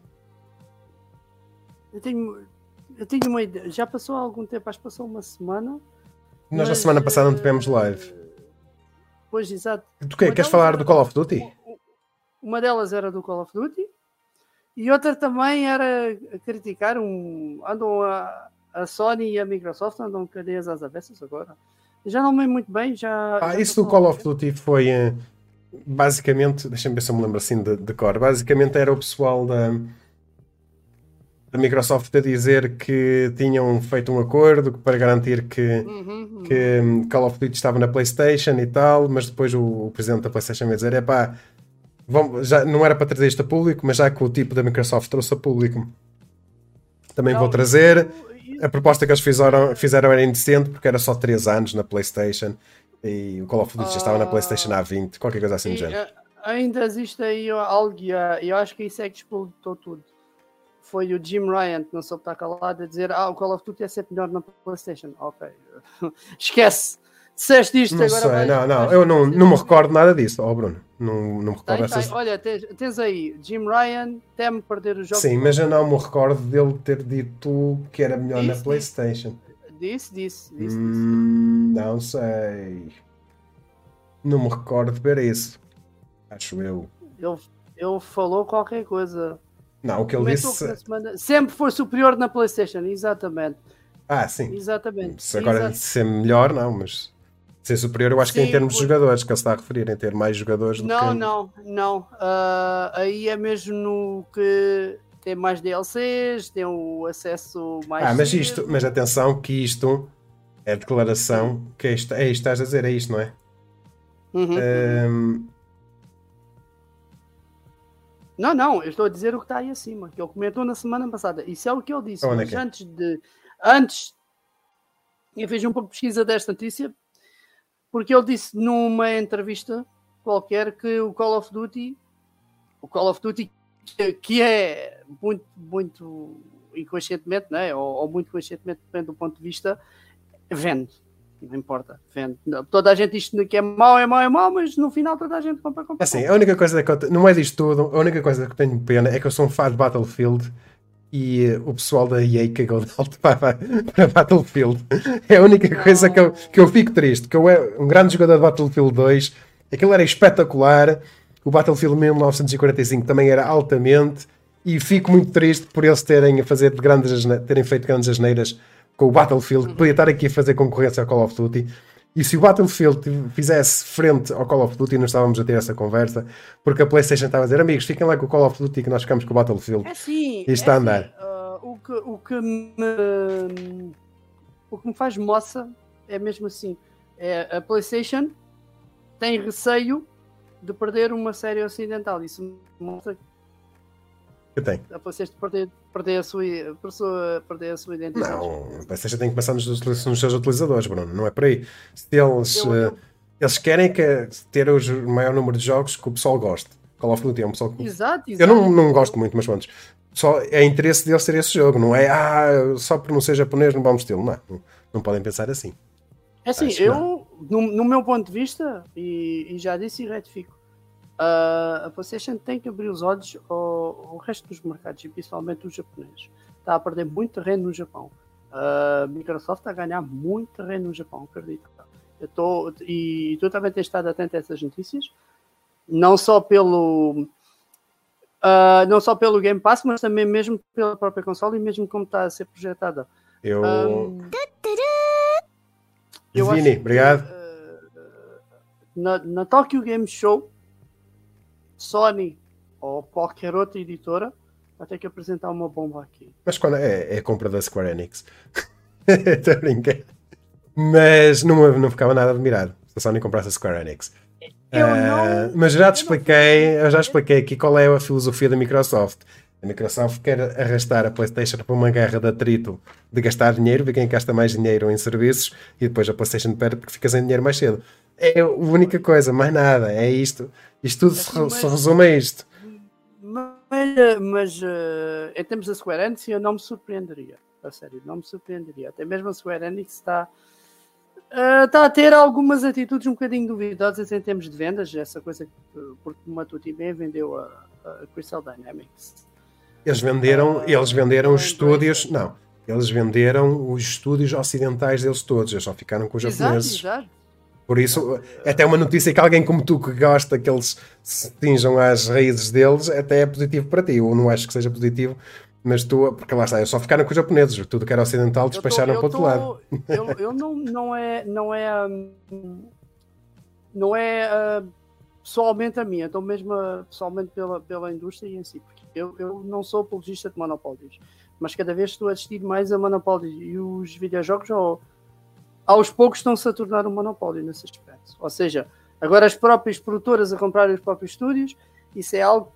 Eu tenho, eu tenho uma ideia. Já passou há algum tempo, acho que passou uma semana. Nós mas, na semana passada não tivemos live. Pois, exato. Do quê? Queres falar do Call of Duty? Uma delas era do Call of Duty. E outra também era a criticar um. Andam a, a Sony e a Microsoft andam cadeias às avessas agora. Já não me lembro muito bem. Já, ah, já isso do Call of Duty foi basicamente. Deixa-me ver se eu me lembro assim de, de cor. Basicamente era o pessoal da, da Microsoft a dizer que tinham feito um acordo para garantir que, uhum, uhum. que Call of Duty estava na PlayStation e tal, mas depois o, o presidente da PlayStation ia dizer: é pá. Vamos, já, não era para trazer isto a público, mas já que o tipo da Microsoft trouxe a público, também não, vou trazer. Isso, a proposta que eles fizeram, fizeram era indecente, porque era só três anos na PlayStation e o Call of Duty uh, já estava na PlayStation há vinte, qualquer coisa assim do género. Ainda existe aí algo, e eu acho que isso é que explodiu tudo. Foi o Jim Ryan que não soube estar calado a dizer: ah, o Call of Duty é sempre melhor na PlayStation. Ok, esquece. Disseste isto, não agora sei, vais, não, não, vais eu não, não me recordo nada disso, ó oh, Bruno. Não, não me recordo tem, essas... tem. Olha, tens, tens aí, Jim Ryan teme perder os jogos. Sim, mas eu não me recordo dele ter dito que era melhor disse, na PlayStation. Disse, disse, disse. Hum, disse. Não sei. Não me recordo de ver isso. Acho eu. Ele, ele falou qualquer coisa. Não, o que ele Comentou disse... que na semana sempre foi superior na PlayStation, exatamente. Ah, sim. Exatamente. Se agora Exato. ser melhor, não, mas ser superior eu acho sim, que é em termos de jogadores, que ele está a referir, em ter mais jogadores do não, que... Não, não, não. Uh, aí é mesmo no que tem mais D L Cs, tem o acesso mais... Ah, mas isto, mas atenção que isto é declaração, que é isto, é isto estás a dizer, é isto, não é? Uhum, um... uhum. Não, não, eu estou a dizer o que está aí acima, que ele comentou na semana passada. Isso é o que ele disse, mas é? antes de... Antes, eu fiz um pouco de pesquisa desta notícia, porque ele disse numa entrevista qualquer que o Call of Duty, o Call of Duty, que, que é muito, muito inconscientemente, né? ou, ou muito conscientemente, depende do ponto de vista, vende. Não importa, vende. Toda a gente diz que é mau, é mau, é mau, mas no final toda a gente compra, compra. Assim, a única coisa que eu te... não é disto tudo, a única coisa que tenho pena é que eu sou um fã de Battlefield e uh, o pessoal da E A cagou de alto para, para Battlefield. É a única não. coisa que eu, que eu fico triste, que eu é um grande jogador de Battlefield dois, aquilo era espetacular, o Battlefield mil novecentos e quarenta e cinco também era altamente, e fico muito triste por eles terem, a fazer grandes, terem feito grandes asneiras com o Battlefield, que podia estar aqui a fazer concorrência ao Call of Duty. E se o Battlefield fizesse frente ao Call of Duty, não estávamos a ter essa conversa, porque a PlayStation estava a dizer: amigos, fiquem lá com o Call of Duty que nós ficamos com o Battlefield. É sim, e está é a andar. Assim, uh, o, que, o, que me, o que me faz moça é mesmo assim: é, a PlayStation tem receio de perder uma série ocidental. Isso mostra que tem. A PlayStation perder, perder, a sua, perder a sua identidade. Não, a PlayStation tem que pensar nos, nos seus utilizadores, Bruno, não é por aí. Se eles, eu, eu... Uh, eles querem que, ter o maior número de jogos que o pessoal goste. Call of Duty é um pessoal que... Exato, exato. Eu não, não gosto muito, mas pronto. Só é interesse deles ter esse jogo, não é? Ah, só por não ser japonês não vamos tê-lo. Não, não, não podem pensar assim. É assim, Acho eu, no, no meu ponto de vista, e, e já disse e retifico, Uh, a PlayStation tem que abrir os olhos ao, ao resto dos mercados, e principalmente os japoneses. Está a perder muito terreno no Japão. A uh, Microsoft está a ganhar muito terreno no Japão, acredito. Eu tô, e tu também tens estado atento a essas notícias, não só pelo uh, não só pelo Game Pass, mas também mesmo pela própria console e mesmo como está a ser projetada. Eu... Um... Eu Vini, acho obrigado. Que, uh, na, na Tokyo Game Show, Sony ou qualquer outra editora vai ter que apresentar uma bomba aqui. Mas quando é, é a compra da Square Enix. Estou a brincar. Mas não, não ficava nada admirado se a Sony comprasse a Square Enix. Eu Uh, não, mas já te eu não expliquei, eu já expliquei aqui qual é a filosofia da Microsoft. A Microsoft quer arrastar a PlayStation para uma guerra de atrito de gastar dinheiro, ver quem gasta mais dinheiro em serviços e depois a PlayStation perde porque fica sem dinheiro mais cedo. É a única coisa, mais nada, é isto. Isto tudo se, Assim, mas- se resume a isto. Mas, mas uh, em termos da Square Enix, eu não me surpreenderia. A sério, não me surpreenderia. Até mesmo a Square Enix está, uh, está a ter algumas atitudes um bocadinho duvidosas em termos de vendas. Essa coisa que, porque o Matuti bem vendeu a, a Crystal Dynamics. Eles venderam, Ah, eles venderam os não estúdios, interessa. não, eles venderam os estúdios ocidentais deles todos, eles só ficaram com os Exato, japoneses. exato. Por isso, até uma notícia que alguém como tu que gosta que eles se tinjam às raízes deles, até é positivo para ti. Eu não acho que seja positivo, mas tu, porque lá está, eles só ficaram com os japoneses, tudo que era ocidental Eu tô- despacharam eu para o outro tô- lado. Eu, eu não, não é, não é, hum, não é hum, pessoalmente a minha, estou mesmo a- pessoalmente pela, pela indústria em si, porque eu, eu não sou apologista de monopólios, mas cada vez estou a assistir mais a monopólios e os videojogos ao- aos poucos estão-se a tornar um monopólio nesse aspecto. Ou seja, agora as próprias produtoras a comprarem os próprios estúdios, isso é algo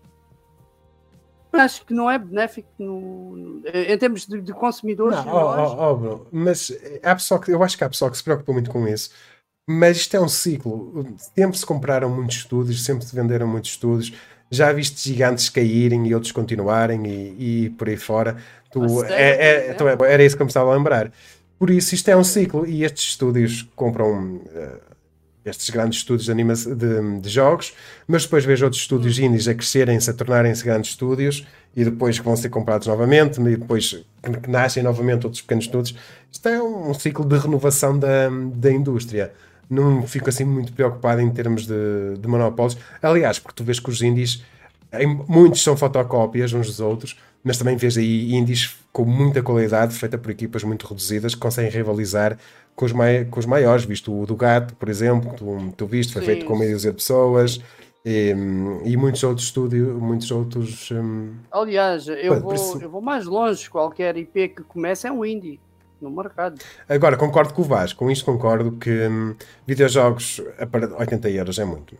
que acho que não é benéfico no- no- em termos de, de consumidores. Não, de ó, nós. ó, ó, Bruno, mas há pessoal que, eu acho que há pessoal que se preocupa muito com isso, mas isto é um ciclo. Sempre se compraram muitos estúdios, sempre se venderam muitos estúdios. Já viste gigantes caírem e outros continuarem e, e por aí fora. Tu, A Sega, é- é- por então, exemplo. era isso que eu me estava a lembrar. Por isso, isto é um ciclo e estes estúdios compram eh, estes grandes estúdios de, anima de, de jogos, mas depois vejo outros estúdios indies a crescerem-se, a tornarem-se grandes estúdios e depois que vão ser comprados novamente e depois que, que nascem novamente outros pequenos estúdios. Isto é um ciclo de renovação da, da indústria. Não fico assim muito preocupado em termos de, de monopólios. Aliás, porque tu vês que os indies, em- muitos são fotocópias uns dos outros, mas também vês aí indies com muita qualidade, feita por equipas muito reduzidas, que conseguem rivalizar com os, mai, com os maiores. Visto o do Gato, por exemplo, que tu, tu viste, foi Sim, feito com meia sim. dúzia de pessoas, e, e muitos outros estúdios, muitos outros. hum, Aliás, eu Pois, vou, parece- eu vou mais longe. Qualquer I P que comece é um indie no mercado. Agora, concordo com o Vasco, com isto concordo que hum, videojogos a par- oitenta euros é muito.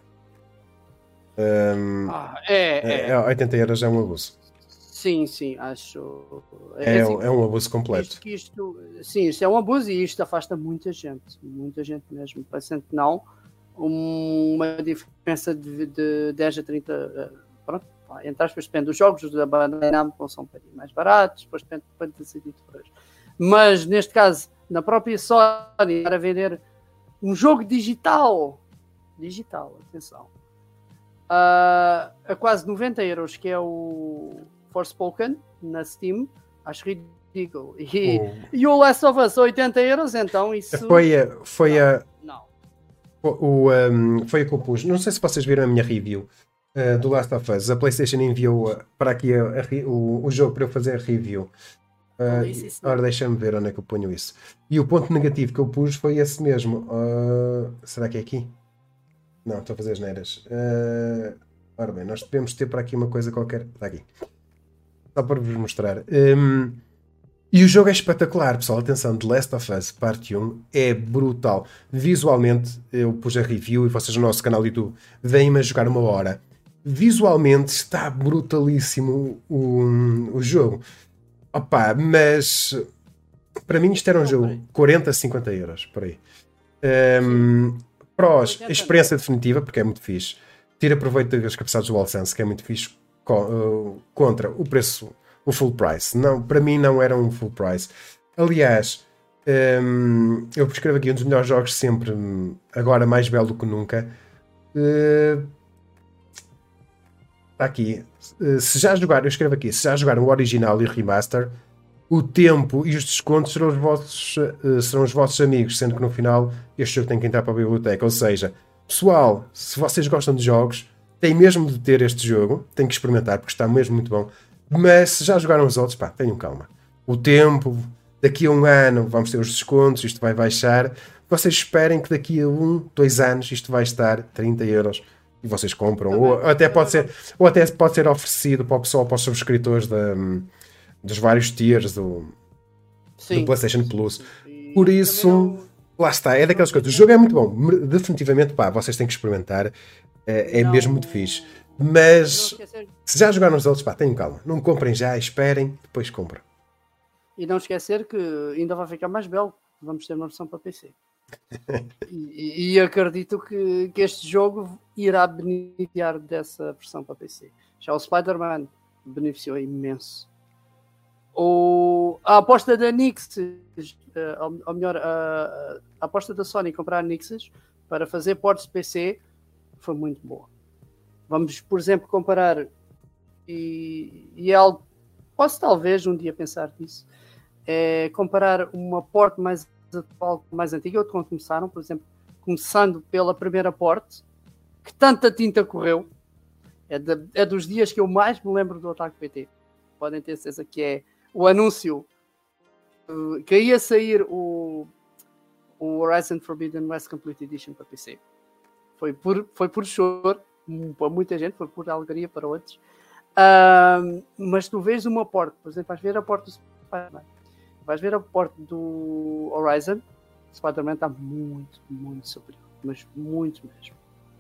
Hum, Ah, é, é. é, oitenta euros é um abuso. Sim, sim, acho. É, assim, um- é um abuso completo. isto, que isto, sim, isto é um abuso e isto afasta muita gente. Muita gente mesmo. Parecendo que não. Um- uma diferença de, de dez a trinta. eh, Pronto, pá, entre aspas, depende. Os jogos da Bandai Namco são um bocadinho mais baratos, depois depende, depende das editoras. Mas neste caso, na própria Sony, para vender um jogo digital, digital, atenção, a, a quase noventa euros, que é o Forspoken na Steam, acho ridículo. E, O- e o Last of Us, oitenta euros, então isso. Foi, a- foi, a, Não. o, um, foi a que eu pus. Não sei se vocês viram a minha review uh, do Last of Us. A PlayStation enviou uh, para aqui a- a re- o, o jogo para eu fazer a review. Uh, Olha, isso, isso não. ora, deixa-me ver onde é que eu ponho isso. E o ponto negativo que eu pus foi esse mesmo. Uh, será que é aqui? Não, estou a fazer as neiras. Uh, ora bem, nós devemos ter para aqui uma coisa qualquer. Está aqui. Só para vos mostrar. Um, e o jogo é espetacular, pessoal. Atenção, The Last of Us Parte um é brutal. Visualmente, eu pus a review e vocês no nosso canal do YouTube vêm-me a jogar uma hora. Visualmente está brutalíssimo o, o jogo. Opa, mas para mim isto era um jogo quarenta, cinquenta euros, por aí. Um, Prós, experiência definitiva, porque é muito fixe. Tira proveito das capacidades do DualSense, que é muito fixe, co- uh, contra o preço, o full price. Não, para mim não era um full price. Aliás, um, eu prescrevo aqui um dos melhores jogos sempre, um, agora mais belo do que nunca. Uh, Está aqui. Uh, se já jogar, eu escrevo aqui, se já jogaram o original e o remaster, o tempo e os descontos serão os vossos, uh, serão os vossos amigos, sendo que no final este jogo tem que entrar para a biblioteca. Ou seja, pessoal, se vocês gostam de jogos, têm mesmo de ter este jogo, têm que experimentar porque está mesmo muito bom. Mas se já jogaram os outros, pá, tenham calma. O tempo, daqui a um ano vamos ter os descontos, isto vai baixar. Vocês esperem que daqui a um, dois anos isto vai estar trinta euros e vocês compram. Ou até, pode ser, ou até pode ser oferecido para o pessoal, para os subscritores da, dos vários tiers do, do PlayStation Plus. Por isso, não... lá está, é daquelas coisas. O jogo é muito bom, definitivamente, pá, vocês têm que experimentar, é, é não... mesmo muito fixe. Mas se já jogaram os outros, pá, tenham calma, não comprem já, esperem, depois compram. E não esquecer que ainda vai ficar mais belo, vamos ter uma versão para P C. e, e acredito que, que este jogo irá beneficiar dessa versão para P C. Já o Spider-Man beneficiou imenso. O, a aposta da Nix, ou, ou melhor, a, a aposta da Sony comprar Nixes para fazer ports de P C foi muito boa. Vamos, por exemplo, comparar, e, e é algo, posso talvez um dia pensar nisso, é comparar uma port mais atual, mais antiga, quando começaram, por exemplo, começando pela primeira port, que tanta tinta correu, é, de, é dos dias que eu mais me lembro do Otaku P T. Podem ter certeza que é o anúncio uh, que ia sair o, o Horizon Forbidden West Complete Edition para P C. Foi por, foi por choro para muita gente, foi por alegria para outros. Uh, mas tu vês uma porta, por exemplo, vais ver a porta do Spider-Man, vais ver a porta do Horizon, o Spider-Man está muito, muito superior, mas muito mesmo.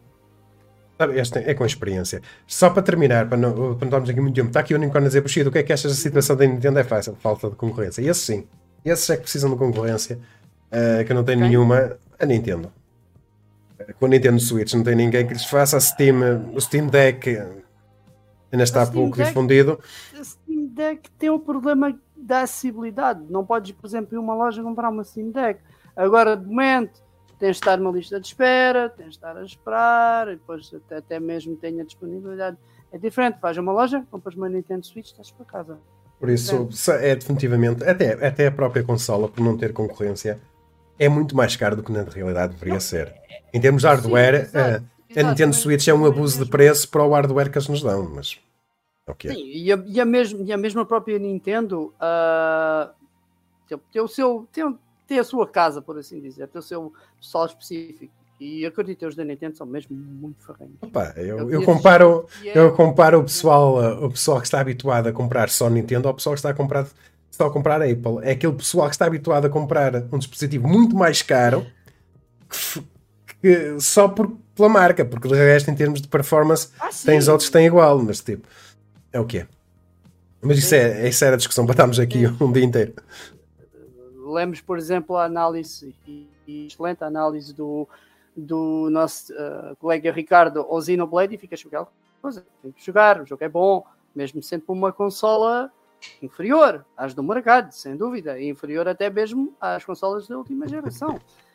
Este é com experiência. Só para terminar, para não, para não darmos aqui muito tempo, está aqui o Unicórnio a dizer, Bushido, o que é que achas da situação da Nintendo? É fácil, falta de concorrência. E esses sim, esses é que precisam de concorrência, uh, que não tem Quem? nenhuma, a Nintendo. Com a Nintendo Switch não tem ninguém que lhes faça. A Steam, o Steam Deck ainda está pouco Deck, difundido. A Steam Deck tem o problema da acessibilidade. Não podes, por exemplo, ir a uma loja comprar uma Steam Deck. Agora, de momento, tens de estar numa lista de espera, tens de estar a esperar, e depois até, até mesmo tem a disponibilidade. É diferente, vais a uma loja, compras uma Nintendo Switch, estás para casa. Por isso, é definitivamente, até, até a própria consola, por não ter concorrência, é muito mais caro do que na realidade deveria não, ser. Em termos de hardware, sim, exato, a, exato, a Nintendo Switch é um abuso de preço para o hardware que eles nos dão, mas é o que é. Sim, e a, e a, mesmo, e a mesma própria Nintendo uh, tem, tem, o seu, tem, tem a sua casa, por assim dizer, tem o seu pessoal específico. E acredito que os da Nintendo são mesmo muito ferrenhos. Opa, eu, eu, comparo, eu comparo o pessoal, o pessoal que está habituado a comprar só Nintendo ao pessoal que está a comprar, só a comprar Apple. É aquele pessoal que está habituado a comprar um dispositivo muito mais caro que, que, só por, pela marca, porque de resto, em termos de performance, ah, tens outros que têm igual, mas tipo, é o que é. Mas isso, é, isso era a discussão para estarmos aqui sim. um dia inteiro. Lemos, por exemplo, a análise, e excelente análise do do nosso uh, colega Ricardo ao Xenoblade e fica chocado. Tem que jogar, o jogo é bom, mesmo sendo por uma consola inferior às do mercado, sem dúvida, e inferior até mesmo às consolas da última geração.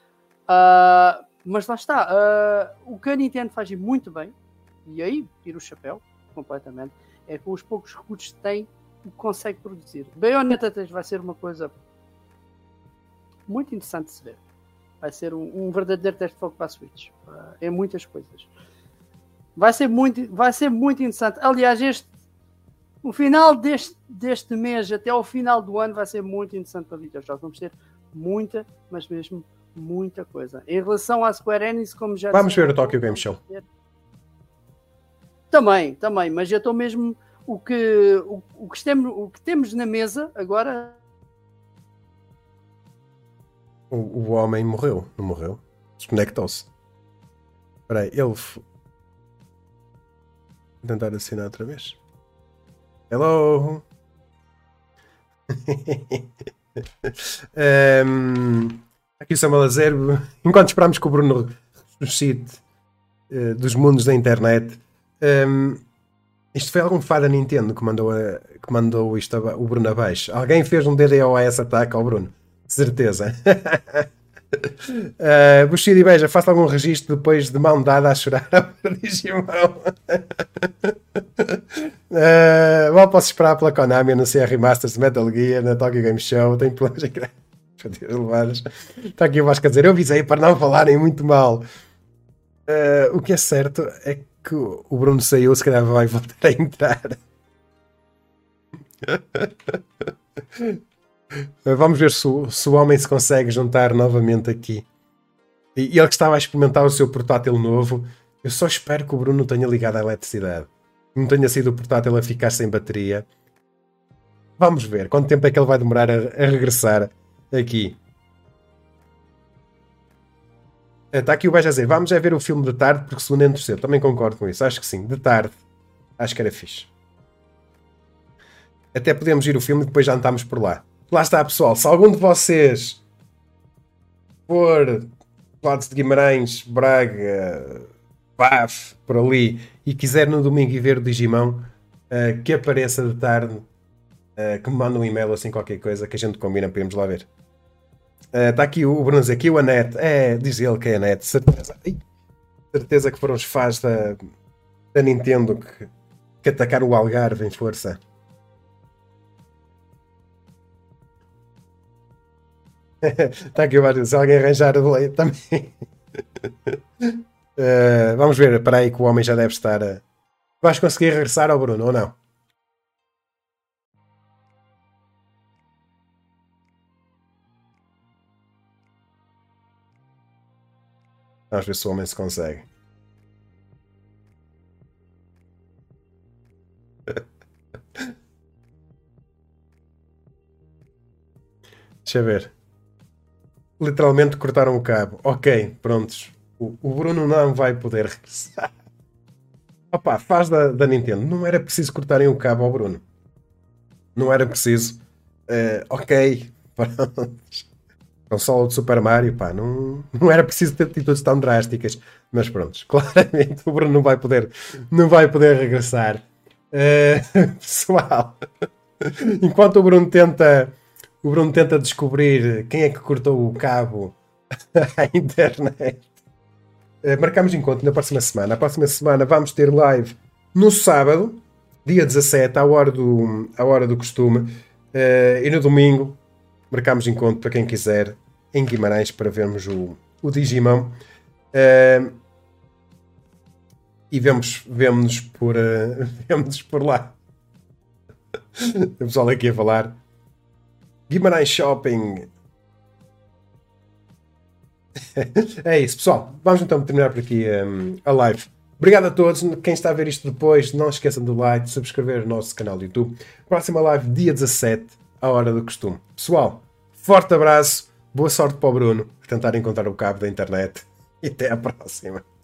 uh, mas lá está, uh, o que a Nintendo faz muito bem, e aí tiro o chapéu completamente, é com os poucos recursos que tem, o que consegue produzir. Bayonetta três vai ser uma coisa muito interessante de se ver. Vai ser um, um verdadeiro teste de fogo para a Switch. Uh, em muitas coisas. Vai ser muito, vai ser muito interessante. Aliás, este, o final deste, deste mês até ao final do ano vai ser muito interessante para videojogos. Vamos ter muita, mas mesmo muita coisa. Em relação à Square Enix, como já Vamos disse, ver o Tokyo Game Show. Também, também. Mas eu estou mesmo... O que, o, o, que temos, o que temos na mesa agora... O, o homem morreu, não morreu? Desconectou-se. Espera aí, ele... F... Vou tentar assinar outra vez. Hello! um, aqui o Samuel a zero. Enquanto esperamos que o Bruno ressuscite uh, dos mundos da internet, um, isto foi algum fã da Nintendo que mandou, a, que mandou isto a, o Bruno abaixo. Alguém fez um D D O S ataque ao Bruno. Certeza. uh, Bushido e Beja, faça algum registro depois de mão dada a chorar a Digimon. uh, mal posso esperar pela Konami anunciar remasters de Metal Gear na Tokyo Game Show. Tem planos elevados. Está aqui o Vasco a dizer, eu avisei para não falarem muito mal. Uh, o que é certo é que o Bruno saiu, se calhar vai voltar a entrar. Vamos ver se o, se o homem se consegue juntar novamente aqui. E, e ele que estava a experimentar o seu portátil novo. Eu só espero que o Bruno tenha ligado à eletricidade. Não tenha sido o portátil a ficar sem bateria. Vamos ver quanto tempo é que ele vai demorar a, a regressar aqui. Está aqui o Beja a dizer, vamos é ver o filme de tarde porque segundo entorceu. Também concordo com isso, acho que sim, de tarde. Acho que era fixe. Até podemos ir o filme e depois jantámos por lá. Lá está, pessoal. Se algum de vocês for lados de Guimarães, Braga, Paf, por ali, e quiser no domingo ir ver o Digimon, uh, que apareça de tarde, uh, que me manda um e-mail assim qualquer coisa que a gente combina para irmos lá ver. Está uh, aqui o Bruno, aqui o Anete. É, diz ele que é a Anete, certeza. Ai, certeza que foram os fãs da, da Nintendo que, que atacaram o Algarve em força. Está aqui o Mário, se alguém arranjar o leite também. uh, vamos ver, para aí que o homem já deve estar. Uh... Vais conseguir regressar ao Bruno ou não? Vamos ver se o homem se consegue. Deixa eu ver. Literalmente cortaram o cabo. Ok, prontos. O, o Bruno não vai poder regressar. Opa, faz da, da Nintendo. Não era preciso cortarem o cabo ao Bruno. Não era preciso. Uh, ok, prontos. Console de Super Mario, pá, não, não era preciso ter atitudes tão drásticas. Mas pronto, claramente o Bruno não vai poder, não vai poder regressar. Uh, pessoal, enquanto o Bruno tenta, o Bruno tenta descobrir quem é que cortou o cabo à internet, uh, marcamos encontro na próxima semana. Na próxima semana vamos ter live no sábado, dia dezassete, à hora do, à hora do costume, uh, e no domingo marcamos encontro para quem quiser em Guimarães para vermos o, o Digimon. Uh, e vemos, vemos-nos por, uh, vemos por lá. O pessoal aqui a falar. Guimarães Shopping. É isso, pessoal. Vamos então terminar por aqui um, a live. Obrigado a todos. Quem está a ver isto depois, não esqueçam do like, de subscrever o nosso canal do YouTube. Próxima live, dia dezassete, à hora do costume. Pessoal, forte abraço. Boa sorte para o Bruno a tentar encontrar o cabo da internet. E até à próxima.